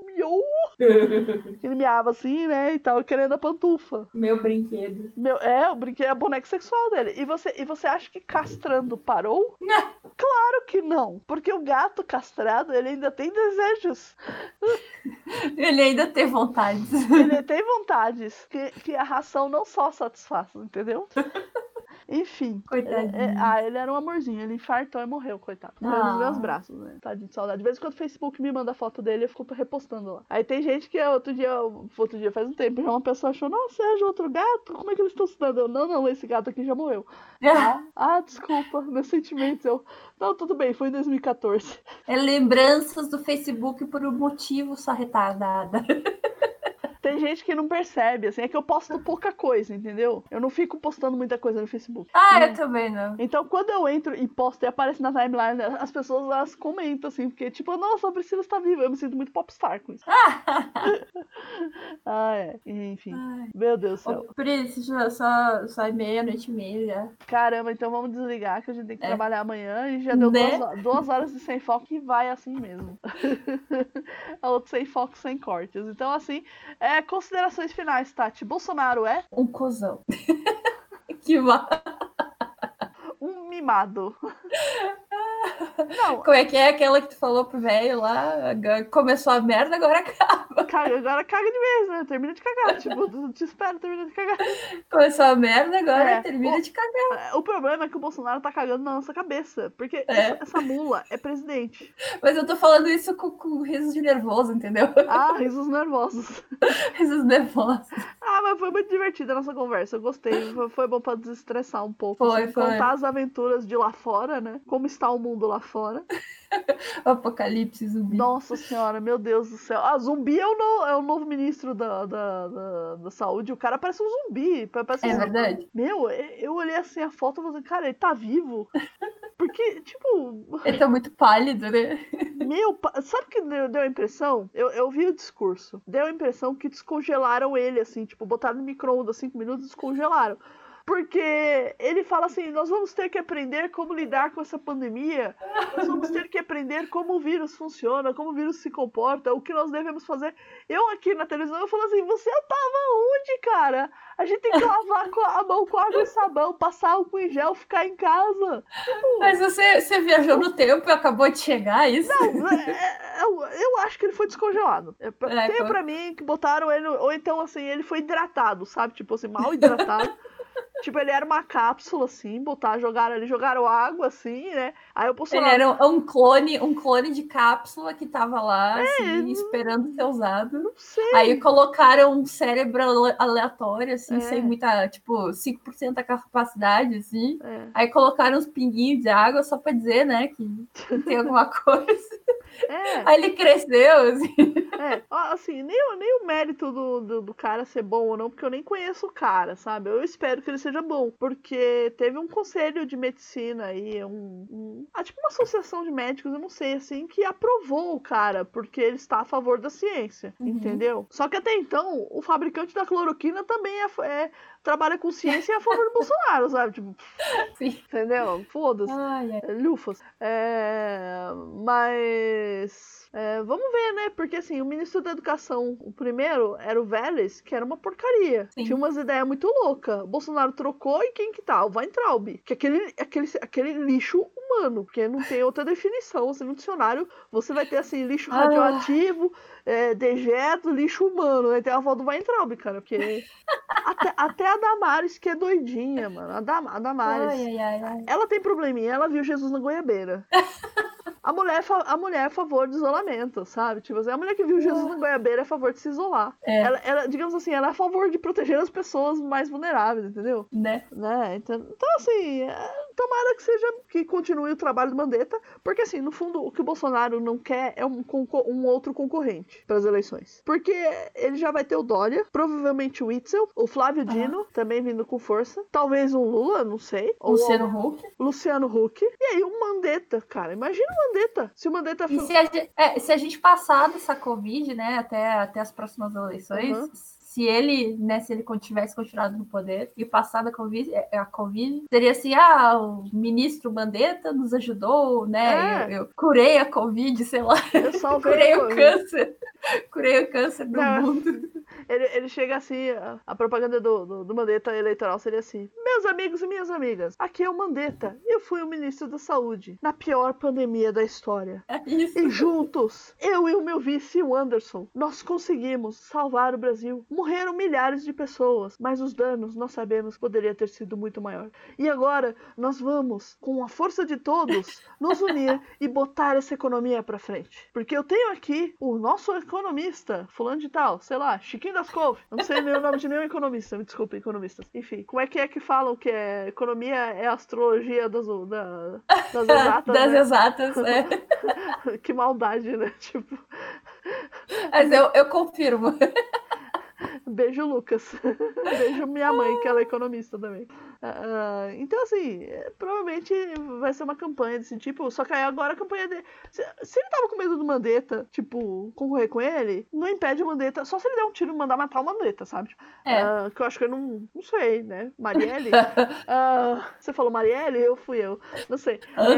Ele miava assim, né, e tal, querendo a pantufa. Meu brinquedo. O brinquedo é a boneca sexual dele. E você acha que castrando parou? Claro que não, porque o gato castrado, ele ainda tem desejos. Ele ainda tem vontades. Ele tem vontades que a ração não só satisfaz, entendeu? Enfim. Coitadinho. Ele era um amorzinho. Ele infartou e morreu, coitado. Morreu nos meus braços, né? Tadinho de saudade. De vez em quando o Facebook me manda foto dele, eu fico repostando lá. Aí tem gente que outro dia faz um tempo, já uma pessoa achou, nossa, Sérgio, outro gato? Como é que eles estão se dando? Eu, não, esse gato aqui já morreu. Desculpa, meus sentimentos. Não, tudo bem, foi em 2014. É lembranças do Facebook por um motivo só retardada. Tem gente que não percebe, assim, é que eu posto pouca coisa, entendeu? Eu não fico postando muita coisa no Facebook. Eu também não. Então, quando eu entro e posto e aparece na timeline, as pessoas, elas comentam, assim, porque, tipo, nossa, a Priscila está viva. Eu me sinto muito popstar com isso. Enfim. Meu Deus do céu. Pri, só é meia-noite e meia já. Caramba, então vamos desligar, que a gente tem que trabalhar amanhã e já deu 2 horas de sem foco e vai assim mesmo. A outra sem foco, sem cortes. Então, assim, considerações finais, Tati. Bolsonaro é? Um cuzão. Que mal. Um mimado. Não. Como é que é aquela que tu falou pro velho lá? Começou a merda, agora acaba. Agora caga de vez, né? Termina de cagar. Tipo, te espero, termina de cagar. Começou a merda, agora termina de cagar. O problema é que o Bolsonaro tá cagando na nossa cabeça. Porque essa mula é presidente. Mas eu tô falando isso com risos de nervoso, entendeu? Risos nervosos. Risos nervosos. Mas foi muito divertida a nossa conversa. Eu gostei. Foi bom pra desestressar um pouco. Foi. Contar as aventuras de lá fora, né? Como está o mundo lá fora. Apocalipse zumbi. Nossa senhora, meu Deus do céu. Zumbi é o novo ministro da saúde. O cara parece um zumbi. Parece verdade. Meu, eu olhei assim a foto e falei, cara, ele tá vivo? Porque, tipo... Ele tá muito pálido, né? Meu, sabe o que deu a impressão? Eu vi o discurso. Deu a impressão que descongelaram ele, assim, tipo, botaram no micro-ondas 5 minutos e descongelaram. Porque ele fala assim, nós vamos ter que aprender como lidar com essa pandemia, nós vamos ter que aprender como o vírus funciona, como o vírus se comporta, o que nós devemos fazer. Eu aqui na televisão, eu falo assim, você tava onde, cara? A gente tem que lavar a mão com água e sabão, passar álcool em gel, ficar em casa. Mas você viajou no tempo e acabou de chegar, isso? Não, eu acho que ele foi descongelado. Tem pra mim que botaram ele, ou então assim, ele foi hidratado, sabe? Tipo assim, mal hidratado. Tipo, ele era uma cápsula, assim, jogaram água, assim, né? Aí o Bolsonaro... Ele era um clone de cápsula que tava lá, assim, esperando ser usado. Não sei. Aí colocaram um cérebro aleatório, assim, sem muita, tipo, 5% da capacidade, assim. Aí colocaram uns pinguinhos de água só pra dizer, né, que tem alguma coisa. Aí ele cresceu, assim. Assim, nem o mérito do cara ser bom ou não, porque eu nem conheço o cara, sabe? Eu espero que ele seja bom, porque teve um conselho de medicina aí, tipo uma associação de médicos, eu não sei, assim, que aprovou o cara, porque ele está a favor da ciência, entendeu? Só que até então, o fabricante da cloroquina também trabalha com ciência e é a favor do Bolsonaro, sabe? Tipo, entendeu? Foda-se. Lufas. Mas... vamos ver, né? Porque assim, o ministro da Educação, o primeiro, era o Vélez, que era uma porcaria. Sim. Tinha umas ideias muito loucas. O Bolsonaro trocou e quem que tá? O Weintraub. Que aquele lixo humano, porque não tem outra definição. Assim, no dicionário, você vai ter assim, lixo radioativo, dejeto, lixo humano. Né? Tem a avó do Weintraub, cara, porque... até a Damares, que é doidinha, mano. A Damares. Ela tem probleminha, ela viu Jesus na goiabeira. A mulher é a favor do isolamento, sabe? Tipo assim, a mulher que viu Jesus na goiabeira é a favor de se isolar. Ela, digamos assim, ela é a favor de proteger as pessoas mais vulneráveis, entendeu? Né? Então assim, tomara que continue o trabalho do Mandetta, porque assim, no fundo, o que o Bolsonaro não quer é um outro concorrente para as eleições. Porque ele já vai ter o Dória, provavelmente o Witzel, o Flávio Dino, também vindo com força, talvez um Lula, não sei. Luciano Huck. E aí o Mandetta, cara, imagina o Mandetta. Se o Mandetta... E se a gente passar dessa Covid, né, até as próximas eleições... Se ele tivesse continuado no poder e passado a Covid, seria assim, o ministro Mandetta nos ajudou, né? Eu curei a Covid, sei lá. Eu salvei curei o câncer. Curei o câncer do mundo. Ele chega assim, a propaganda do Mandetta eleitoral seria assim: meus amigos e minhas amigas, aqui é o Mandetta. Eu fui o ministro da Saúde na pior pandemia da história. É isso. E juntos, eu e o meu vice, o Anderson, nós conseguimos salvar o Brasil. Morreram milhares de pessoas, mas os danos, nós sabemos, poderia ter sido muito maior. E agora, nós vamos, com a força de todos, nos unir e botar essa economia pra frente. Porque eu tenho aqui o nosso economista, fulano de tal, sei lá, Chiquinho das Couve. Não sei nem o nome de nenhum economista, me desculpem, economistas. Enfim, como é que falam que economia é a astrologia das exatas, das né? exatas, Que maldade, né? Tipo... Mas eu confirmo. Beijo, Lucas. Beijo minha mãe, que ela é economista também. Então, assim, provavelmente vai ser uma campanha desse tipo. Só que aí agora a campanha dele... Se ele tava com medo do Mandetta, tipo, concorrer com ele, não impede o Mandetta. Só se ele der um tiro e mandar matar o Mandetta, sabe? Que eu acho que eu não sei, né? Marielle? Você falou Marielle? Fui eu. Não sei.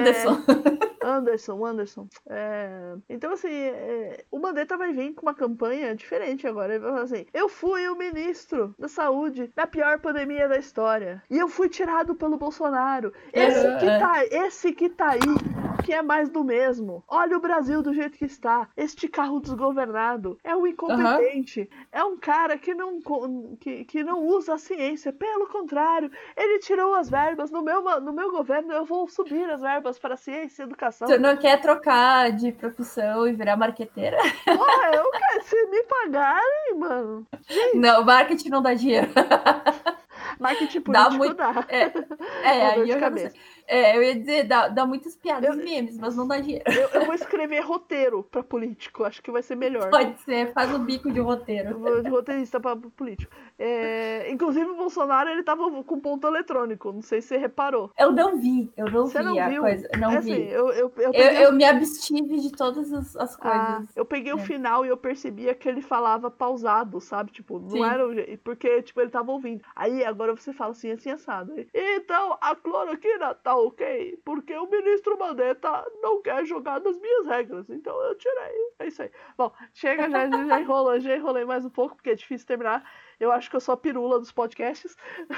Anderson. Então, assim, o Mandetta vai vir com uma campanha diferente agora. Ele vai falar assim: eu fui o ministro da Saúde na pior pandemia da história. E eu fui tirado pelo Bolsonaro. Esse que tá aí, que é mais do mesmo. Olha o Brasil do jeito que está. Este carro desgovernado. É um incompetente. É um cara que não usa a ciência. Pelo contrário, ele tirou as verbas. No meu governo, eu vou subir as verbas para ciência e educação. Tu não quer trocar de profissão e virar marqueteira? Porra, eu quero. Se me pagarem, mano. Gente. Não, marketing não dá dinheiro. Marketing político dá. Aí eu não sei. Eu ia dizer, dá muitas piadas e memes, mas não dá dinheiro. Eu vou escrever roteiro pra político, acho que vai ser melhor. Pode ser, faz o bico de roteiro. De roteirista pra político. Inclusive o Bolsonaro, ele tava com ponto eletrônico, não sei se você reparou. Eu não vi Você vi não a viu? coisa. Não vi. Assim, eu me abstive de todas as coisas. Eu peguei o final e eu percebia que ele falava pausado, sabe? Tipo, não era porque, tipo, ele tava ouvindo. Aí, agora você fala assim assado. Então, a cloroquina tá ok, porque o ministro Mandetta não quer jogar nas minhas regras. Então, eu tirei. É isso aí. Bom, chega, já enrolei mais um pouco, porque é difícil terminar. Eu acho que eu sou a pirula dos podcasts.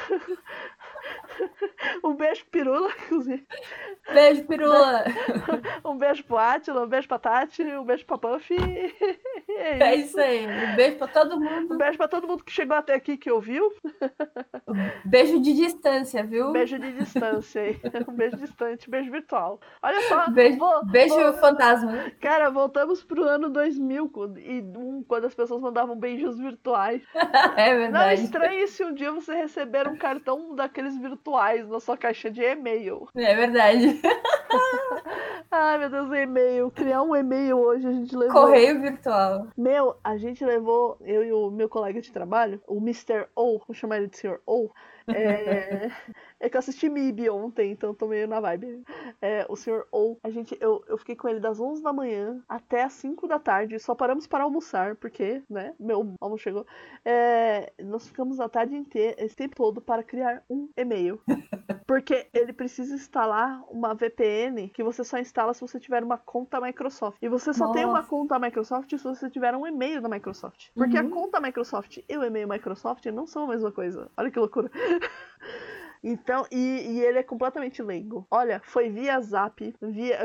Um beijo, pirula, inclusive. Beijo, pirula. Um beijo pro Átila, um beijo pra Tati, um beijo pra Puff. É isso aí. Um beijo pra todo mundo. Um beijo pra todo mundo que chegou até aqui, que ouviu. Beijo de distância, viu? Beijo de distância aí. Um beijo distante, beijo virtual. Olha só. Beijo fantasma. Cara, voltamos pro ano 2001, quando as pessoas mandavam beijos virtuais. É verdade. Não estranhe se um dia você receber um cartão daqueles virtuais na sua caixa de e-mail. É verdade. Ai, meu Deus, e-mail. Criar um e-mail hoje a gente levou... Correio virtual. A gente levou, eu e o meu colega de trabalho, o Mr. O, vou chamar ele de Sr. O. É que eu assisti MIB ontem, então tô meio na vibe. O Sr. O, eu fiquei com ele das 11 da manhã até as 5 da tarde, só paramos para almoçar, porque, né, meu almoço chegou. Nós ficamos a tarde inteira, esse tempo todo, para criar um e-mail. Porque ele precisa instalar uma VPN que você só instala se você tiver uma conta Microsoft. E você só tem uma conta Microsoft se você tiver um e-mail da Microsoft. Porque a conta Microsoft e o e-mail Microsoft não são a mesma coisa. Olha que loucura. Então, e ele é completamente leigo. Olha, foi via Zap,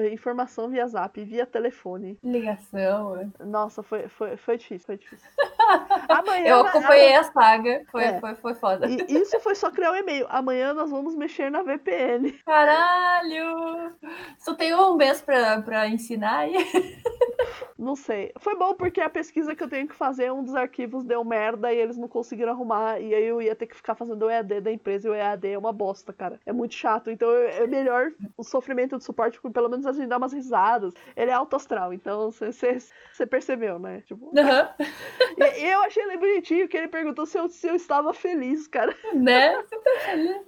informação via Zap, via telefone. Ligação. Nossa, foi difícil, foi difícil. Amanhã Eu acompanhei a saga, foi foda. E isso foi só criar um e-mail. Amanhã nós vamos mexer na VPN. Caralho! Só tem um mês pra ensinar aí. Não sei. Foi bom porque a pesquisa que eu tenho que fazer, um dos arquivos deu merda e eles não conseguiram arrumar. E aí eu ia ter que ficar fazendo o EAD da empresa e o EAD é uma bosta, cara. É muito chato. Então é melhor o sofrimento do suporte, porque pelo menos a gente dá umas risadas. Ele é alto astral, então você percebeu, né? Tipo... Uhum. E eu achei ele bonitinho, que ele perguntou se eu estava feliz, cara. Né? Super feliz.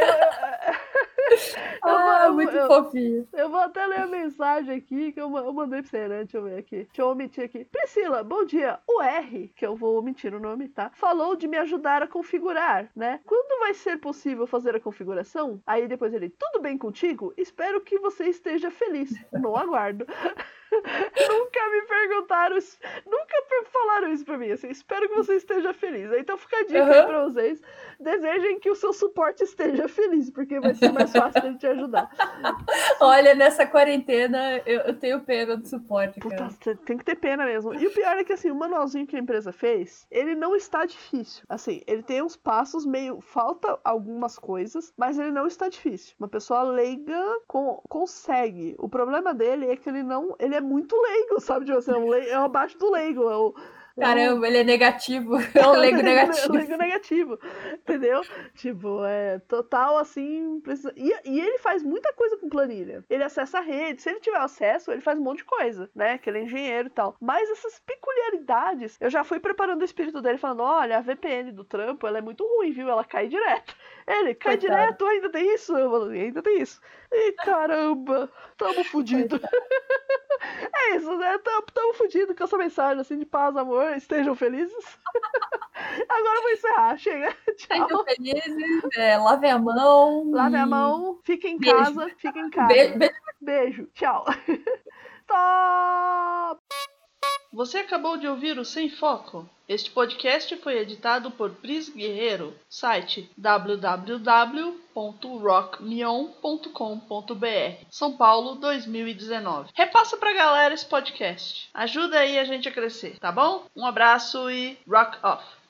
Muito fofinho. Eu vou até ler a mensagem aqui que eu mandei pra você, né? Deixa eu ver aqui. Deixa eu omitir aqui. Priscila, bom dia. O R, que eu vou omitir o nome, tá? Falou de me ajudar a configurar, né? Quando vai ser possível fazer a configuração? Aí depois ele, tudo bem contigo? Espero que você esteja feliz. No aguardo. Nunca me perguntaram, nunca falaram isso pra mim, assim, espero que você esteja feliz. Então fica a dica aí pra vocês, desejem que o seu suporte esteja feliz, porque vai ser mais fácil de te ajudar. Olha, nessa quarentena eu tenho pena do suporte, cara. Puta, tem que ter pena mesmo. E o pior é que, assim, o manualzinho que a empresa fez, ele não está difícil. Assim, ele tem uns passos meio, falta algumas coisas, mas ele não está difícil. Uma pessoa leiga consegue. O problema dele é que ele é muito leigo, sabe? Tipo assim, é abaixo do leigo. Caramba, ele é negativo. É um leigo negativo. Leigo negativo, entendeu? Tipo, é total assim. Precisa... E ele faz muita coisa com planilha. Ele acessa a rede. Se ele tiver acesso, ele faz um monte de coisa, né? Que ele é engenheiro e tal. Mas essas peculiaridades, eu já fui preparando o espírito dele, falando: olha, a VPN do trampo, ela é muito ruim, viu? Ela cai direto. Ele cai direto, ainda tem isso? Eu falei, ainda tem isso. E caramba, tamo fudido. É isso, né? Tamo fudido com essa mensagem assim de paz, amor, estejam felizes. Agora eu vou encerrar, chega. Tchau. Estejam felizes, lavem a mão. Lavem a mão, fiquem em casa, fiquem em casa. Beijo, tchau. Top! Você acabou de ouvir o Sem Foco. Este podcast foi editado por Pris Guerreiro, site www.rockmion.com.br, São Paulo, 2019. Repassa pra galera esse podcast. Ajuda aí a gente a crescer, tá bom? Um abraço e rock off!